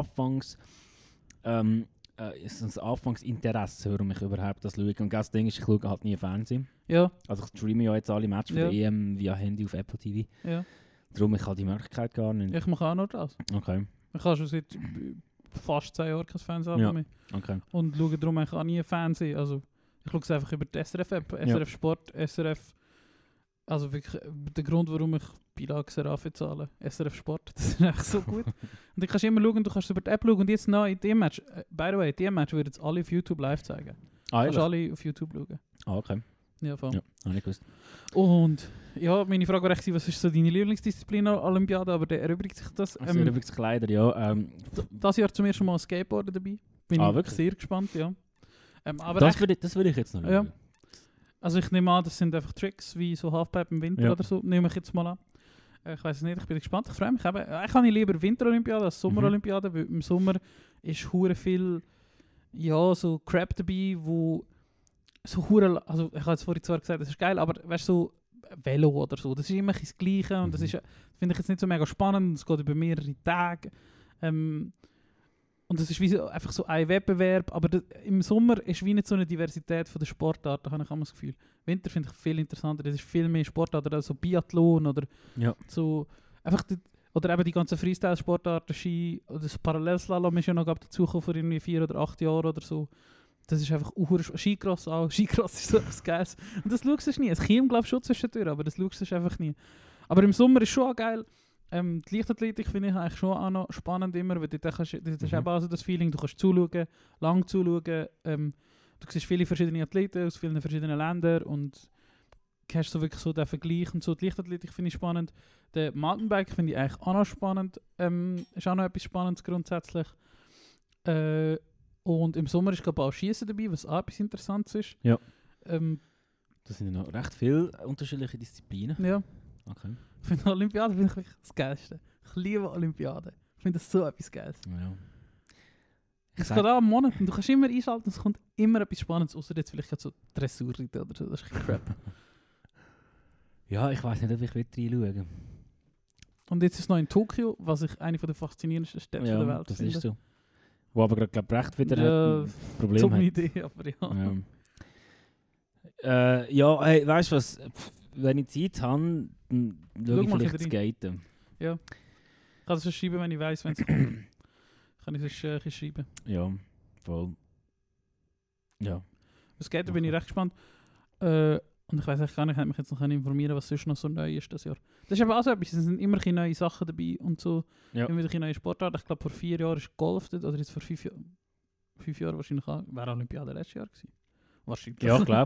Anfangsinteresse, warum ich überhaupt das schaue. Und das Ding ist, ich schaue halt nie Fernsehen. Ja. Also ich streame ja jetzt alle Matches von der EM via Handy auf Apple TV. Ja. Darum ich habe die Möglichkeit gar nicht. Ich mache auch noch das. Okay. Ich habe schon seit fast 10 Jahren kein Fernsehen mehr. Okay. Und schaue darum eigentlich auch nie Fernsehen. Also ich schaue es einfach über die SRF-App, SRF Sport, SRF... Also wirklich der Grund, warum ich Beilage Serafe zahle. SRF Sport, das ist echt so gut. Und du kannst immer schauen, du kannst über die App schauen. Und jetzt noch in dem Match, by the way, in dem Match würden jetzt alle auf YouTube live zeigen. Du kannst alle auf YouTube schauen. Ah, okay. Ja, voll. Ja, habe ich gewusst. Und ja, meine Frage war echt, was ist so deine Lieblingsdisziplin an Olympiade, aber der erübrigt sich das. Es erübrigt sich leider, ja. Das Jahr zum ersten Mal Skateboarden dabei. Bin ich wirklich? sehr gespannt, ja. Aber das würde ich jetzt noch ja. Also ich nehme an, das sind einfach Tricks wie so Halfpipe im Winter oder so, nehme ich jetzt mal an. Ich weiß es nicht, ich bin gespannt, ich freue mich. Ich habe lieber Winterolympiade als Sommerolympiade, weil im Sommer ist hure viel so Crap dabei, wo so hure, also ich habe jetzt vorhin zwar gesagt, das ist geil, aber weißt du, so Velo oder so, das ist immer das Gleiche und das ist, finde ich jetzt nicht so mega spannend, es geht über mehrere Tage. Und Und es ist wie so, einfach so ein Wettbewerb, aber im Sommer ist wie nicht so eine Diversität von den Sportarten, habe ich immer das Gefühl. Winter finde ich viel interessanter, es ist viel mehr Sportarten, also Biathlon oder so, einfach oder eben die ganzen Freestyle-Sportarten, Ski, oder das Parallelslalom ist ja noch dazu gekommen vor irgendwie 4 oder 8 Jahren oder so. Das ist einfach Skicross auch. Skicross ist so etwas Geiles. Und das schaust du nie. Es kommt, glaube ich, schon zwischendurch, aber das schaust du einfach nie. Aber im Sommer ist schon auch geil. Die Leichtathletik finde ich eigentlich schon auch noch spannend immer, weil dort hast du eben also das Feeling, du kannst zuschauen, lang zuschauen. Du siehst viele verschiedene Athleten aus vielen verschiedenen Ländern und hast so wirklich so den Vergleich und so. Die Leichtathletik finde ich spannend. Der Mountainbike finde ich eigentlich auch noch spannend. Ist auch noch etwas Spannendes grundsätzlich. Und im Sommer ist glaube ich auch Schießen dabei, was auch etwas Interessantes ist. Ja. Das sind ja noch recht viele unterschiedliche Disziplinen. Ja. Okay. Ich finde Olympiade finde ich wirklich das Geilste. Ich liebe Olympiade. Ich finde das so etwas Geiles. Ja. Es geht auch am Monat und du kannst immer einschalten und es kommt immer etwas Spannendes, außer jetzt vielleicht so Dressurreiten oder so. Das ist ein bisschen crap. Ja, ich weiß nicht, ob ich reinschauen. Und jetzt ist es noch in Tokio, was ich eine der faszinierendsten Städte der Welt das finde. Ist so. Wo aber gerade recht wieder Ja, Probleme dumme hat. Idee, aber ja. Ja, hey, weißt du was? Wenn ich Zeit habe, dann Schau schaue ich mal vielleicht ein das Gaten. Ja. Ich kann es schreiben, wenn ich weiss, wenn es kommt. Kann ich es schreiben. Ja, voll. Ja. Das geht, da bin ich recht gespannt. Und ich weiss eigentlich gar nicht, ich hätte mich jetzt noch informieren, was sonst noch so neu ist das Jahr. Das ist aber auch so etwas, es sind immer neue Sachen dabei und so. Ja. Immer wieder neue Sportarten. Ich glaube, vor 4 Jahren ist Golf dort, oder jetzt vor 5 Jahren wahrscheinlich auch. Wäre Olympiade letztes Jahr gewesen. Wahrscheinlich. Ja, ich glaube.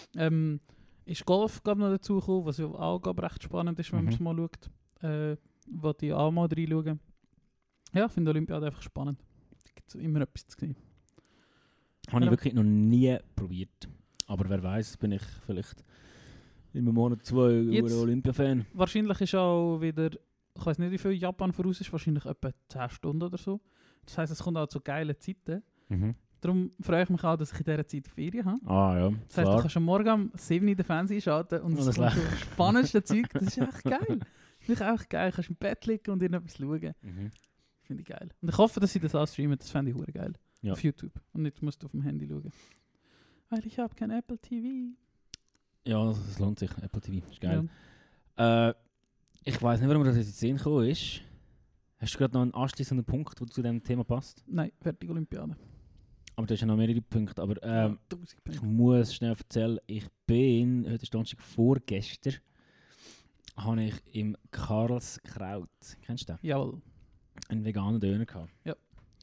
Ist Golf noch dazu gekommen, was ja auch recht spannend ist, wenn man es mal schaut. Wollte ich auch mal reinschauen. Ja, ich finde Olympiade einfach spannend. Da gibt es immer etwas zu sehen. Habe ich wirklich noch nie probiert. Aber wer weiß, bin ich vielleicht in einem Monat 2 Jetzt- Olympia-Fan. Wahrscheinlich ist auch wieder, ich weiß nicht, wie viel Japan voraus ist, wahrscheinlich etwa 10 Stunden oder so. Das heisst, es kommt auch zu geilen Zeiten. Darum freue ich mich auch, dass ich in dieser Zeit Ferien habe. Ah ja, Das heisst, du kannst am Morgen um 7 Uhr den Fernseher schalten und Und es das kommt so das spannendste Zeug. Das ist echt geil. Das ist echt geil. Du kannst im Bett liegen und irgendetwas schauen. Finde ich geil. Und ich hoffe, dass sie das auch streamen. Das fände ich hure geil. Ja. Auf YouTube. Und nicht musst du auf dem Handy schauen. Weil ich habe kein Apple TV. Ja, das lohnt sich. Apple TV, ist geil. Ich weiß nicht, warum das jetzt in den Sinn gekommen ist. Hast du gerade noch einen anschliessenden Punkt, der zu diesem Thema passt? Nein, fertig Olympiade. Aber du hast ja noch mehrere Punkte. Aber 1000 ich Punkte. muss schnell erzählen, ich bin, heute ist Donnerstag, vorgestern, habe ich im Karlskraut, kennst du den? Jawohl. Einen veganen Döner gehabt. Ja.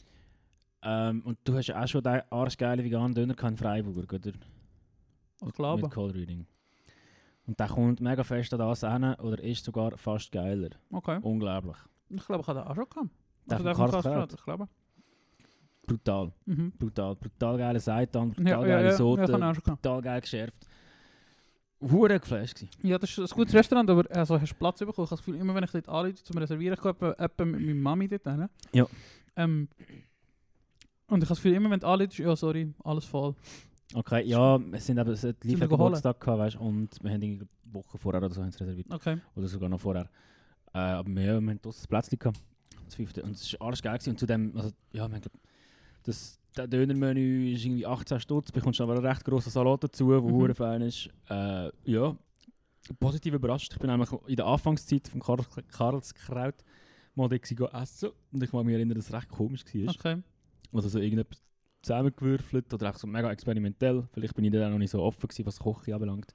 Und du hast ja auch schon den arschgeilen veganen Döner gehabt in Freiburg, oder? Ich glaube. Mit Cold Reading. Und der kommt mega fest an das hin, oder ist sogar fast geiler. Okay. Unglaublich. Ich glaube, ich habe den auch schon gehabt. Der Also von den von Karlskraut? Ich glaube. Brutal. Mhm. Brutal geiler Seitan, brutal Ja, geile ja, ja. Soße, Ja, ich habe den auch schon gehabt. brutal geil geschärft. Hure geflasht gewesen. Ja, das ist ein gutes Restaurant, aber also hast du Platz bekommen. Ich habe das Gefühl, immer wenn ich dort anrufe zum Reservieren, ich gehe etwa mit meiner Mami dort hin. Ja. Und ich habe das Gefühl, immer wenn du anrufst, ja, sorry, alles voll. Okay, ja, es sind eben wir Liefergeburtstag gehabt, weißt, und wir haben eine Woche vorher oder so haben sie reserviert. Okay. Oder sogar noch vorher. Aber wir haben draussen das Plätzchen gehabt. Das 5. Und es war alles geil gewesen. Und zudem, also, ja, wir haben, das Dönermenü ist irgendwie 18 Stutz, bekommst aber einen recht grossen Salat dazu, der hure fein ist. Ja, positiv überrascht. Ich bin nämlich in der Anfangszeit vom Karlskraut mal dort essen. Und ich kann mich erinnern, dass es recht komisch war. Okay. Also so irgendetwas zusammengewürfelt oder auch so mega experimentell. Vielleicht bin ich da noch nicht so offen gewesen, was Kochen anbelangt.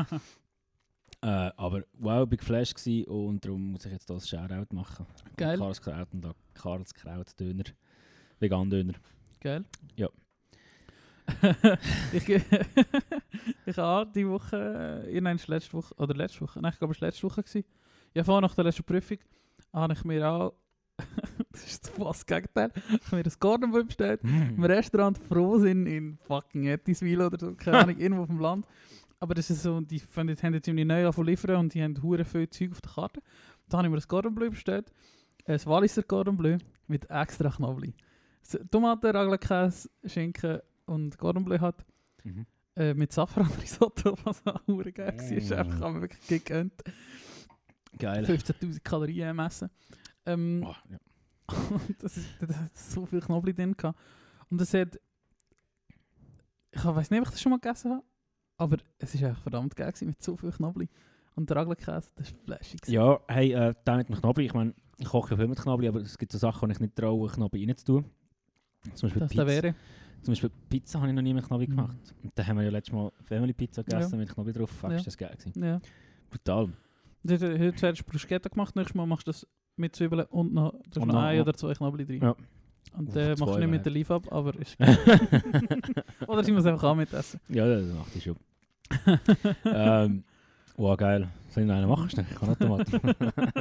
Aber wow, ich war geflasht gewesen und darum muss ich jetzt das Shoutout machen. Geil. Karlskraut und da Karlskraut-Döner. Vegan-Döner. Geil. Ja. Ich habe die Woche, letzte Woche, nein, ich glaube es war letzte Woche gewesen. Ja, vorher nach der letzten Prüfung habe ich mir auch, das ist fast das Gegenteil, ich habe mir ein Gordon Bleu bestellt, im Restaurant Frohsinn in fucking Ettiswil oder so, keine Ahnung, irgendwo auf dem Land. Aber das ist so, die haben jetzt ziemlich neu angefangen liefern und die haben hure viel Zeug auf der Karte. Da habe ich mir ein Gordon Bleu bestellt, ein Walliser Gordon Bleu mit extra Knoblauch. Tomaten, Raglakäse, Schinken und Gordon Bleu hat. Mit Safran-Risotto, was auch hure geil war. Ist einfach, haben wir wirklich gegönnt. Geil. 15'000 Kalorien im Essen. Oh, ja. Und das hat so viel Knoblauch drin gehabt. Und es hat... Ich weiß nicht, ob ich das schon mal gegessen habe, aber es war echt verdammt geil gewesen, mit so viel Knoblauch. Und der Raglerkäse, das war flashig. Ja, hey, da mit dem Knoblauch, ich meine, ich koche viel mit Knoblauch, aber es gibt so Sachen, die ich nicht traue, Knoblauch reinzutun. Zum Beispiel Das Pizza. wäre. Zum Beispiel Pizza habe ich noch nie mit Knoblauch Mhm. gemacht. Und da haben wir ja letztes Mal Family Pizza gegessen mit Knoblauch drauf. Fuck, Ja. ist das geil gewesen. Ja. Brutal. Heute hättest du Bruschetta gemacht, nächstes Mal machst du das mit Zwiebeln und noch, Und noch noch- ein oder zwei Knoblauch drin. Ja. Und Uff, machst du zwei nicht mit wäre. der Leaf ab, aber ist geil. Oder sie muss einfach auch mitessen. Ja, das macht ich schon. Wow, geil. Soll ich noch einen machen? Schnell? Ich kann Automaten.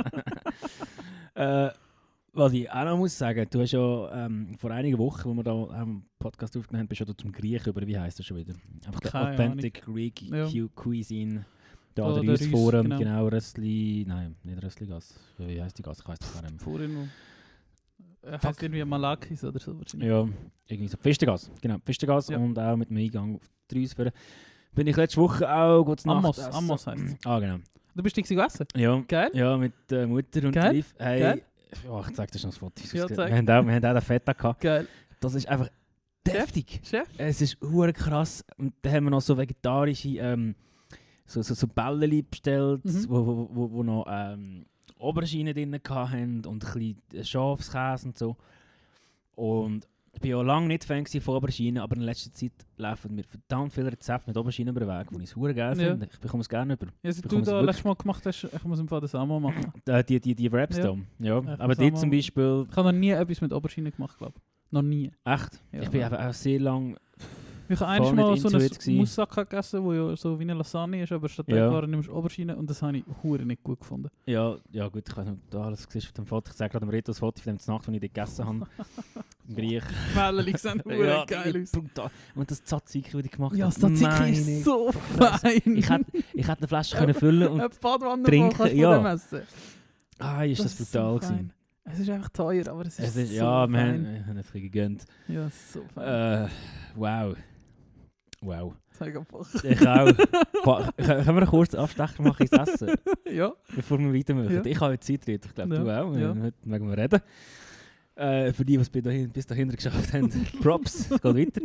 Was ich auch noch muss sagen, du hast ja vor einigen Wochen, wo wir da einen Podcast aufgenommen haben, bist du ja zum Griechen über, wie heisst das schon wieder? Einfach der Keine Authentic Greek Ja. Cuisine. Da Oh, der der Rüss, Rüssforum, genau. genau, Rössli, nein, nicht Rössli-Gasse. Wie heisst die Gasse? Ich weiss das gar nicht mehr. Vorhin noch. Fuck. Heißt irgendwie Malakis oder so wahrscheinlich. Ja, irgendwie so. Pfistengas, genau. Pfistengas Ja. und auch mit dem Eingang auf die Reise führen. Bin ich letzte Woche auch kurz Amos, Nacht essen. Amos heisst es. Ah, genau. Du bist die gegessen? Ja, Geil? ja mit der Mutter und Geil? Liv. Hey, Geil? ja, ich zeig dir schon das Foto. Ja, wir, zeig. haben auch den Feta gehabt. Geil. Das ist einfach deftig. Chef? Es ist hure krass. Und dann haben wir noch so vegetarische so Bällchen bestellt, Mhm. wo noch Auberginen drin hatten und ein bisschen Schafskäse und so. Und ich war ja lange nicht Fan von Auberginen, aber in letzter Zeit laufen mir verdammt viele Rezepte mit Auberginen über den Weg, die ich hure geil Ja. finde. Ich bekomme es gerne über. Ja, seit Bekommen du sie da wirklich- letztes Mal gemacht hast, ich muss im Fall das auch mal machen. Die Wraps Ja. da. Ja. Echt, Aber das die auch zum mal- Beispiel... Ich habe noch nie etwas mit Auberginen gemacht, glaube ich. Noch nie. Echt? Ja. Ich bin eben auch sehr lange... Ich habe voll einmal nicht so into eine it gewesen. Moussaka gegessen, wo ja so wie eine Lasagne ist, aber statt Ja. Teigwaren nimmst du Auberginen und das habe ich hure nicht gut gefunden. Ja gut, ich weiß nicht, ob du alles siehst auf dem Foto. Ich sage gerade dem Reto das Foto von dem Nacht, als ich dort gegessen habe. Im Griech. Mällchen sehen hure geil aus. brutal. Und das Tzatziki, das ich gemacht Ja, habe. das Tzatziki meine ist so Fresse. fein. Ich hätte eine Flasche können füllen und... Eine Badwanne trinken, voll kannst du ja. von dem essen. Ah, ist das ist brutal so gewesen. fein. Es ist einfach teuer, aber es ist, Es ist, so ja, wir fein. haben es ein bisschen gegönnt. Ja, es ist so fein. Wow. Wow. Zeig einfach. Ich auch. Können wir einen kurzen Abstecher machen ins Essen, Ja. bevor wir weitermachen? Ja. Ich habe heute Zeit, Reto. Ich glaube, Ja. du auch. Ja. Heute mögen wir reden. Für die, die es bis dahin geschafft haben, Props. Es geht weiter.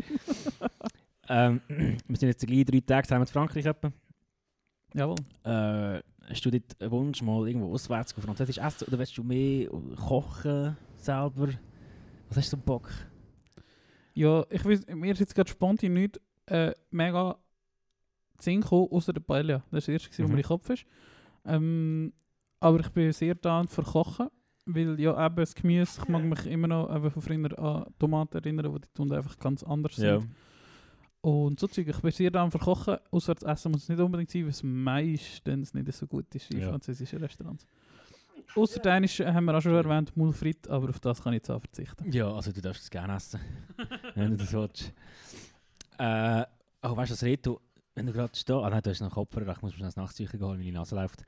Wir sind jetzt gleich 3 Tage zusammen in Frankreich. Etwa. Jawohl. Hast du dort einen Wunsch, mal irgendwo auswärts zu französisch essen? Oder willst du mehr kochen selber? Was hast du so Bock? Ja, ich weiß, mir ist jetzt gerade spontan nicht mega Sinn gekommen, außer der Paella. Das war das erste, was mir Mhm. in den Kopf ist. Aber ich bin sehr down für Kochen, weil ja eben das Gemüse, ich mag mich immer noch eben von früher an Tomaten erinnern, die tun einfach ganz anders sind. Und so Zeug, ich bin sehr down für Kochen. Auswärts essen muss es nicht unbedingt sein, weil es meistens nicht so gut ist wie Ja. französische Restaurants. Ausser Dänisch haben wir auch schon erwähnt, Moule Frites, aber auf das kann ich jetzt auch verzichten. Ja, also du darfst es gerne essen, wenn du das willst. Weißt du, das Reto, wenn du gerade stehst... Ah nein, du hast noch Kopfhörer, ich muss mir schnell das Nachtzeichen holen, weil die Nase läuft.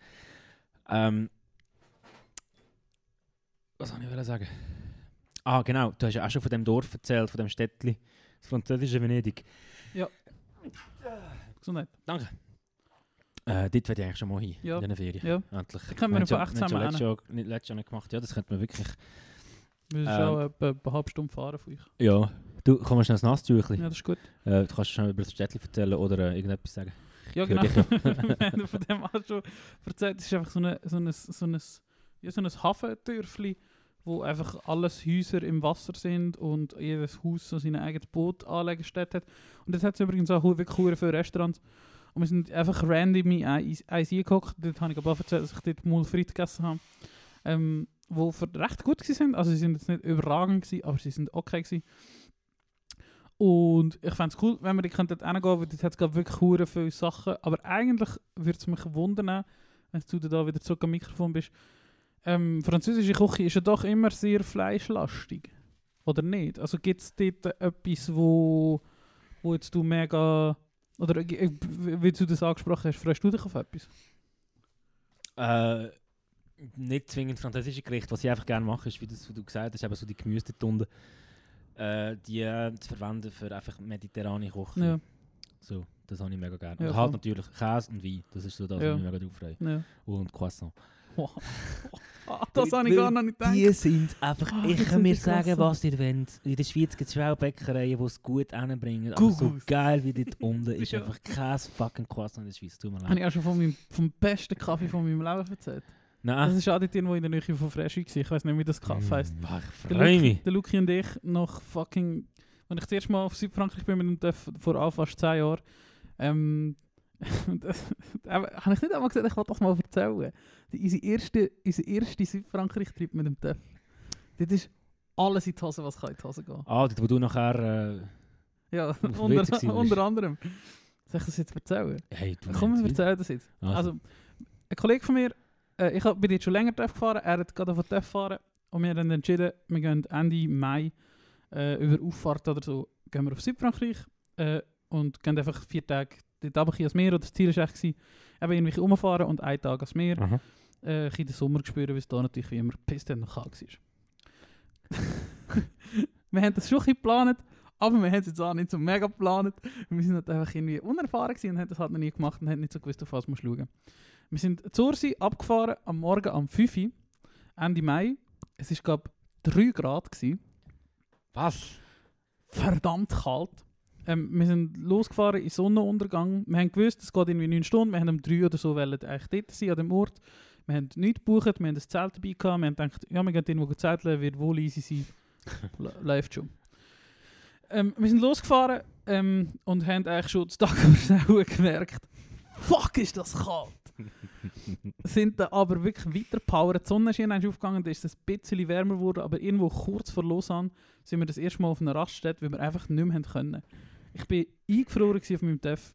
Was soll ich sagen? Ah genau, du hast ja auch schon von dem Dorf erzählt, von dem Städtli, das französische Venedig. Gesundheit. Danke. Dort werde ich eigentlich schon mal hin, Ja. in diesen Ferien. Ja. Endlich. Da können wir einfach echt zusammen zusammen letztes Jahr nicht gemacht. Ja, das könnte man wirklich... Wir müssen auch etwa eine halbe Stunde fahren von euch. Ja. Du, komm mal schnell das Nasstüchli. Ja, das ist gut. Du kannst schnell über das Städtli erzählen oder irgendetwas sagen. Ja, Für genau. dich, ja. Wir haben von dem auch schon erzählt. Es ist einfach so ein Hafendörfli, wo einfach alles Häuser im Wasser sind und jedes Haus so seine eigenes Boot Anlegestätte hat. Und das hat es übrigens auch wirklich viele Restaurants. Und wir sind einfach random in eins eingeguckt. Dort habe ich aber auch erzählt, dass ich dort Moule Frites gegessen habe. Die recht gut waren. Also sie sind jetzt nicht überragend gewesen, aber sie sind okay gewesen. Und ich fände es cool, wenn wir die dort hingehen, weil dort hat es wirklich hure viele Sachen. Aber eigentlich würde es mich wundern, wenn du da wieder zurück am Mikrofon bist. Französische Küche ist ja doch immer sehr fleischlastig. Oder nicht? Also gibt es dort etwas, wo jetzt du mega... Oder wie du das angesprochen hast, freust du dich auf etwas? Nicht zwingend französische Gerichte. Was ich einfach gerne mache, ist, wie du gesagt hast, eben so die Gemüse dort unten, die zu verwenden für einfach mediterrane Küche. Ja. So, das habe ich mega gerne. Ja, Und halt voll. natürlich Käse und Wein. Das ist so das, Ja. was mich mega drauf freue. Ja. Und Croissant. Wow. Das habe ich gar noch nicht gedacht. Die sind einfach, Ah, ich das kann mir sind die sagen, Klasse. was ihr wollt. In der Schweiz gibt es auch Bäckereien, die es gut hinbringen. Aber so Gugus. geil wie dort unten ist Ja. einfach kein fucking Croissant in der Schweiz. Tut mir Habe leid. ich auch schon vom besten Kaffee von meinem Leben erzählt. Das Nein. ist auch dort irgendwo in der Nähe von Freschi gewesen. Ich weiß nicht, wie das Kaffee heisst. Ich freue mich. Der Luki und ich noch fucking... Als ich das erste Mal auf Südfrankreich bin mit dem TÜV, vor fast 10 Jahren, habe ich nicht einmal gesagt, ich wollte das mal erzählen. Unser erster Südfrankreich-Trip mit dem TÜV. Das ist alles in die Hose, was kann in die Hose gehen. Ah, dort, wo du nachher... Ja, Auf WC gewesen unter anderem. Soll ich das jetzt erzählen? Hey, du Komm, wir meinst erzählen das jetzt. Also, ein Kollege von mir, ich bin jetzt schon länger TÜV gefahren, er hat gerade auf TÜV fahren und wir haben dann entschieden, wir gehen Ende Mai über Auffahrt oder so, gehen wir auf Südfrankreich und gehen einfach 4 Tage dort runter ans Meer. Oder das Ziel war echt, eben irgendwie rumfahren und 1 Tag ans Meer. Aha. Ein bisschen den Sommer spüren, weil es da natürlich wie immer gepisst hat und kalt war. Wir haben das schon ein bisschen geplant, aber wir haben es jetzt auch nicht so mega geplant. Wir sind halt einfach irgendwie unerfahren gewesen und haben das halt noch nie gemacht und haben nicht so gewusst, auf was wir schauen. Wir sind zur See abgefahren, am Morgen um 5 Uhr, Ende Mai. Es war, glaube ich, 3 Grad gewesen. Was? Verdammt kalt. Wir sind losgefahren in Sonnenuntergang. Wir haben gewusst, es geht irgendwie 9 Stunden. Wir haben um 3 oder so wollen eigentlich dort sein, an dem Ort. Wir haben nichts gebucht, wir haben ein Zelt dabei gehabt. Wir haben gedacht, ja, wir gehen irgendwo zelteln, wird wohl easy sein. Läuft schon. Wir sind losgefahren und haben eigentlich schon das Tag gemerkt, fuck, ist das kalt. Sind dann aber wirklich weitergepowert. Die Sonne ist irgendwann aufgegangen, da ist es ein bisschen wärmer geworden, aber irgendwo kurz vor Lausanne sind wir das erste Mal auf einer Raststätte, weil wir einfach nicht mehr haben können. Ich war eingefroren auf meinem TÜV.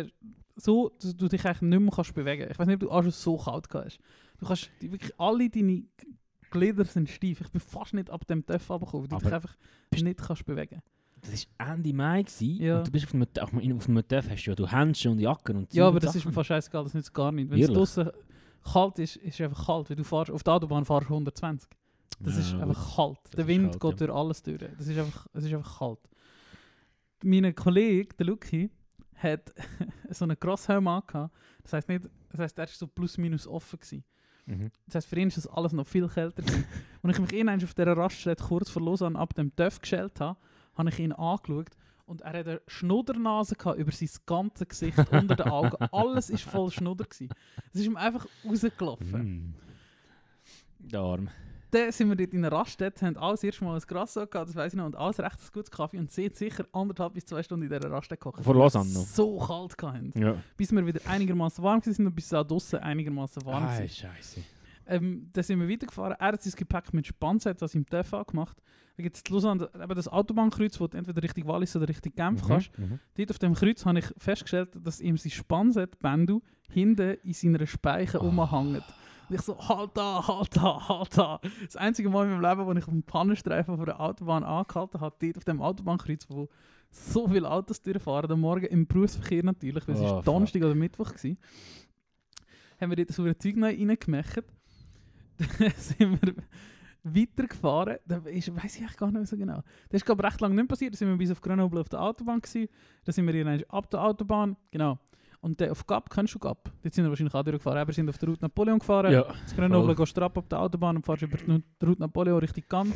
Du dich eigentlich nicht mehr kannst bewegen. Ich weiß nicht, ob du auch schon so kalt hast. Du kannst wirklich alle deine Glieder sind steif. Ich bin fast nicht ab dem TÜV runtergekommen, weil du dich einfach nicht kannst bewegen. Das war Ende Mai Ja. und du bist auf einem TÜV, hast du ja Handschuhe und Jacken und Ja, aber das Sachen. ist mir fast scheißegal, das nützt gar nicht. Wenn es Ehrlich? draussen kalt ist, ist es einfach kalt. Weil du fährst, auf der Autobahn fahrst du 120. Das ist einfach kalt. Der ist Wind kalt, geht ja. durch alles durch. Es ist einfach kalt. Mein Kollege, der Luki, hat so einen Crosshelm angehabt. Das heisst, er war so plus minus offen gewesen. Das heisst, für ihn ist das alles noch viel kälter gewesen. Und ich mich irgendwann auf dieser Raststätte kurz vor Lausanne ab dem TÜV geschält habe ich ihn angeschaut und er hatte eine Schnuddernase gehabt über sein ganzes Gesicht, unter den Augen. Alles war voll Schnudder gewesen. Es ist ihm einfach rausgelaufen. Der Arm. Dann sind wir dort in einer Raststätte, haben alles erst mal ein Grasso gehabt, das weiss ich noch, und alles recht gutes Kaffee und sind sicher 1,5 bis 2 Stunden in dieser Raststätte gekocht. Vor Lausanne noch. So kalt gehabt. Ja. Bis wir wieder einigermaßen warm waren und bis es auch draussen einigermaßen warm war. Scheiße. Dann sind wir weitergefahren. Er hat sein Gepäck mit Spannset aus seinem TÜV angemacht. Da gibt es in Lausanne eben das Autobahnkreuz, wo du entweder Richtung Wallis oder Richtung Genf kannst. Dort auf dem Kreuz habe ich festgestellt, dass ihm sein Spannset-Bändel hinten in seiner Speiche umhängt. Und ich so, halt da. Das einzige Mal in meinem Leben, wo ich auf dem Pannenstreifen von der Autobahn angehalten habe, dort auf dem Autobahnkreuz, wo so viele Autos durchfahren, am Morgen im Berufsverkehr natürlich, weil es war Donnerstag oder Mittwoch war, haben wir dort so ein Zeug reingemacht. Dann sind wir weitergefahren. Da weiss ich eigentlich gar nicht mehr so genau. Das ist glaube ich recht lange nicht passiert. Da sind wir bis auf Grenoble auf der Autobahn gewesen. Da sind wir irgendwann ab der Autobahn. Genau. Und dann auf Gap, kennst du Gap? Dort sind wir wahrscheinlich auch durchgefahren. Aber wir sind auf der Route Napoleon gefahren. Ja. Das Grenoble gehst du ab auf der Autobahn und fährst über die Route Napoleon Richtung Cannes.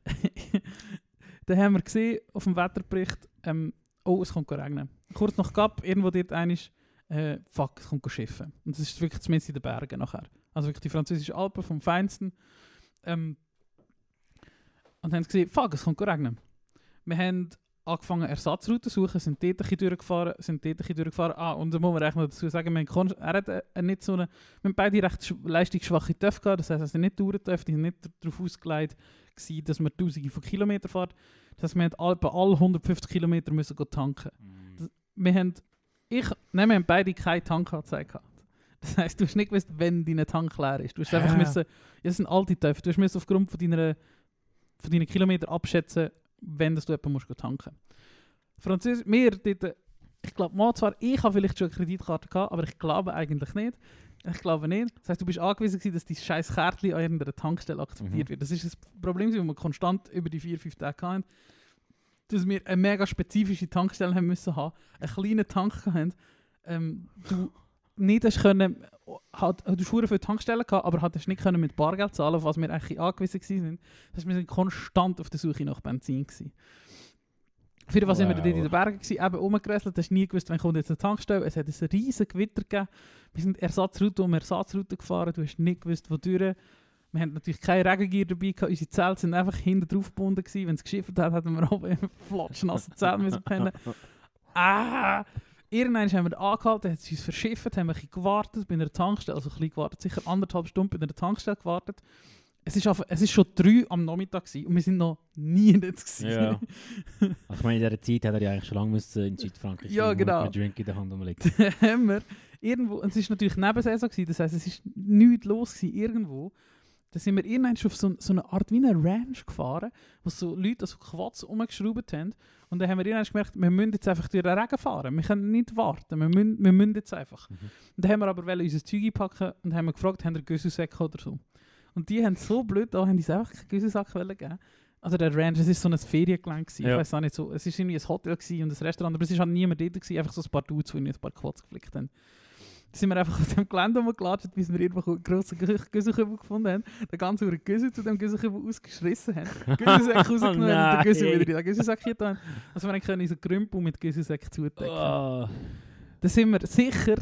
Dann haben wir gesehen auf dem Wetterbericht, es kommt regnen. Kurz nach Gap, irgendwo dort es kommt schiffen. Und das ist wirklich zumindest in den Bergen nachher. Also wirklich die französischen Alpen vom Feinsten. Und haben gesehen, es kommt regnen. Wir haben angefangen Ersatzrouten zu suchen, sind dort ein bisschen durchgefahren. Und da muss man eigentlich noch dazu sagen, wir haben beide recht leistungsschwache TÜV gehabt, das heisst, es sind nicht Touren-TÜV, die sind nicht darauf ausgelegt gewesen, dass man Tausende von Kilometern fährt. Das heisst, wir haben bei alle 150 Kilometer müssen tanken. Wir haben beide keine Tankanzeige gehabt. Das heisst, du hast nicht gewusst, wenn dein Tank leer ist. Du hast einfach müssen, das sind alte TÜV, du musst aufgrund von deinen Kilometern abschätzen, wenn du jemanden musst tanken musst. Ich glaube, ich habe vielleicht schon eine Kreditkarte gehabt, aber ich glaube eigentlich nicht. Ich glaube nicht. Das heisst, du bist angewiesen gewesen, dass dein scheiß Kärtchen an irgendeiner Tankstelle akzeptiert wird. Das ist das Problem, das wir konstant über die 4-5 Tage hatten. Dass wir eine mega spezifische Tankstelle haben müssen haben, einen kleinen Tank hatten. nicht hast können, du hast verdammt viele Tankstellen gehabt, aber hast nicht können mit Bargeld zahlen, auf was wir eigentlich angewiesen waren. Das heißt, wir sind konstant auf der Suche nach Benzin gewesen. Für was sind wir dort in den Bergen gewesen, eben rumgerätselt, hast nie gewusst, wann kommt jetzt eine Tankstelle. Es hat ein riesen Gewitter gegeben. Wir sind Ersatzroute um Ersatzroute gefahren, du hast nicht gewusst, wodurch. Wir hatten natürlich kein Regengier dabei gehabt. Unsere Zelte sind einfach hinten drauf gebunden gewesen. Wenn es geschifft hat, hätten wir oben flatschnasse Zelte müssen pennen. Irgendwann haben wir angehalten, hat es uns verschifft, haben wir ein bisschen gewartet bei einer Tankstelle, also ein bisschen gewartet, sicher 1,5 Stunden bei einer Tankstelle gewartet. Es ist schon 3 am Nachmittag gewesen, und wir sind noch nie dort. Ja. Ich meine, in dieser Zeit hat er ja eigentlich schon lange in Südfrankreich ja, genau. mit Drink in der Hand rumliegt. Haben wir irgendwo, und es war natürlich Nebensaison gewesen, das heisst, es war nichts los gewesen, irgendwo. Da sind wir irgendwann auf so eine Art wie eine Ranch gefahren, wo so Leute so Quads rumgeschraubt haben. Und dann haben wir irgendwann gemerkt, wir müssen jetzt einfach durch den Regen fahren. Wir können nicht warten, wir müssen jetzt einfach. Und dann haben wir aber unser Zeug einpacken und haben gefragt, haben wir Güsselsäcke oder so. Und die haben so blöd da, haben uns einfach keinen Güsselsack gegeben. Also der Ranch, es war so ein Feriengelände gewesen. Ich weiß auch nicht so, es war irgendwie ein Hotel gewesen und ein Restaurant, aber es war halt niemand dort gewesen, einfach so ein paar Dudes, die ein paar Quads geflickt haben. Dann sind wir einfach auf dem Gelände rumgelatscht, bis wir irgendwo einen grossen Güsselkübel gefunden haben, den ganzen Güssel zu dem Güsselkübel ausgeschrissen haben, Güsselsäcke rausgenommen und den Güssel wieder in den Güsselsack hier getan. Also wir können unseren Grümpel mit Güsselsäcken zudecken. Dann sind wir sicher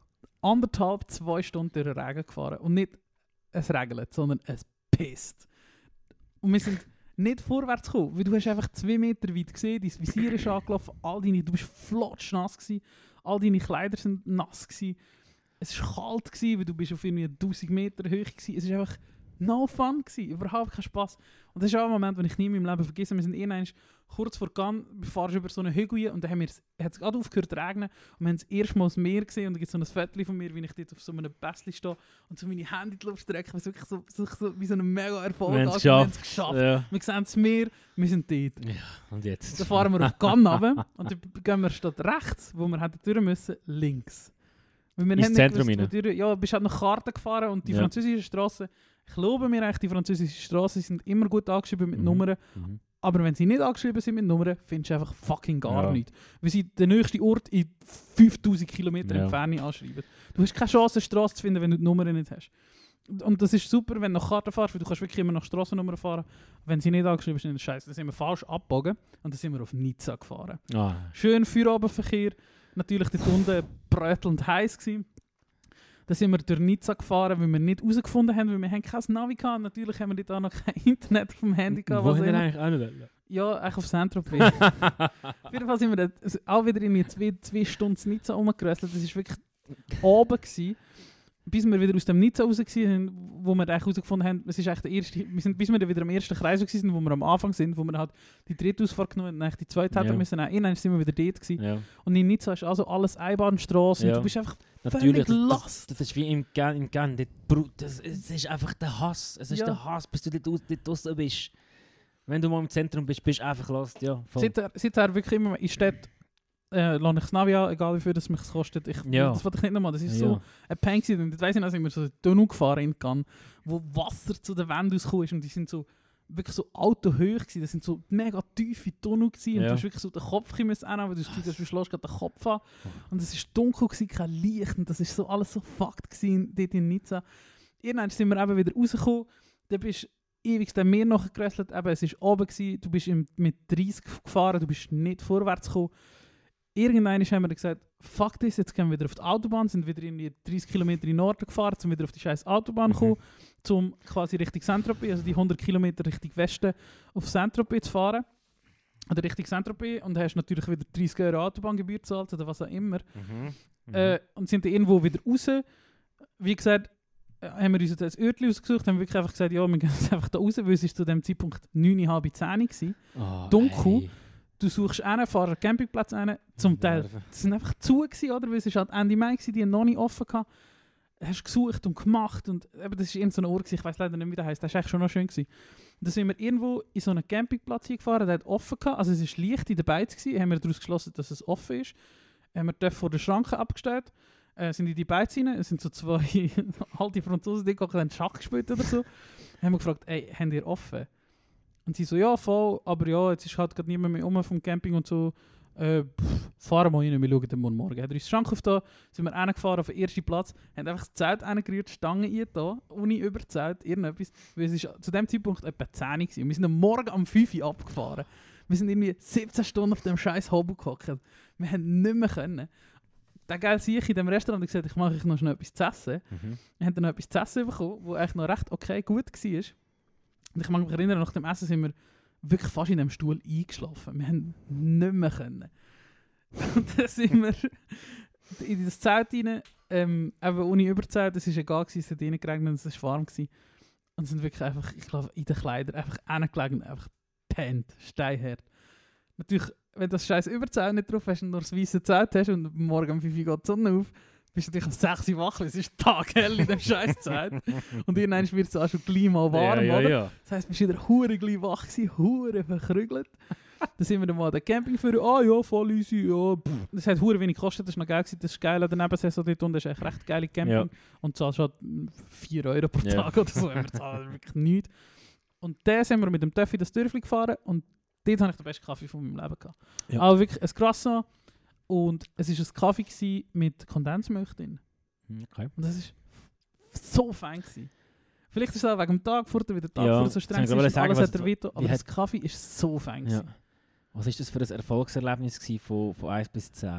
1,5-2 Stunden durch den Regen gefahren. Und nicht es regnet, sondern es pisst. Und wir sind nicht vorwärts gekommen, weil du hast einfach 2 Meter weit gesehen, dein Visier ist angelaufen, du bist flotschnass gewesen, all deine Kleider sind nass gewesen. Es war kalt gewesen, weil du bist auf irgendwie 1000 Meter Höhe gewesen. Es war einfach no fun gewesen, überhaupt kein Spass. Und das ist auch ein Moment, den ich nie in meinem Leben vergesse. Wir sind irgendwann kurz vor Cannes, wir fahren über so eine Hügel und dann hat es gerade aufgehört zu regnen und wir haben das erste Mal das Meer gesehen und da gibt es so ein Foto von mir, wie ich dort auf so einem Bässli stehe und so meine Hände in die Luft strecke, weil es wirklich so wie so ein mega Erfolg ist. Wir haben es geschafft. Ja. Wir sehen das Meer, wir sind dort. Ja, und jetzt? Dann fahren wir auf Cannes runter und dann gehen wir statt rechts, wo wir hätten durch müssen, links. Weil wir ins Zentrum rein? Ja, du bist halt nach Karten gefahren und die französischen Strassen, ich glaube mir eigentlich, die französischen Strassen sind immer gut angeschrieben mit Nummern. Aber wenn sie nicht angeschrieben sind mit Nummern, findest du einfach fucking gar nichts. Weil sie den nächsten Ort in 5000 Kilometer Entfernung anschreiben. Du hast keine Chance, eine Strasse zu finden, wenn du die Nummern nicht hast. Und das ist super, wenn du nach Karten fährst, weil du kannst wirklich immer nach Strassennummern fahren. Wenn sie nicht angeschrieben sind, dann scheiße. Dann sind wir falsch abgebogen und dann sind wir auf Nizza gefahren. Schön Feierabendverkehr. Natürlich dort unten brötelnd heiß gewesen. Dann sind wir durch Nizza gefahren, weil wir nicht herausgefunden haben, weil wir haben kein Navi gehabt. Natürlich haben wir dort auch noch kein Internet auf dem Handy gehabt. Wo haben wir eigentlich auch nicht? Ja, eigentlich auf Saint-Tropez. Auf jeden Fall sind wir dort auch wieder in 2 Stunden in Nizza rumgerösselt. Das war wirklich oben gewesen, bis wir wieder aus dem Nizza raus waren, wo wir eigentlich herausgefunden haben, es ist eigentlich der erste, bis wir dann wieder am ersten Kreis waren, wo wir am Anfang sind, wo wir halt die dritte Ausfahrt genommen und die zweite hätten müssen. Irgendwann sind wir wieder dort gewesen. Ja. Und in Nizza ist also alles Einbahnstrasse und du bist einfach völlig lost. Das ist wie im Cannes. Es ist einfach der Hass. Es ist der Hass, bis du dort draussen bist. Wenn du mal im Zentrum bist, bist du einfach lost. Ja, seither wirklich immer in Städten lasse ich das Navi an, egal wie viel das mich kostet. Das wollte ich nicht nochmal. Das ist so ein Pain gewesen. Und ich weiss nicht, als ich mir so einen Tunnel gefahren in Cannes, wo Wasser zu den Wänden rausgekommen ist und die sind so wirklich so autohoch gewesen. Das sind so mega tiefe Tunnel gewesen und du hast wirklich so den Kopf müssen annehmen, weil du das Gefühl hast, du schlägst gerade den Kopf an. Und es war dunkel gewesen, kein Licht und das ist so alles so fucked gewesen dort in Nizza. Irgendwann sind wir eben wieder rausgekommen. Dann bist du ewig dem Meer nachgerösselt. Es war oben gewesen, du bist mit 30 gefahren, du bist nicht vorwärts gekommen. Irgendwann haben wir gesagt, fuck das, jetzt gehen wir wieder auf die Autobahn, sind wieder in die 30 Kilometer in den Norden gefahren, um wieder auf die scheiß Autobahn zu kommen, um quasi Richtung Saint-Tropez, also die 100 Kilometer Richtung Westen auf Saint-Tropez zu fahren. Oder Richtung Saint-Tropez und hast natürlich wieder 30 € Autobahngebühr gezahlt oder was auch immer. Und sind dann irgendwo wieder raus. Wie gesagt, haben wir uns das Örtchen ausgesucht, haben wirklich einfach gesagt, ja, wir gehen jetzt einfach da raus, weil es ist zu dem Zeitpunkt 9:30, 10 war. Dunkel. Hey. Du suchst einen, fahrst einen Campingplatz rein, zum Teil. Das sind einfach zu gewesen, oder? Weil es ist halt Ende Mai gewesen, die haben noch nicht offen gehabt. Hast gesucht und gemacht und eben, das war irgend so ein Ort, ich weiss leider nicht, wie der heisst. Das war echt schon noch schön gewesen. Und dann sind wir irgendwo in so einen Campingplatz hingefahren, der hat offen gehabt. Also es war Licht in der Beiz gewesen, haben wir daraus geschlossen, dass es offen ist. Haben wir vor der Schranke abgestellt, sind in die Beiz rein, es sind so 2 alte Franzosen, die haben Schach gespielt oder so. Haben wir gefragt, ey, habt ihr offen? Und sie so, ja, voll, aber ja, jetzt ist halt gerade niemand mehr vom Camping und so. fahren wir rein, wir schauen dann morgen. Hat er uns den Schrank aufgetan, sind wir reingefahren auf den ersten Platz, haben einfach das Zelt reingerührt, Stangen eingetan, ohne Überzelt, irgendetwas. Weil es war zu dem Zeitpunkt etwa 10 Uhr gewesen. Wir sind am Morgen um 5 Uhr abgefahren. Wir sind irgendwie 17 Stunden auf dem scheiß Hobel gehockt. Wir haben nicht mehr können. Der geile Sieg in dem Restaurant hat gesagt, ich mache euch noch schnell etwas zu essen. Wir haben dann noch etwas zu essen bekommen, was eigentlich noch recht okay gut war. Und ich mag mich erinnern, nach dem Essen sind wir wirklich fast in dem Stuhl eingeschlafen. Wir haben nicht mehr können. Und dann sind wir in das Zelt rein, eben ohne Überzelt, es war egal, es hat reingeregnet, es war warm. Und sind wirklich einfach, ich glaube, in den Kleidern einfach reingelegen und einfach pennt, steinhart. Natürlich, wenn du das scheiß Überzelt nicht drauf hast und nur das weiße Zelt hast und morgen um 5 Uhr geht die Sonne auf, bist du natürlich um 6 Uhr wach, weil es ist taghell in dem scheiß Zelt. Und irgendwann wird es auch schon gleich mal warm, oder? Ja. Das heisst, bist du wieder hure gleich wach gewesen, hure verkrügelt. Dann sind wir dann mal an der Campingführer, ja, voll easy, ja. Das hat hure wenig gekostet, das war noch geil gewesen, das ist geil an der Nebensaison dort unten, das ist echt recht geile Camping. Ja. Und zahlst halt 4 € pro Tag oder so, wir zahlen wirklich nichts. Und dann sind wir mit dem Töffi das Dörfli gefahren und dort hatte ich den besten Kaffee von meinem Leben gehabt. Ja. Aber wirklich ein Croissant und es war ein Kaffee gewesen mit Kondensmilch drin. Okay. Und das war so fein gewesen. Vielleicht ist es auch wegen dem Tag, vor der wieder Tag, Ja, vor so streng das kann ich ist, sagen, alles was- hat er weiter, aber wie das hat- Kaffee war so fein gewesen. Ja. Was war das für ein Erfolgserlebnis gewesen von 1 bis 10?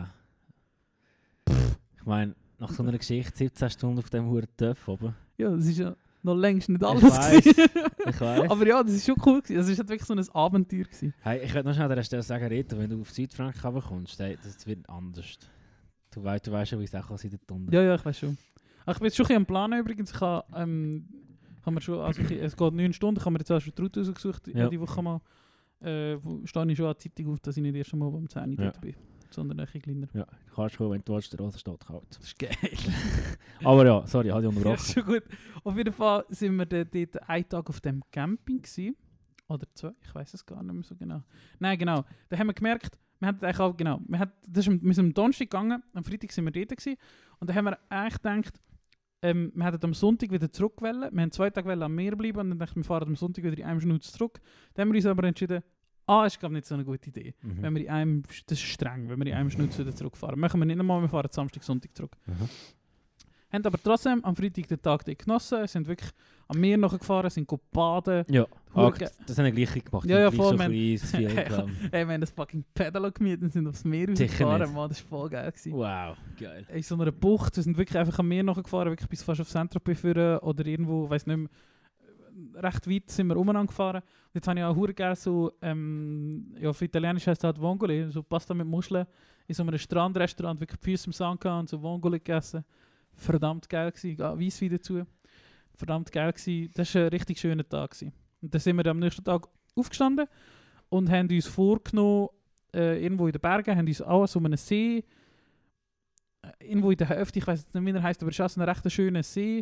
Ich meine, nach so einer Geschichte 17 Stunden auf dem Huren Töpf oben. Ja, das ist ja noch längst nicht alles weiss. gewesen. Ich weiss. Aber ja, das war schon cool gewesen. Es war wirklich so ein Abenteuer gewesen. Hey, ich werde noch schnell an der Stelle sagen, Rita, wenn du auf Südfrankreich kommst, das wird anders. Du weißt schon, wie es auch sein kann. Ja, ich weiß schon. Aber ich bin jetzt schon ein bisschen am Planen übrigens. Ich habe mir schon, also es geht 9 Stunden, ich habe mir jetzt auch schon die Route rausgesucht, Ja. die Woche mal. Stehe ich schon an die Zeitung auf, dass ich nicht erst einmal um 10 Uhr Ja. dort bin, sondern ein bisschen kleiner. Ja, du kannst kommen, wenn du willst, der Rosa steht kalt. Das ist geil. Aber ja, sorry, habe ich Ja, unterbrochen. ist schon gut. Auf jeden Fall sind wir dort einen Tag auf dem Camping gewesen. Oder 2, ich weiß es gar nicht mehr so genau. Nein, genau. Da haben wir gemerkt, wir hatten eigentlich auch, genau, wir sind am Donnerstag gegangen, am Freitag sind wir dort gewesen. Und da haben wir eigentlich gedacht, wir hätten am Sonntag wieder zurück wollen. Wir haben 2 Tage am Meer bleiben und dann dachten wir, fahren am Sonntag wieder in einem Minute zurück. Dann haben wir uns aber entschieden, ist glaube nicht so eine gute Idee. Mhm. Wenn wir in einem, das ist streng, wenn wir in einem Minute wieder zurückfahren. Machen wir nicht einmal, wir fahren Samstag, Sonntag zurück. Mhm. Haben aber trotzdem am Freitag den Tag dort genossen, sind wirklich am Meer nachgefahren, sind baden. Ja, Hure das haben wir gleich gemacht. Ja, ja, Gleich voll, so man. ein kleines Feeling gehabt. Hey, wir haben das fucking Pedalo gemietet und sind aufs Meer Sicher rausgefahren. nicht. Mann, das war voll geil gewesen. Wow, geil. In so einer Bucht, wir sind wirklich einfach am Meer nachgefahren, wirklich bis fast auf Saint-Tropez führen oder irgendwo, weiß nicht mehr, recht weit sind wir umeinander gefahren. Und jetzt habe ich auch hure gerne so, auf Italienisch heisst es halt Vongole, so Pasta mit Muscheln, in so einem Strandrestaurant, wirklich die Füße im Sand gehabt und so Vongole gegessen. Verdammt geil gewesen, Weisswein dazu. Verdammt geil gewesen. Das war ein richtig schöner Tag gewesen. Und dann sind wir am nächsten Tag aufgestanden und haben uns vorgenommen, irgendwo in den Bergen, haben uns auch so einen See, irgendwo in der Hälfte, ich weiß nicht, wie er heisst, aber es ist auch so ein recht schöner See.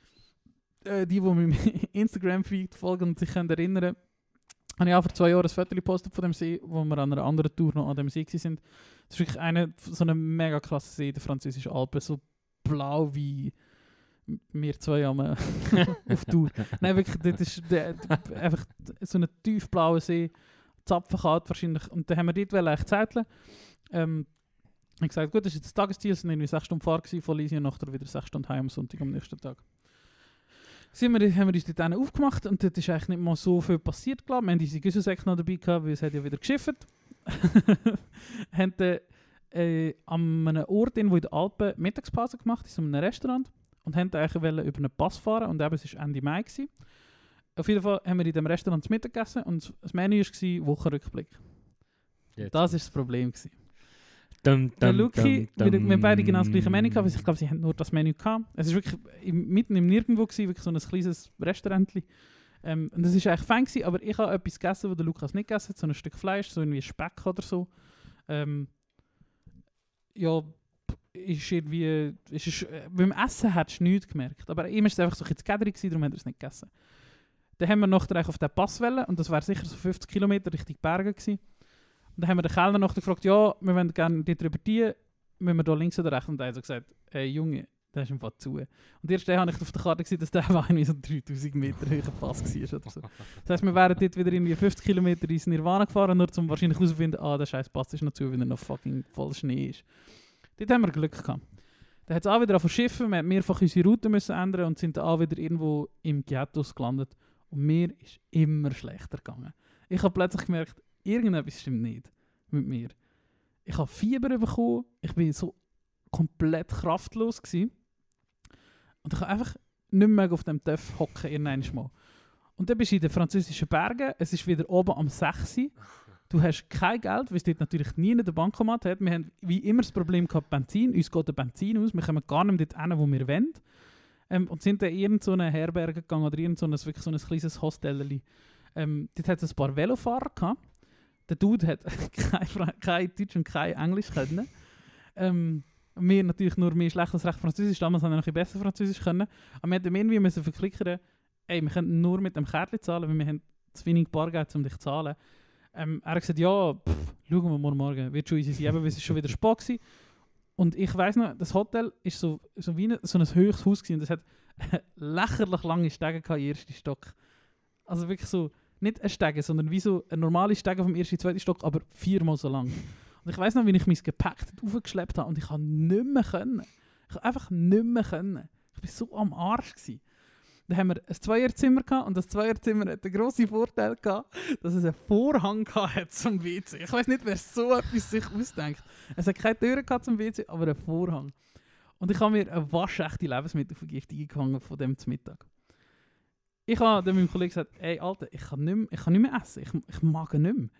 Die meinem Instagram-Feed folgen und sich erinnern können, habe ich auch vor 2 Jahren ein Foto gepostet von dem See, wo wir an einer anderen Tour noch an dem See waren. Das ist wirklich so ein mega krasser See in den französischen Alpen, so blau wie wir 2 auf Tour. Nein, wirklich, das ist einfach so ein tiefblauer See, zapfenkalt wahrscheinlich. Und dann haben wir dort eigentlich zetteln. Ich habe gesagt, gut, das ist jetzt das Tagesziel, es waren irgendwie 6 Stunden Fahrt von Lisi und nachher wieder 6 Stunden heim am Sonntag am nächsten Tag. Haben wir uns dort aufgemacht und dort ist eigentlich nicht mal so viel passiert, glaube ich. Wir haben unsere Güsselsäcke noch dabei gehabt, weil es hat ja wieder geschifft. Haben dann an einem Ort, wo in den Alpen Mittagspause gemacht, in so einem Restaurant. Und haben eigentlich über einen Pass fahren und eben, es war Ende Mai gewesen. Auf jeden Fall haben wir in diesem Restaurant zu Mittag gegessen und das Menü war Wochenrückblick. Jetzt. Das war das Problem gewesen. Dum, Der dum, Luki, dum, dum. wir beide genau das gleiche Menü gehabt, weil ich glaube, sie haben nur das Menü gehabt. Es war wirklich mitten im Nirgendwo gewesen, wirklich so ein kleines Restaurantli. Und das war eigentlich fein gewesen, aber ich habe etwas gegessen, was der Lukas nicht gegessen hat, so ein Stück Fleisch, so irgendwie Speck oder so. Ja, ist irgendwie, beim Essen hättest du nichts gemerkt, aber ihm war es einfach so ein bisschen Gathering gewesen, darum hat er es nicht gegessen. Dann haben wir nachher auf den Pass wollen, und das wäre sicher so 50 Kilometer Richtung Berge gewesen. Und dann haben wir den Kellner nachher gefragt, ja, wir wollen gerne dort drüber dienen, müssen wir da links oder rechts? Und er hat so gesagt, hey Junge, Der ist im Fall zu. Und erst dann habe ich auf der Karte gesehen, dass der irgendwie so 3000 Meter hoher Pass war oder so. Das heisst, wir wären dort wieder irgendwie 50 Kilometer ins Nirvana gefahren, nur um wahrscheinlich herauszufinden, der scheiß Pass ist noch zu, wenn er noch fucking voll Schnee ist. Dort haben wir Glück gehabt. Dann hat es auch wieder verschiffen, wir mussten mehrfach unsere Route müssen ändern und sind dann auch wieder irgendwo im Ghettos gelandet. Und mir ist immer schlechter gegangen. Ich habe plötzlich gemerkt, irgendetwas stimmt nicht mit mir. Ich habe Fieber bekommen, ich bin so komplett kraftlos gewesen. Und ich habe einfach nicht mehr auf dem Töff hocken irgendwann mal. Und dann bist du in den französischen Bergen, es ist wieder oben am 6 Uhr. Du hast kein Geld, weil es dort natürlich nie in der Bankomat hat. Wir haben wie immer das Problem gehabt, Benzin. Uns geht der Benzin aus, wir kommen gar nicht dort hin, wo wir wollen. Und sind dann in irgendeine Herberge gegangen oder wirklich so ein kleines Hostel. Dort hat es ein paar Velofahrer gehabt. Der Dude hat kein Deutsch und kein Englisch können. Wir natürlich nur mehr schlecht als recht Französisch. Damals haben wir noch ein bisschen besser Französisch können. Aber wir mussten irgendwie verklickern, wir können nur mit dem Kärtchen zahlen, weil wir haben zu wenig Bargeld, um dich zu zahlen. Er hat gesagt, ja, schauen wir morgen, wird schon easy sein, weil es ist schon wieder Sport gewesen. Und ich weiss noch, das Hotel war so wie so ein höchstes Haus gewesen, und es hat lächerlich lange Stege gehabt im ersten Stock. Also wirklich so, nicht eine Stege, sondern wie so eine normale Stege vom ersten, zweiten Stock, aber 4-mal so lang. Und ich weiss noch, wie ich mein Gepäck aufgeschleppt habe und ich konnte nicht mehr können. Ich konnte einfach nicht mehr können. Ich war so am Arsch gewesen. Dann haben wir ein Zweierzimmer gehabt und das Zweierzimmer hat den grossen Vorteil gehabt, dass es einen Vorhang hat zum WC. Ich weiss nicht, wer so etwas sich ausdenkt. Es hat keine Türen gehabt zum WC, aber einen Vorhang. Und ich habe mir eine waschechte Lebensmittelvergiftung eingefangen von dem zum Mittag. Ich habe dann meinem Kollegen gesagt, ey Alter, ich kann nicht mehr essen, ich mag nicht mehr.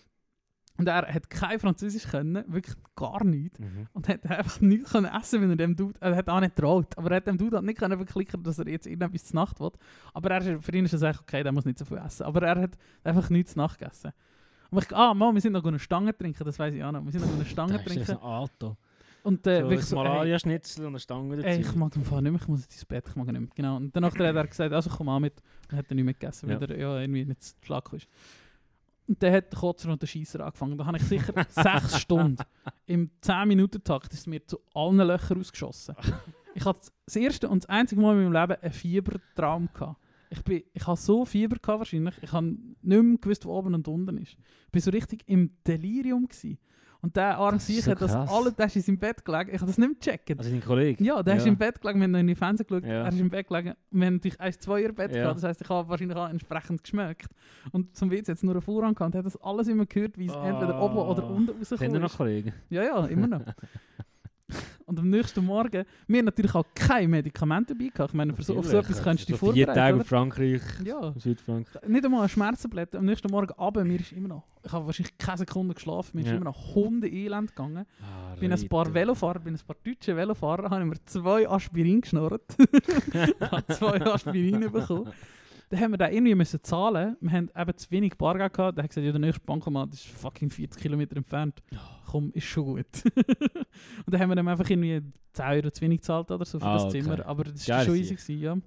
Und er hat kein Französisch können, wirklich gar nichts. Und hat einfach nichts können essen, wenn er dem Dude, er hat auch nicht getraut, aber er hat dem Dude halt nicht können verklickern, dass er jetzt irgendetwas zu Nacht will. Aber für ihn ist es eigentlich okay, der muss nicht so viel essen. Aber er hat einfach nichts zu Nacht gegessen. Und ich wir sind noch eine Stange trinken, das weiss ich auch noch. Wir sind noch eine Stange trinken. Das ist ein Alto. Und wirklich so, Malaria-Schnitzel und eine Stange dazu. Ich mag den Fall nicht mehr, ich muss jetzt ins Bett, ich mag ihn nicht mehr. Genau. Und danach hat er gesagt, also komm mal mit. Und hat er nicht mehr gegessen, weil er irgendwie nicht zu Schlag ist. Und dann hat der Kotzer und der Scheisser angefangen. Da habe ich sicher 6 Stunden im 10-Minuten-Takt ist mir zu allen Löchern ausgeschossen. Ich hatte das erste und das einzige Mal in meinem Leben einen Fiebertraum gehabt. Ich hatte so Fieber gehabt wahrscheinlich. Ich habe nicht mehr gewusst, wo oben und unten ist. Ich war so richtig im Delirium gewesen. Und der arme Sieg hat das alles, der ist in seinem Bett gelegen. Ich habe das nicht mehr gecheckt. Also dein Kollege? Ja, der ist im Bett gelegen, wir haben noch in die Fernsehen geschaut, er ist im Bett gelegen. Wir haben natürlich ein 2er-Bett gehabt, das heisst, ich habe wahrscheinlich auch entsprechend geschmeckt. Und zum WC hat es nur einen Vorhang gehabt und hat das alles immer gehört, wie es entweder oben oder unten rauskommt. Sind noch Kollegen? Ja, immer noch. Und am nächsten Morgen, wir haben natürlich auch kein Medikament dabei gehabt. Ich meine, auf so etwas kannst du dich vorbereiten. 4 Tage in Frankreich, Südfrankreich. Nicht einmal ein Schmerztablette. Am nächsten Morgen Abend, mir ist immer noch, ich habe wahrscheinlich keine Sekunde geschlafen, mir ist immer noch Hundeelend gegangen. Ich bin ein paar Velofahrer, ein paar deutsche Velofahrer, habe ich mir 2 Aspirin geschnurrt. Ich habe 2 Aspirin bekommen. Dann haben wir da irgendwie müssen zahlen. Wir haben eben zu wenig Bargeld gehabt. Der hat gesagt, ja, der nächste Bankomat ist fucking 40 Kilometer entfernt. Komm, ist schon gut. Und dann haben wir dann einfach irgendwie 10 Euro zu wenig gezahlt oder so für das Zimmer. Aber das war schon easy gewesen, ja.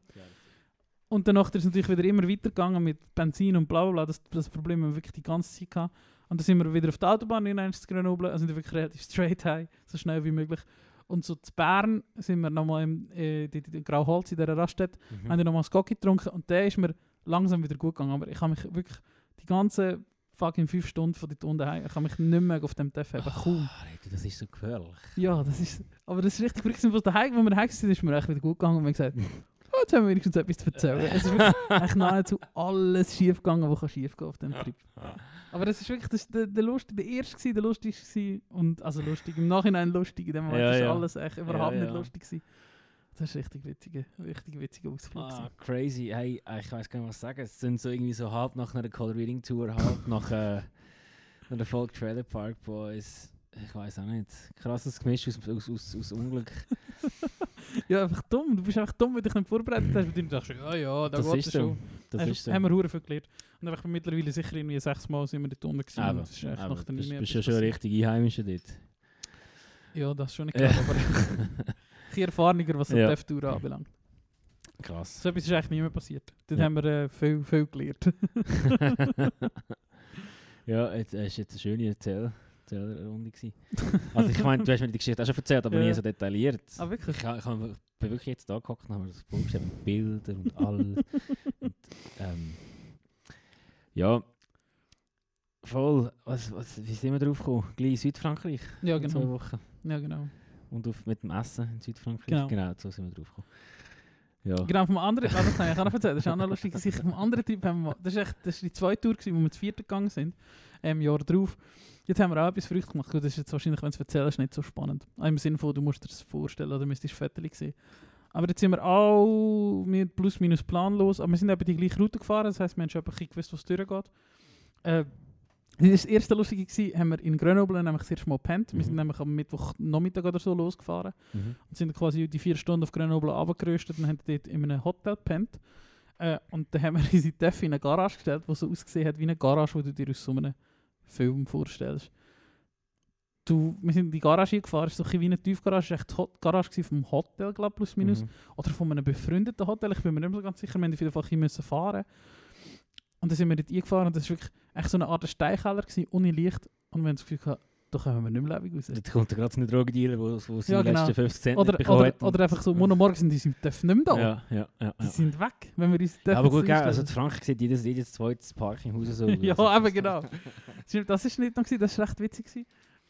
Und danach ist es natürlich wieder immer weitergegangen mit Benzin und bla bla bla. Das Problem haben wir wirklich die ganze Zeit gehabt. Und dann sind wir wieder auf die Autobahn in Grenoble. Also sind wir wirklich relativ straight high, so schnell wie möglich. Und so zu Bern sind wir nochmal in Grauholz in dieser Raststätte, haben wir nochmal ein Gocki getrunken und der ist mir langsam wieder gut gegangen. Aber ich habe mich wirklich die ganzen fucking 5 Stunden von dort unten heim, ich habe mich nicht mehr auf dem Töff haben. Kaum. Das ist so gefährlich. Ja, aber das ist richtig verrückt. Wo wir heim sind, ist mir echt wieder gut gegangen und wir haben gesagt, jetzt haben wir wenigstens etwas zu erzählen. Es ist wirklich nahezu alles schief gegangen, was schief gehen auf diesem Trip. Aber das ist wirklich der erste, der lustig war. Und also lustig, im Nachhinein lustig. In dem Moment war alles echt überhaupt nicht lustig gewesen. Das ist richtig witziger Ausflug. Crazy. Hey, ich weiß gar nicht, was sagen. Es sind so irgendwie so halb nach einer Color Reading Tour, halb nach einer Folk Trailer Park Boys. Ich weiß auch nicht. Krasses Gemisch aus Unglück. Ja, einfach dumm. Du bist einfach dumm, weil du dich nicht vorbereitet hast. Und du denkst, ja, da geht es schon. Das ist so. Haben wir verdammt viel gelernt. Und einfach mittlerweile sicher irgendwie 6 Mal sind wir dort unten gewesen. Aber, das ist echt noch nie mehr. Bist du ja schon richtig Einheimischer dort? Ja, das schon nicht klar, aber ein erfahrener, was so die F-Tour anbelangt. Krass. So etwas ist eigentlich nie mehr passiert. Dort haben wir viel gelernt. Ja, jetzt hast du jetzt eine schöne Erzähl. Erzählerrunde gewesen. Also ich meine, du hast mir die Geschichte auch schon erzählt, aber Ja. nie so detailliert. Ah, wirklich? Ich bin wirklich jetzt da gehockt und habe mir das vorgestellt mit Bildern und alles. Und, ja, voll. Wie sind wir drauf gekommen? Gleich Südfrankreich. Ja, in 2 genau. Wochen. Ja, genau. Und mit dem Essen in Südfrankreich. Genau. So sind wir drauf gekommen. Ja. Genau, vom anderen, das kann ich auch noch erzählen, das ist auch noch lustig, vom anderen Typ haben wir, das ist die zweite Tour gewesen, wo wir zu 4. gegangen sind, im Jahr drauf. Jetzt haben wir auch etwas verrückt gemacht, gut, das ist jetzt wahrscheinlich, wenn du es erzählst, nicht so spannend. Im Sinne von, du musst dir das vorstellen oder müsstest fertig sehen. Aber jetzt sind wir auch mit plus minus planlos, aber wir sind eben die gleiche Route gefahren, das heisst, wir haben schon ein bisschen gewusst, was durchgeht. Das erste Lustige war, haben wir in Grenoble nämlich das erste Mal gepennt. Wir sind nämlich am Mittwochnachmittag oder so losgefahren und sind quasi die 4 Stunden auf Grenoble runtergeröstet und haben dort in einem Hotel gepennt. Und dann haben wir unsere Töpfe in eine Garage gestellt, die so ausgesehen hat wie eine Garage, die du dir aus so einem Film vorstellst. Wir sind in die Garage gefahren, es ist so ein bisschen wie eine Tiefgarage, es war echt die Garage vom Hotel, glaube ich, plus minus. Oder von einem befreundeten Hotel, ich bin mir nicht mehr so ganz sicher, wir mussten auf jeden Fall ein bisschen fahren. Und dann sind wir dort eingefahren und das war wirklich echt so eine Art Steinkeller gewesen, ohne Licht. Und wir haben das Gefühl gehabt, da kommen wir nicht mehr lebendig raus. Jetzt kommt gerade so eine Drogendealer, wo sie Ja, die genau. letzten 50 Cent nicht bekommen Oder, hat. oder einfach so, morgen sind die Töpfe nicht mehr da. Ja. Die sind weg, wenn wir uns Ja, aber gut, einstellen. also in Frankreich sieht jedes zweites Parkinghaus so. Ja, Also, eben genau. Das war nicht noch, das war recht witzig gewesen.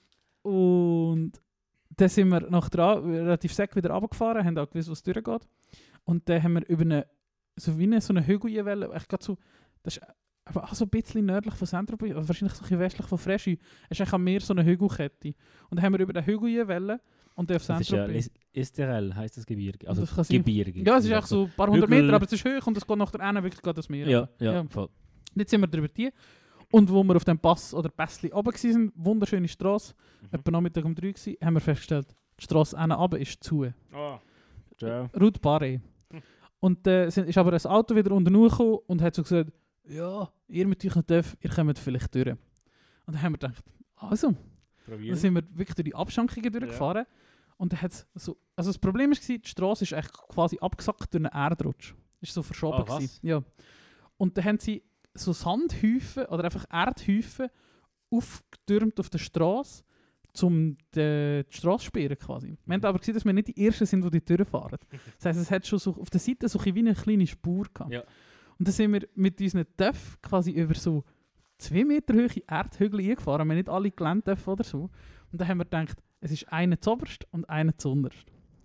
Und dann sind wir nach relativ sack wieder runtergefahren, haben auch gewusst, was durchgeht. Und dann haben wir über eine Hügelwelle, echt gerade so, das ist aber auch so ein bisschen nördlich von Saint-Tropez, also wahrscheinlich so ein bisschen westlich von Fréjus, es ist eigentlich am Meer so eine Hügelkette. Und dann haben wir über den Hügelwelle und dann auf das ist ja Saint-Tropez. Esterel, heisst das Gebirge. Also Das kann sein. Gebirge. Ja, es ist echt so ein paar hundert Hügel. Meter, aber es ist hoch und es geht nach der Ende wirklich gerade das Meer. Ja, voll. Und jetzt sind wir drüber die. Und wo wir auf dem Pass oder Pässchen runter waren, wunderschöne Strasse, etwa Nachmittag um 3 Uhr, haben wir festgestellt, die Strasse runter ist zu. Oh, ciao. Route Barré. Und ist aber ein Auto wieder unten gekommen und hat so gesagt, ja, ihr mit euch dürft, ihr kommt vielleicht durch. Und dann haben wir gedacht, also, dann sind wir wirklich durch die Abschankungen durchgefahren. Und dann hat's so, also das Problem war, die Strasse ist echt quasi abgesackt durch einen Erdrutsch. Ist so verschoben gewesen. Ja. Und dann haben sie so Sandhäufen oder einfach Erdhäufen aufgetürmt auf der Strasse, um die Strasse zu sperren quasi. Wir haben aber gesehen, dass wir nicht die Ersten sind, die durchfahren. Das heisst, es hat schon so auf der Seite so wie eine kleine Spur gehabt. Ja. Und dann sind wir mit unseren Töpfen quasi über so 2 Meter hohe Erdhügel eingefahren. Wir haben nicht alle Geländetöpfe oder so. Und dann haben wir gedacht, es ist einer zuoberst und einer zuunterst.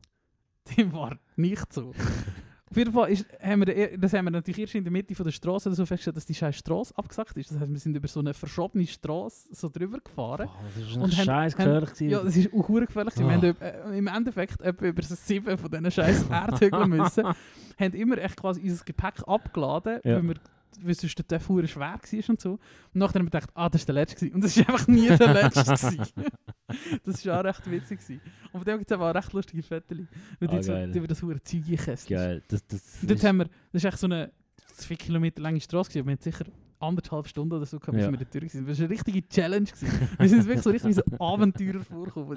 Dem war nicht so. Auf jeden Fall haben wir natürlich erst in der Mitte von der Straße so festgestellt, dass die scheiß Straße abgesackt ist. Das heisst, wir sind über so eine verschobene Straße so drüber gefahren. Boah, das war Und ein scheiß gefährlich gewesen. Ja, das ist auch verdammt gefährlich. Wir haben im Endeffekt etwa über so 7 von diesen scheiß Erdhügeln müssen. Haben immer echt quasi unser Gepäck abgeladen, weil sonst der Töpf verdammt schwer war und so. Und nachher haben wir gedacht, das war der letzte gewesen. Und das war einfach nie der letzte gewesen. Das war auch recht witzig gewesen. Und von dem gibt es auch recht lustige Fotos. Über das verdammt Zeug einkesseln. Geil. Das ist echt so eine 2 Kilometer lange Straße gewesen. Wir haben sicher 1,5 Stunden oder so gehabt, bis wir da durch waren. Das war eine richtige Challenge gewesen. Wir sind uns wirklich so richtig wie so Abenteurer vorgekommen.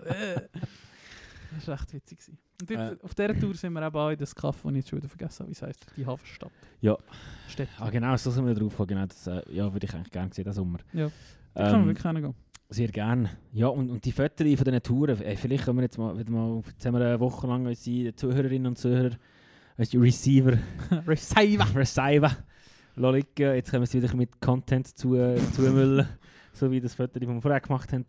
Das war echt witzig gewesen. Und dort, auf dieser Tour sind wir eben auch in das Café, das ich jetzt schon wieder vergessen habe, wie es heisst, die Hafenstadt. Ja. Städte. Genau, so sind wir drauf gekommen. Genau, das würde ich eigentlich gerne sehen, den Sommer. Ja, da können wir wirklich hingehen. Sehr gerne. Ja, und die Fotos von diesen Touren, vielleicht können wir jetzt mal, jetzt haben wir eine Woche lang unsere Zuhörerinnen und Zuhörer, unsere Receiver, lassen liegen. Jetzt können wir sie wieder mit Content zumüllen, so wie das Foto, das wir vorher gemacht haben.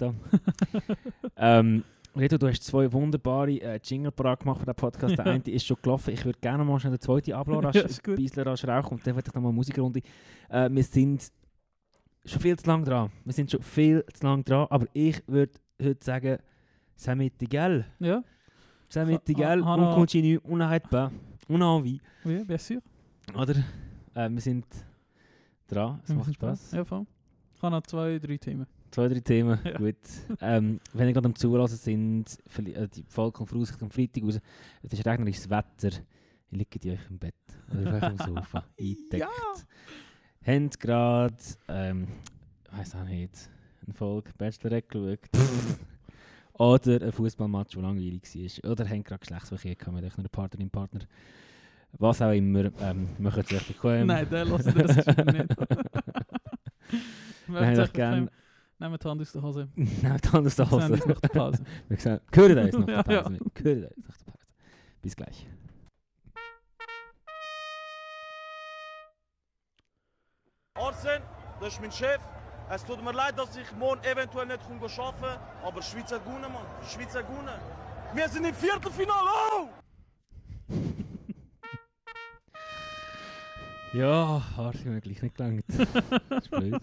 Da. Reto, du hast 2 wunderbare Jingle parat gemacht für den Podcast. Der eine ist schon gelaufen. Ich würde gerne mal schnell den zweiten abladen, ein bisschen rasch rauchen und dann würde ich noch mal eine Musikrunde. Wir sind schon viel zu lang dran. Aber ich würde heute sagen, ça m'est égal. Ja. Ça m'est égal, on continue, on n'arrête pas, on a envie. Oui, bien sûr. Oder? Wir sind dran, es macht Spaß. Ja, voll. Ich habe noch 2, 3 Themen. 2, 3 Themen, Ja. gut. Wenn ihr gerade am Zuhören sind, die Folge kommt voraussichtlich am Freitag raus. Es ist regnerisches Wetter. Ihr liegt euch im Bett oder auf eurem Sofa eingedeckt. Habt gerade, weiss auch nicht, eine Folge Bachelorette geschaut. Oder ein Fußballmatch, der langweilig war. Oder habt gerade Geschlechtsverkehr gehabt mit einer Partnerin, Partner. Was auch immer, macht es euch bequem. Nein, der hört das sicher nicht. Wir haben euch gerne. Nehmen die Hand aus der Hose. Nehmt die Hand aus der Wir sehen Hose. uns nach der Pause. Wir sagen, hören uns nach der Ja, Pause. ja. Wir hören uns nach der Pause. Bis gleich. Arsen, das ist mein Chef. Es tut mir leid, dass ich morgen eventuell nicht arbeiten kann, aber Schweiz hat gewonnen, Mann. Schweiz hat gewonnen. Wir sind im Viertelfinale! Oh! Ja, Arsch, mir gleich nicht gelangt. Das ist blöd.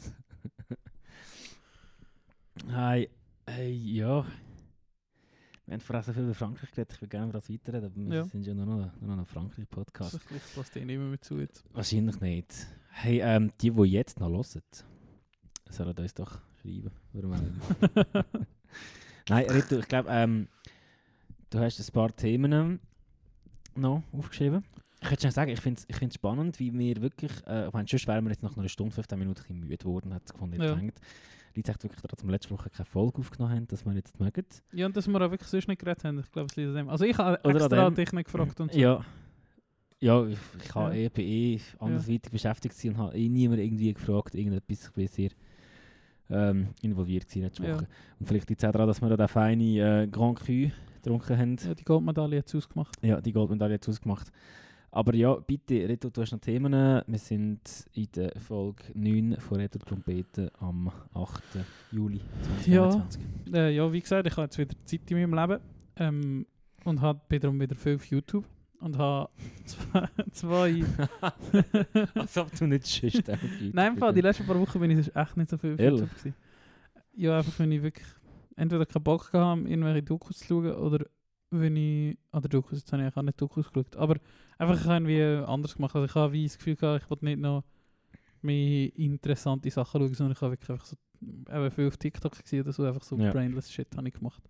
Hey, ja. Wir haben vorher so viel über Frankreich geredet, ich würde gerne was weiterreden, aber wir Ja. sind ja nur noch ein Frankreich-Podcast. Also, vielleicht lässt den nicht mehr zu jetzt. Wahrscheinlich nicht. Hey, die jetzt noch hören, sollen uns doch schreiben. Warum auch immer. Nein, Rito, ich glaube, du hast ein paar Themen noch aufgeschrieben. Ich würde schon sagen, ich finde es spannend, wie wir wirklich, ich meine, sonst wären wir jetzt nach einer Stunde, 15 Minuten ein bisschen müde geworden, hat es gefunden, Ja. Liegt echt wirklich daran, dass wir letzte Woche keine Folge aufgenommen haben, dass wir jetzt mögen. Ja, und dass wir auch wirklich sonst nicht geredet haben. Ich glaube, es liegt an dem. Also ich habe Oder extra an dem. dich nicht gefragt und so. Ja, ich habe Ja. andersweitig beschäftigt gewesen und habe niemand irgendwie gefragt, irgendetwas. Ich bin sehr involviert gewesen letzte Ja. Woche. Und vielleicht liegt es auch daran, dass wir da den feinen Grand Cru getrunken haben. Ja, die Goldmedaille hat es ausgemacht. Ja, die Goldmedaille hat es ausgemacht. Aber ja, bitte, Reto, du hast noch Themen. Wir sind in der Folge 9 von Reto Trompete am 8. Juli 2021. Ja, wie gesagt, ich habe jetzt wieder Zeit in meinem Leben und bin darum wieder viel auf YouTube und habe zwei Als ob du nicht schüsst. Nein, im Fall, die letzten paar Wochen bin ich sonst echt nicht so viel auf Ehrlich? YouTube gewesen. Ja, einfach wenn ich wirklich entweder keinen Bock hatte, irgendwelche Dokus zu schauen oder wenn ich... Oder Dokus, jetzt habe ich auch nicht Dokus geschaut, aber einfach ich habe irgendwie anders gemacht. Also ich habe wie das Gefühl gehabt, ich wollte nicht noch mehr interessante Sachen schauen, sondern ich habe wirklich einfach so eben viel auf TikTok gesehen oder so, einfach so Ja. brainless Shit habe ich gemacht.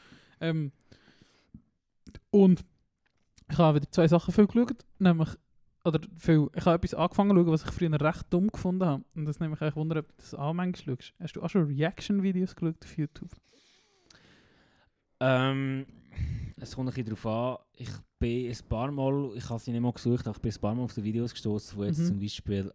Und ich habe wieder zwei Sachen viel geschaut, nämlich ich habe etwas angefangen zu schauen, was ich früher recht dumm gefunden habe. Und das nimmt mich eigentlich Wunder, ob du das auch manchmal schaust. Hast du auch schon Reaction-Videos geschaut auf YouTube? Es kommt ein bisschen darauf an. Ich bin ein paar Mal, ich habe sie nicht mal gesucht, aber ich bin ein paar Mal auf die Videos gestoßen, wo jetzt Mhm. zum Beispiel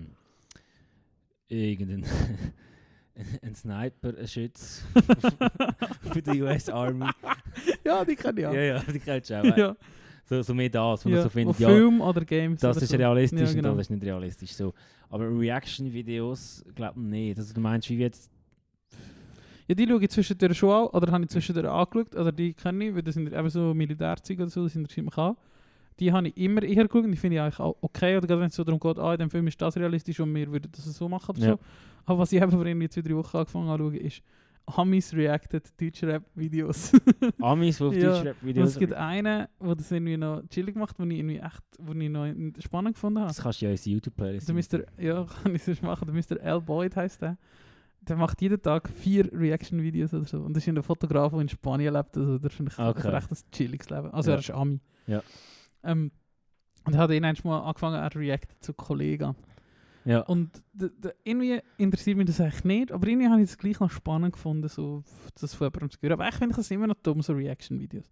irgendein ein Sniper, ein Schütz für die US Army. Ja, die kenne ich auch. Ja, die kennst du auch. Ja. So mehr das, wo man Ja. so Auf findet, ja, Film oder Games das oder ist so. realistisch Ja, und genau. das ist nicht realistisch. So. Aber Reaction-Videos, glaube ich nicht. Also du meinst, wie jetzt... Ja, die schaue ich zwischendurch schon an, oder habe ich zwischendurch angeschaut, oder die kenne ich, weil das sind eben so Militärzeuge oder so, das interessiert mich auch. Die habe ich immer eher geschaut und die finde ich eigentlich auch okay, oder gerade wenn es so darum geht, in dem Film ist das realistisch und wir würden das so machen oder Ja. so. Aber was ich eben vor irgendwie 2-3 Wochen angefangen habe zu schauen, ist Amis Reacted Deutschrap-Videos. Amis, die auf Ja, Deutsch Und Videos... es gibt einen, der das irgendwie noch chillig macht, wo ich noch spannend gefunden habe. Das kannst du ja als YouTube-Playlist... Der Mr. Ja, kann ich sonst machen. Der Mr. L. Boyd heisst der. Der macht jeden Tag 4 Reaction-Videos oder so. Und das ist ein Fotograf, der in Spanien lebt. Also das ist Okay. echt ein chilliges Leben. Also Ja. er ist Ami. Ja. Und er hat ihn mal angefangen, er reactet zu Kollegen. Ja. Und irgendwie interessiert mich das eigentlich nicht, aber irgendwie habe ich es gleich noch spannend gefunden, so, das von jemandem zu hören. Aber eigentlich finde ich das immer noch dumm, so Reaction-Videos.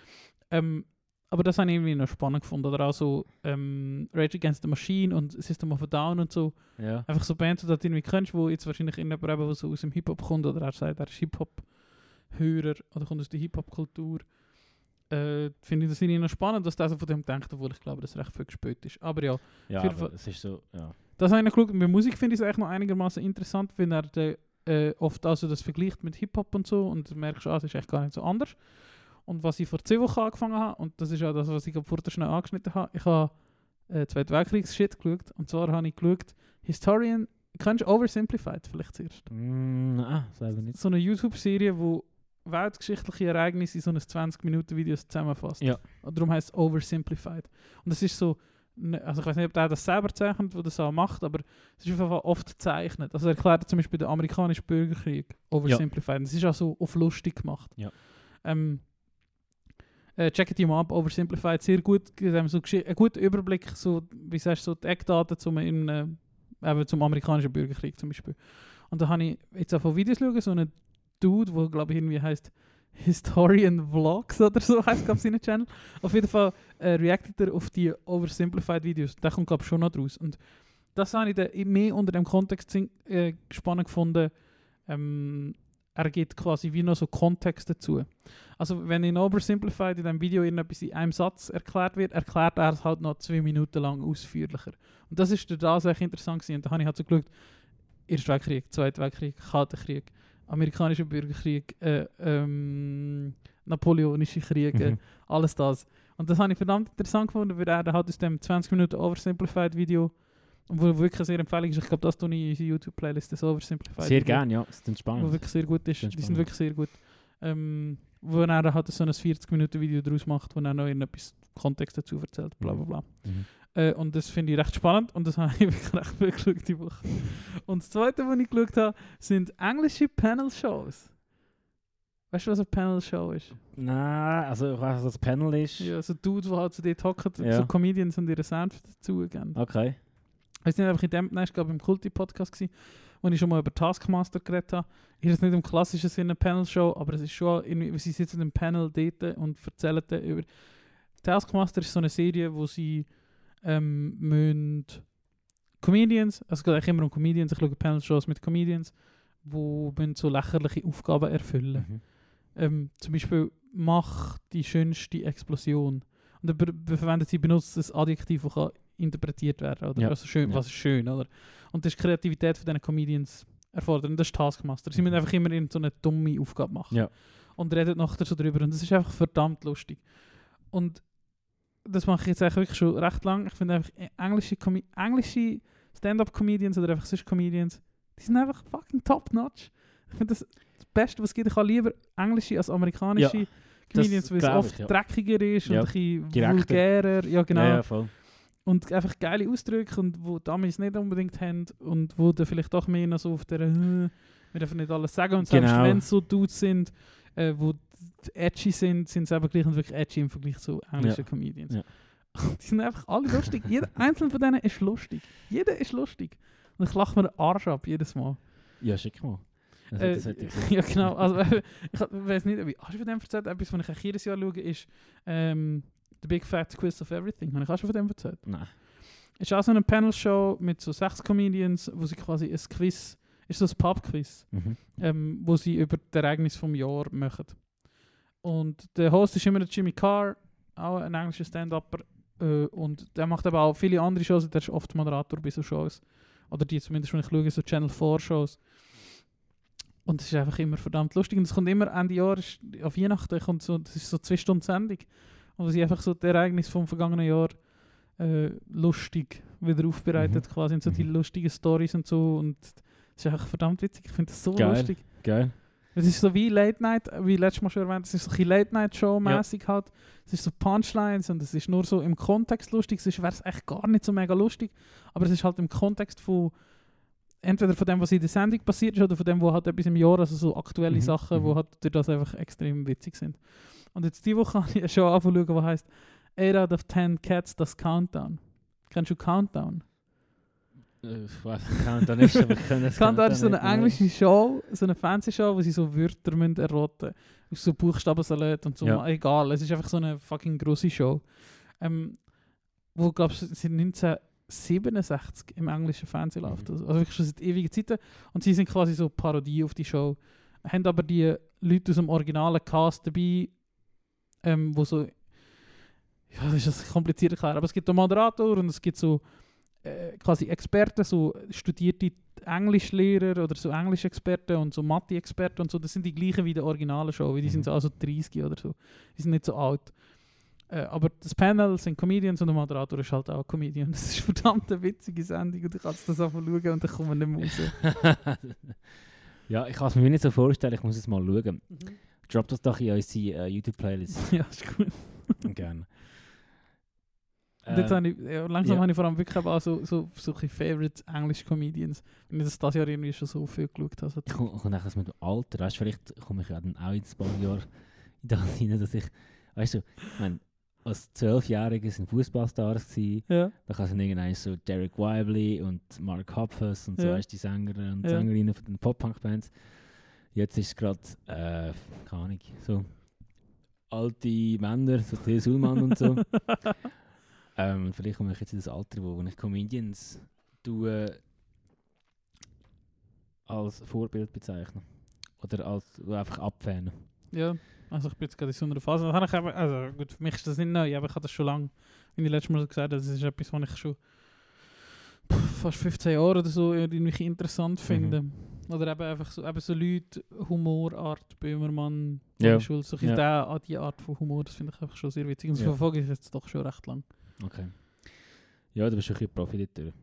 Aber das habe ich irgendwie noch spannend gefunden. Oder auch so Rage Against the Machine und System of a Down und so. Ja. Einfach so Bands, die du irgendwie kennst, wo jetzt wahrscheinlich jemand eben, der so aus dem Hip-Hop kommt, oder er sagt, er ist Hip-Hop-Hörer oder kommt aus der Hip-Hop-Kultur. Finde ich das irgendwie noch spannend, dass der so von dem denkt, obwohl ich glaube, dass recht viel gespielt ist. Aber ja, Ja, Auf jeden aber Fall- es ist so... Ja. das habe ich noch geschaut. Und bei Musik finde ich es eigentlich noch einigermaßen interessant, wenn er oft also das vergleicht mit Hip-Hop und so und du merkst, es ist echt gar nicht so anders. Und was ich vor 2 Wochen angefangen habe, und das ist auch das, was ich vorher schnell angeschnitten habe, ich habe Zweiten Weltkriegs-Shit geschaut. Und zwar habe ich geschaut, Historian, kennst du Oversimplified vielleicht zuerst? Nein, selber nicht. So eine YouTube-Serie, wo weltgeschichtliche Ereignisse in so ein 20-Minuten-Video zusammenfasst. Ja. Und darum heisst es Oversimplified. Und das ist so, also ich weiß nicht, ob der das selber zeichnet, der das auch macht, aber es ist auf jeden Fall oft gezeichnet. Also er erklärt zum Beispiel den amerikanischen Bürgerkrieg Oversimplified. Und es ist auch so auf lustig gemacht. Ja. Checkt die mal ab, Oversimplified, sehr gut. Sie haben so einen guten Überblick, so, wie sagst du, so die Eckdaten zum amerikanischen Bürgerkrieg zum Beispiel. Und da habe ich jetzt auch von Videos schauen, so einen Dude, der glaube ich irgendwie heisst Historian Vlogs oder so, heisst glaube ich seinen Channel. Auf jeden Fall reactet er auf die Oversimplified Videos. Der kommt glaube ich schon noch draus. Und das habe ich dann mehr unter dem Kontext spannend gefunden, er gibt quasi wie noch so Kontext dazu. Also wenn in Oversimplified in diesem Video irgendetwas in einem Satz erklärt wird, erklärt er es halt noch 2 Minuten lang ausführlicher. Und das ist das echt interessant gewesen. Und da habe ich halt so geschaut, Erster Weltkrieg, Zweiter Weltkrieg, Kalter Krieg, Amerikanischer Bürgerkrieg, Napoleonische Kriege, alles das. Und das habe ich verdammt interessant gefunden, weil er halt aus dem 20 Minuten Oversimplified Video, wo wirklich eine sehr Empfehlung ist, ich glaube, das tue ich in unsere YouTube-Playlist, das Oversimplified Sehr Video, gerne, ja. Das ist spannend. wo wirklich sehr gut ist. Das Die sind wirklich sehr gut. Wo er halt so ein 40-Minuten-Video daraus macht, wo er noch irgendetwas Kontext dazu erzählt, bla bla bla. Und das finde ich recht spannend und das habe ich wirklich recht viel geschaut die Woche. Und das Zweite, was ich geschaut habe, sind englische Panel-Shows. Weißt du, was eine Panel-Show ist? Nein, also ich weiss, was das Panel ist. Ja, so Dudes, die halt so dort hocken, Ja. so Comedians und ihre Sound dazugeben. Okay. Ich war nicht einfach in dem, nein, ich glaube im Kulti-Podcast gewesen, wo ich schon mal über Taskmaster geredet habe. Ist es nicht im klassischen Sinne eine Panel-Show, aber es ist schon, irgendwie, sie sitzen im Panel dort und erzählen über... Taskmaster ist so eine Serie, wo sie müssen Comedians, also es geht eigentlich immer um Comedians, ich schaue Panel-Shows mit Comedians, die müssen so lächerliche Aufgaben erfüllen. Zum Beispiel, mach die schönste Explosion. Und dann benutzt das Adjektiv, das kann interpretiert werden oder? Ja. Also schön, Ja. was ist schön, oder? Und das ist die Kreativität von diesen Comedians erfordert. Und das ist Taskmaster. Sie müssen einfach immer so eine dumme Aufgabe machen. Ja. Und reden nachher so drüber. Und das ist einfach verdammt lustig. Und das mache ich jetzt eigentlich wirklich schon recht lang. Ich finde einfach, englische Stand-up-Comedians oder einfach sonst Comedians, die sind einfach fucking top-notch. Ich finde das Beste, was es gibt. Ich habe lieber englische als amerikanische Comedians, weil es glaub oft ich, ja. dreckiger ist Ja, und ein bisschen direkter. vulgärer. Ja, genau. Ja, voll. Und einfach geile Ausdrücke, und wo die Amis nicht unbedingt haben und wo dann vielleicht doch mehr noch so auf der wir dürfen nicht alles sagen. Und selbst Genau. wenn es so Dudes sind, wo edgy sind, sind sie aber gleich und wirklich edgy im Vergleich zu englischen Comedians. Ja. Die sind einfach alle lustig. Jeder einzelne von denen ist lustig. Jeder ist lustig. Und ich lache mir den Arsch ab jedes Mal. Ja, schick mal. Das hätte ich Ja, genau. Also, ich weiß nicht, ob ich auch schon von dem erzählt habe. Etwas, was ich jedes Jahr schaue, ist The Big Fat Quiz of Everything. Habe ich auch schon von dem erzählt? Nein. Es ist auch so eine Panel-Show mit so 6 Comedians, wo sie quasi ein Quiz, ist so ein Pub-Quiz, wo sie über das Ereignis vom Jahr machen. Und der Host ist immer der Jimmy Carr, auch ein englischer Stand-Upper. Und der macht aber auch viele andere Shows. Der ist oft Moderator bei so Shows. Oder die zumindest, wenn ich schaue, so Channel 4 Shows. Und es ist einfach immer verdammt lustig. Und es kommt immer Ende Jahr, auf Weihnachten, kommt so, das ist so 2 Stunden Sendung. Und wo sie einfach so das Ereignis vom vergangenen Jahr lustig wieder aufbereitet, quasi. Und so die lustigen Storys und so. Und es ist einfach verdammt witzig. Ich finde das so Geil. lustig. Geil. Es ist so wie Late Night, wie letztes Mal schon erwähnt, es ist so ein bisschen Late Night Show-mäßig halt. Es ist so Punchlines und es ist nur so im Kontext lustig. Sonst wäre es echt gar nicht so mega lustig. Aber es ist halt im Kontext von entweder von dem, was in der Sendung passiert ist, oder von dem, wo halt etwas im Jahr, also so aktuelle Sachen, wo halt durch das einfach extrem witzig sind. Und jetzt die Woche habe ich eine Show angeschaut, die heisst 8 out of 10 Cats, das Countdown. Kennst du Countdown? Ich weiß nicht, Countdown ist, aber ich kann das Countdown ist so eine nicht mehr. englische Show, so eine Fernsehshow, wo sie so Wörter müssen erraten müssen. So Buchstabensalat und so. Ja. Egal, es ist einfach so eine fucking grosse Show. Wo, glaube ich, seit 1967 im englischen Fernsehen läuft. Also wirklich schon seit ewigen Zeiten. Und sie sind quasi so Parodie auf die Show. Haben aber die Leute aus dem originalen Cast dabei, wo so... Ja, das ist ein kompliziert erklären. Aber es gibt einen Moderator und es gibt so quasi Experten, so studierte Englischlehrer oder so Englischexperten und so Mathe-Experten und so. Das sind die gleichen wie in der originalen Show, weil die sind so also 30 oder so. Die sind nicht so alt. Aber das Panel sind Comedians und der Moderator ist halt auch ein Comedian. Das ist verdammt eine witzige Sendung und ich kann das einfach schauen und dann kommen wir nicht mehr raus. Ja, ich kann es mir nicht so vorstellen, ich muss es mal schauen. Drop das doch in unsere YouTube-Playlist. Ja, ist gut. Gerne. Und jetzt habe ich, langsam ja. habe ich vor allem wirklich auch so Favorite English Comedians. Wenn ich das Jahr irgendwie schon so viel geschaut habe. Ich komme nachher mit dem Alter, weißt, vielleicht komme ich ja dann auch in ein paar Jahre in das hinein, dass ich, weißt du, ich meine, als 12-Jähriger sind Fußballstars gewesen, Ja. da kannst du irgendwann so Derek Whibley und Mark Hoppus und so, Ja. weißt, die Sänger und Ja. Sängerinnen von den Pop-Punk-Bands. Jetzt ist es gerade, keine Ahnung, so alte Männer, so Till Sulman und so. Vielleicht komme ich jetzt in das Alter, wo ich Comedians als Vorbild bezeichnen? Oder als einfach abfänen? Ja, also ich bin jetzt gerade in so einer Phase. Das habe ich eben, also gut, für mich ist das nicht neu, aber ich habe das schon lange, wie ich letztes Mal so gesagt habe, das ist etwas, was ich schon fast 15 Jahre oder so irgendwie interessant finde. Oder eben einfach so, eben so Leute, Humorart, Böhmermann, Ja. Schulz, so Ja. die Art von Humor, das finde ich einfach schon sehr witzig. Und das Ja. verfolge ich jetzt doch schon recht lang. Okay. Ja, du bist schon ein bisschen Profi dort.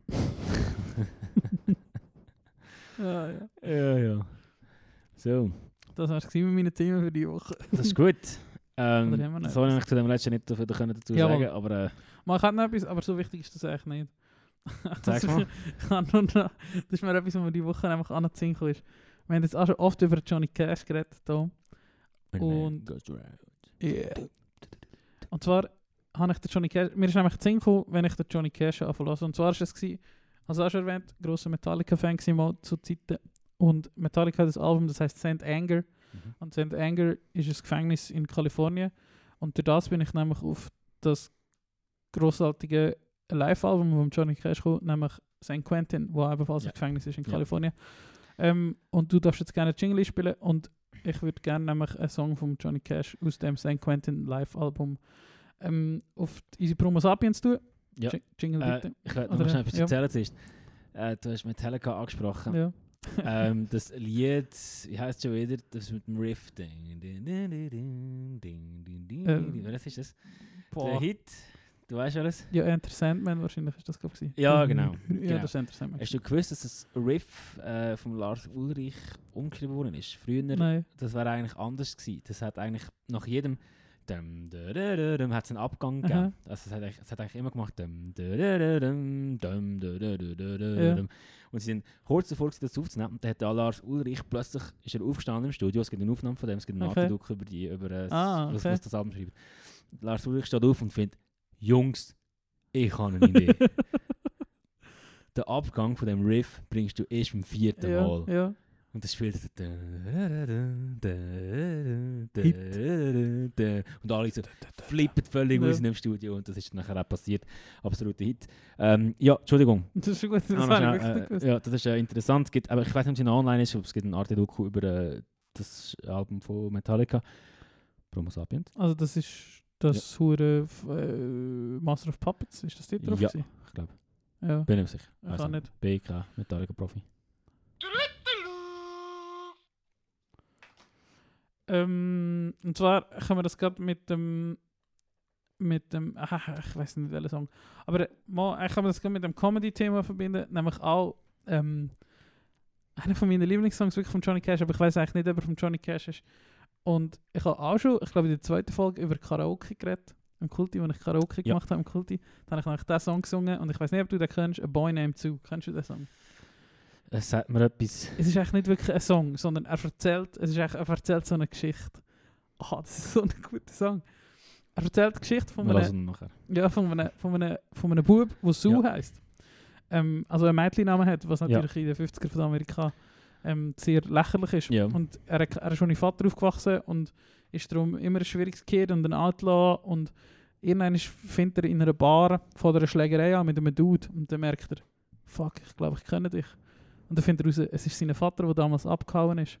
Ja. Ja. So, Das war es mit meinen Themen für die Woche. das ist gut. Oder haben wir noch Sorry, ich zu dem letzten nicht viel dazu Jawohl. sagen, aber Maar ich habe noch etwas, aber so wichtig ist das eigentlich nicht. Sag's mal. Ich habe noch, das ist mir etwas, was mir die Woche einfach an den Sinn gekommen ist. Wir haben jetzt auch schon oft über Johnny Cash geredet hier. Und- Yeah. Und zwar habe ich den Johnny Cash, mir ist nämlich der Sinn gekommen, wenn ich den Johnny Cash anfangen lasse. Und zwar war es, also auch schon erwähnt, grosser Metallica-Fan gewesen mal zu Zeiten. Und Metallica hat das Album, das heißt St. Anger. Und St. Anger ist ein Gefängnis in Kalifornien. Und durch das bin ich nämlich auf das grossartige Live-Album von Johnny Cash gekommen, nämlich St. Quentin, wo ebenfalls ein Gefängnis ist in Ja. Kalifornien. Und du darfst jetzt gerne Jingle spielen und ich würde gerne nämlich einen Song von Johnny Cash aus dem St. Quentin Live-Album auf die Easy Promo Sapiens tun. Ja. Jingle bitte. Ich werde Oder- noch schnell etwas ja. erzählen zuerst. Du hast Metallica angesprochen. Ja. Das Lied, wie heisst es schon wieder? Das mit dem Riff. Ding, ding, ding, ding, ding, ding, ding, ding, ding. Was ist das? Der Boah. Hit. Du weißt alles? Ja, Enter Sandman wahrscheinlich ist das, glaube ich. Ja, genau. Ja, Genau. das ist Enter Sandman. Hast du gewusst, dass das Riff von Lars Ulrich umgeschrieben worden ist? Früher, Nein. das wäre eigentlich anders gewesen. Das hat eigentlich nach jedem hat es einen Abgang Aha. gegeben. Also es hat eigentlich immer gemacht und sie sind kurz davor, das aufzunehmen. Und dann hat der Lars Ulrich plötzlich ist er aufgestanden im Studio. Es gibt eine Aufnahme von dem, es gibt einen Okay. Nachdruck über Ah, okay. was das Album schreibt. Lars Ulrich steht auf und findet, Jungs, ich habe eine Idee. Den Abgang von dem Riff bringst du erst beim 4. Mal. Ja. Und das spielt und alle so flippen völlig Ja. aus in dem Studio und das ist nachher auch passiert. Absoluter Hit. Ja, Entschuldigung. Das ist schon gut, das Ah, noch habe ich schnell, wirklich nicht gewusst. ja, das ist interessant. Es gibt, aber ich weiß nicht, ob es noch online ist, ob es gibt ein Arte-Doku über das Album von Metallica. Promo Sapiens. Also das ist das hure Master of Puppets, ist das dort drauf Ja, gewesen? ich glaube. Ja. Bin ich mir sicher. Ich kann nicht. BK, Metallica-Profi. Und zwar können wir das gerade mit dem ich weiß nicht welcher Song, aber ich kann das gerade mit dem Comedy-Thema verbinden, nämlich auch einer von meinen Lieblingssongs wirklich von Johnny Cash, aber ich weiß eigentlich nicht, ob er von Johnny Cash ist. Und ich habe auch schon, ich glaube in der zweiten Folge über Karaoke geredet, im Kulti, als ich Karaoke gemacht habe im Kulti, dann habe ich nämlich diesen Song gesungen und ich weiß nicht, ob du den kennst, A Boy Named Sue. Kennst du den Song? Es sagt mir etwas. Es ist eigentlich nicht wirklich ein Song, sondern er erzählt so eine Geschichte. Ah, das ist so ein guter Song. Er erzählt die Geschichte von Wir einem, lassen ihn nachher. ja, von einem Bub, der Sue heisst. Also ein Mädchennamen hat, was natürlich in den 50er von Amerika sehr lächerlich ist. Ja. Und er ist schon in Vater aufgewachsen und ist darum immer ein schwieriges Kind und ein Outlaw. Und irgendwann findet er in einer Bar vor einer Schlägerei an mit einem Dude und dann merkt er, fuck, ich glaube, ich kenne dich. Und dann findet er raus, es ist sein Vater, der damals abgehauen ist.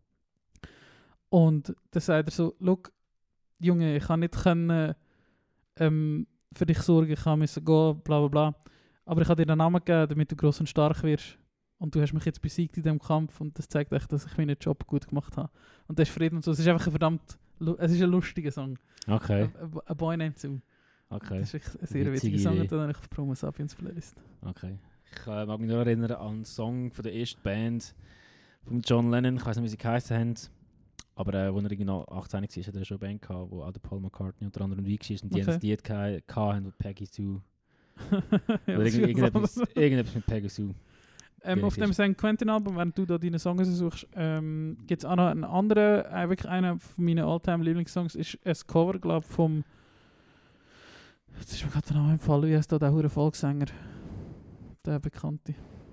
Und dann sagt er so, «Look, Junge, ich kann nicht für dich sorgen, ich musste gehen, bla bla bla. Aber ich habe dir einen Namen gegeben, damit du gross und stark wirst. Und du hast mich jetzt besiegt in diesem Kampf und das zeigt echt, dass ich meinen Job gut gemacht habe.» Und das ist Frieden und so. Es ist einfach es ist ein lustiger Song. Okay. A Boy Named Sue. Okay. Das ist echt ein sehr Witzige witziger Song Idee. und dann habe ich auf Promo Sapiens Playlist. Okay. Ich mag mich nur erinnern an einen Song von der ersten Band von John Lennon. Ich weiß nicht, wie sie geheißen haben. Aber als er irgendwie noch 18 war, hatte er schon eine Band gehabt, wo auch der Paul McCartney unter anderem dabei war. Und die haben ein Lied gehabt, wo Peggy Sue. Ja, Oder das ist irgendetwas, was. irgendetwas mit Peggy Sue. Auf dem St. Quentin Album, während du da deine Songs suchst, gibt es auch noch einen anderen, wirklich einer von meinen Alltime Lieblingssongs, ist ein Cover, glaube ich, vom, jetzt ist mir gerade der Name empfallen, wie heißt da der hure Volkssänger, der Bekannte.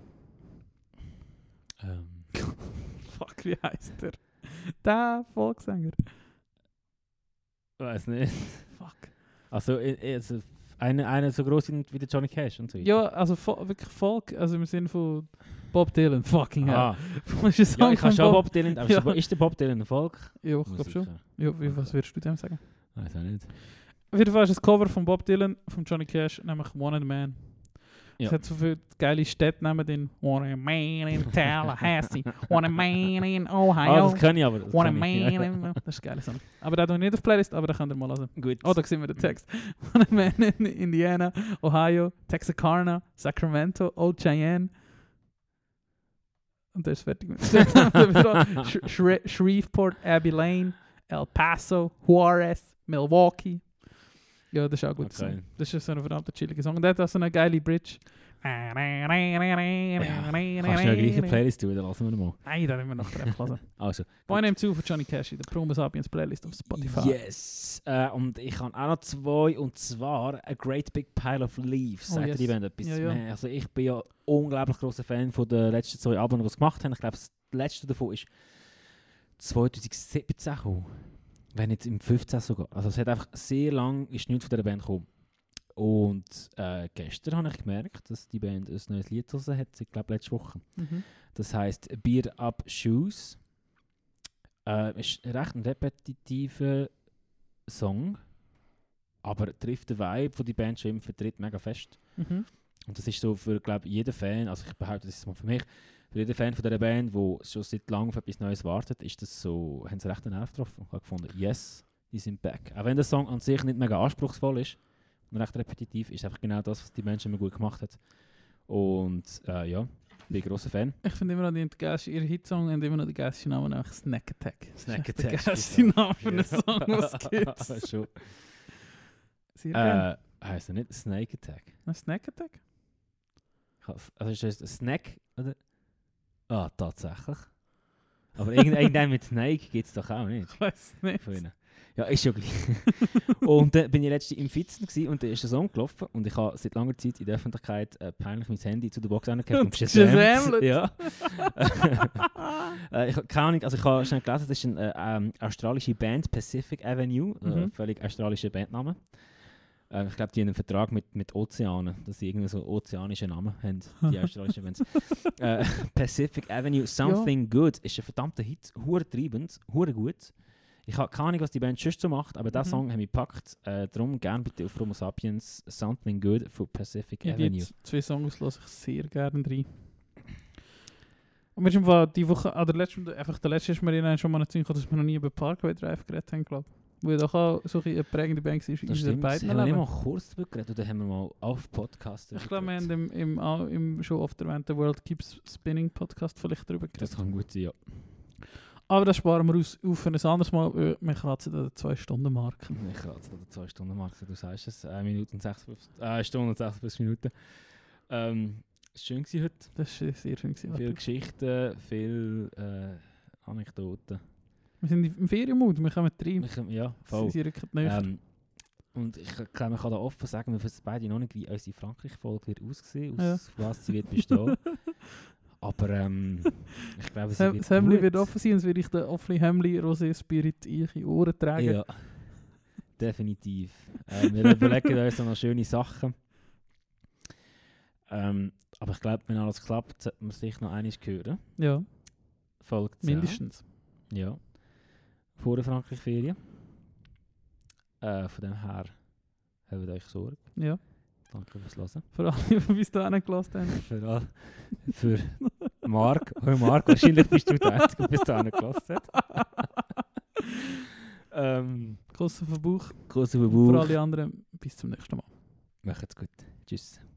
Fuck, wie heißt der? Der Volkssänger. Weiß nicht. Fuck. Also, Einer so groß wie der Johnny Cash und so. Ja, also wirklich Folk, also im Sinne von Bob Dylan, fucking hell. Ah. Das ist ein Ja, ich Song habe von schon Bob Dylan, aber Ja. ist der Bob Dylan ein Folk? Ja, ich glaube schon. Ja, was würdest du dem sagen? Weiß auch nicht. Auf jeden Fall ist das Cover von Bob Dylan, von Johnny Cash, nämlich Wanted Man. Ja. Es hat so viele geile Städte neben den Wanted Man in Tallahassee, Wanted Man in Ohio, Das kann ich aber. Das Wanted kann Man ich. in... Das ist ein geiler Song. Aber den tue ich nicht auf Playlist, aber den könnt ihr mal hören. Gut. Oh, da sehen wir den Text. Wanted Man in Indiana, Ohio, Texarkana, Sacramento, Old Cheyenne. Und der ist fertig. Shreveport, Abbey Lane, El Paso, Juarez, Milwaukee. Ja, das ist auch ein guter Okay. Song. Das ist so ein verdammter chilliger Song. Und der hat auch so eine geile Bridge. Kannst du eine gleiche Playlist tun, dann lassen wir mal. Nein, da haben wir noch drauf lassen. Also. Boy Name 2 von Johnny Cash in der Promo Sapiens Playlist auf Spotify. Yes! Und ich habe auch noch 2, und zwar A Great Big Pile of Leaves. Oh, Sagt yes. die Band etwas? Ja, ja. Also ich bin ja unglaublich grosser Fan von den letzten 2 Alben, die sie gemacht haben. Ich glaube, das letzte davon ist 2017 gekommen. Wenn nicht im 15 sogar. Also es hat einfach sehr lang ist nichts von dieser Band gekommen. Und gestern habe ich gemerkt, dass die Band ein neues Lied draussen hat, ich glaube letzte Woche. Mhm. Das heisst Beard Up Shoes. Ist recht ein repetitiver Song, aber trifft den Vibe, den die Band schon immer vertritt, mega fest. Mhm. Und das ist so für, glaube ich, jeden Fan, also ich behaupte das ist mal für mich, für jeden Fan von dieser Band, der schon seit langem auf etwas Neues wartet, ist das so, haben sie recht einen Nerv getroffen. Ich habe gefunden, yes, die sind back. Auch wenn der Song an sich nicht mega anspruchsvoll ist und recht repetitiv, ist einfach genau das, was die Band schon immer gut gemacht hat. Und ja, bin ein grosser Fan. Ich finde immer noch die geilste, ihre Hitsong und immer noch die geilste Namen, nämlich Snack Attack. Snack Das ist der Attack. geilste Name für einen Song, was es gibt. Schon. Sehr geil. Heisst er nicht Snake Attack? Ein Snack Attack? Also ist das ein Snack? Oder? Ah, tatsächlich. Aber irgendeinen mit Snake gibt es doch auch nicht. Ich weiß nicht. Von ihnen. Ja, ist schon gleich. Und dann bin ich letztens im Fitzen gewesen und dann ist der Song gelaufen und ich habe seit langer Zeit in der Öffentlichkeit peinlich mein Handy zu der Box angehört und Shazamt. Ja. Ich habe keine Ahnung, also ich habe schnell gelesen, das ist eine australische Band, Pacific Avenue, völlig australischer Bandname. Ich glaube, die haben einen Vertrag mit Ozeanen, dass sie irgendwie so ozeanische Namen haben, die australischen Bands. Pacific Avenue, Something Good ist ein verdammter Hit, hure treibend, hure gut. Ich habe keine Ahnung, was die Band sonst so macht, aber diesen Song haben wir gepackt. Darum gerne bitte auf Homo Sapiens Something Good von Pacific Ja, Avenue. die 2 Songs lasse ich sehr gerne rein. Und wir sind im Fall die Woche, der letzte ist mir in schon mal nicht gekommen, dass wir noch nie über Parkway Drive geredet haben, glaube ich. Wo ja doch auch so eine prägende Band war in Das unseren stimmt, beiden haben wir nicht Leben. mal kurz darüber geredet oder haben wir mal auf Podcast Ich glaube, wir haben im schon oft erwähnten World Keeps Spinning Podcast vielleicht darüber geredet. Das kann gut sein, ja. Aber das sparen wir uns auf für ein anderes Mal. Wir kratzen an der 2-Stunden-Marke. Ich rate an der 2-Stunden-Marke, du sagst es. 1 Stunde und 56 Minuten. Schön gewesen heute. Das war sehr schön. Viele Geschichten, viele Anekdoten. Wir sind im Ferienmut, wir kommen rein. Ja, voll. Sie rücken näher. Und ich glaube, man kann da offen sagen, wir wissen beide noch nicht, wie unsere Frankreich-Folge wird aussehen, aus Ja. was sie wird bestehen. Aber ich glaube, sie wird Das Hemli gut. wird offen sein, sonst werde ich den Offli Hemli Rosé Spirit in die Ohren tragen. Ja, definitiv. Wir überlegen uns noch schöne Sachen. Aber ich glaube, wenn alles klappt, sollte man sich noch einmal hören. Ja, Folge 10. mindestens. Ja. Vor der Frankreich-Ferien. Von dem her habt euch Sorge. Ja. Danke fürs Hören. Vor allem, die bis dahin gelassen haben. Für Marc. Oh Marc, wahrscheinlich bist du der Einzige, der bis dahin gelassen hat. Kuss auf den Bauch. Kuss auf den Für Bauch. alle anderen, bis zum nächsten Mal. Macht's gut. Tschüss.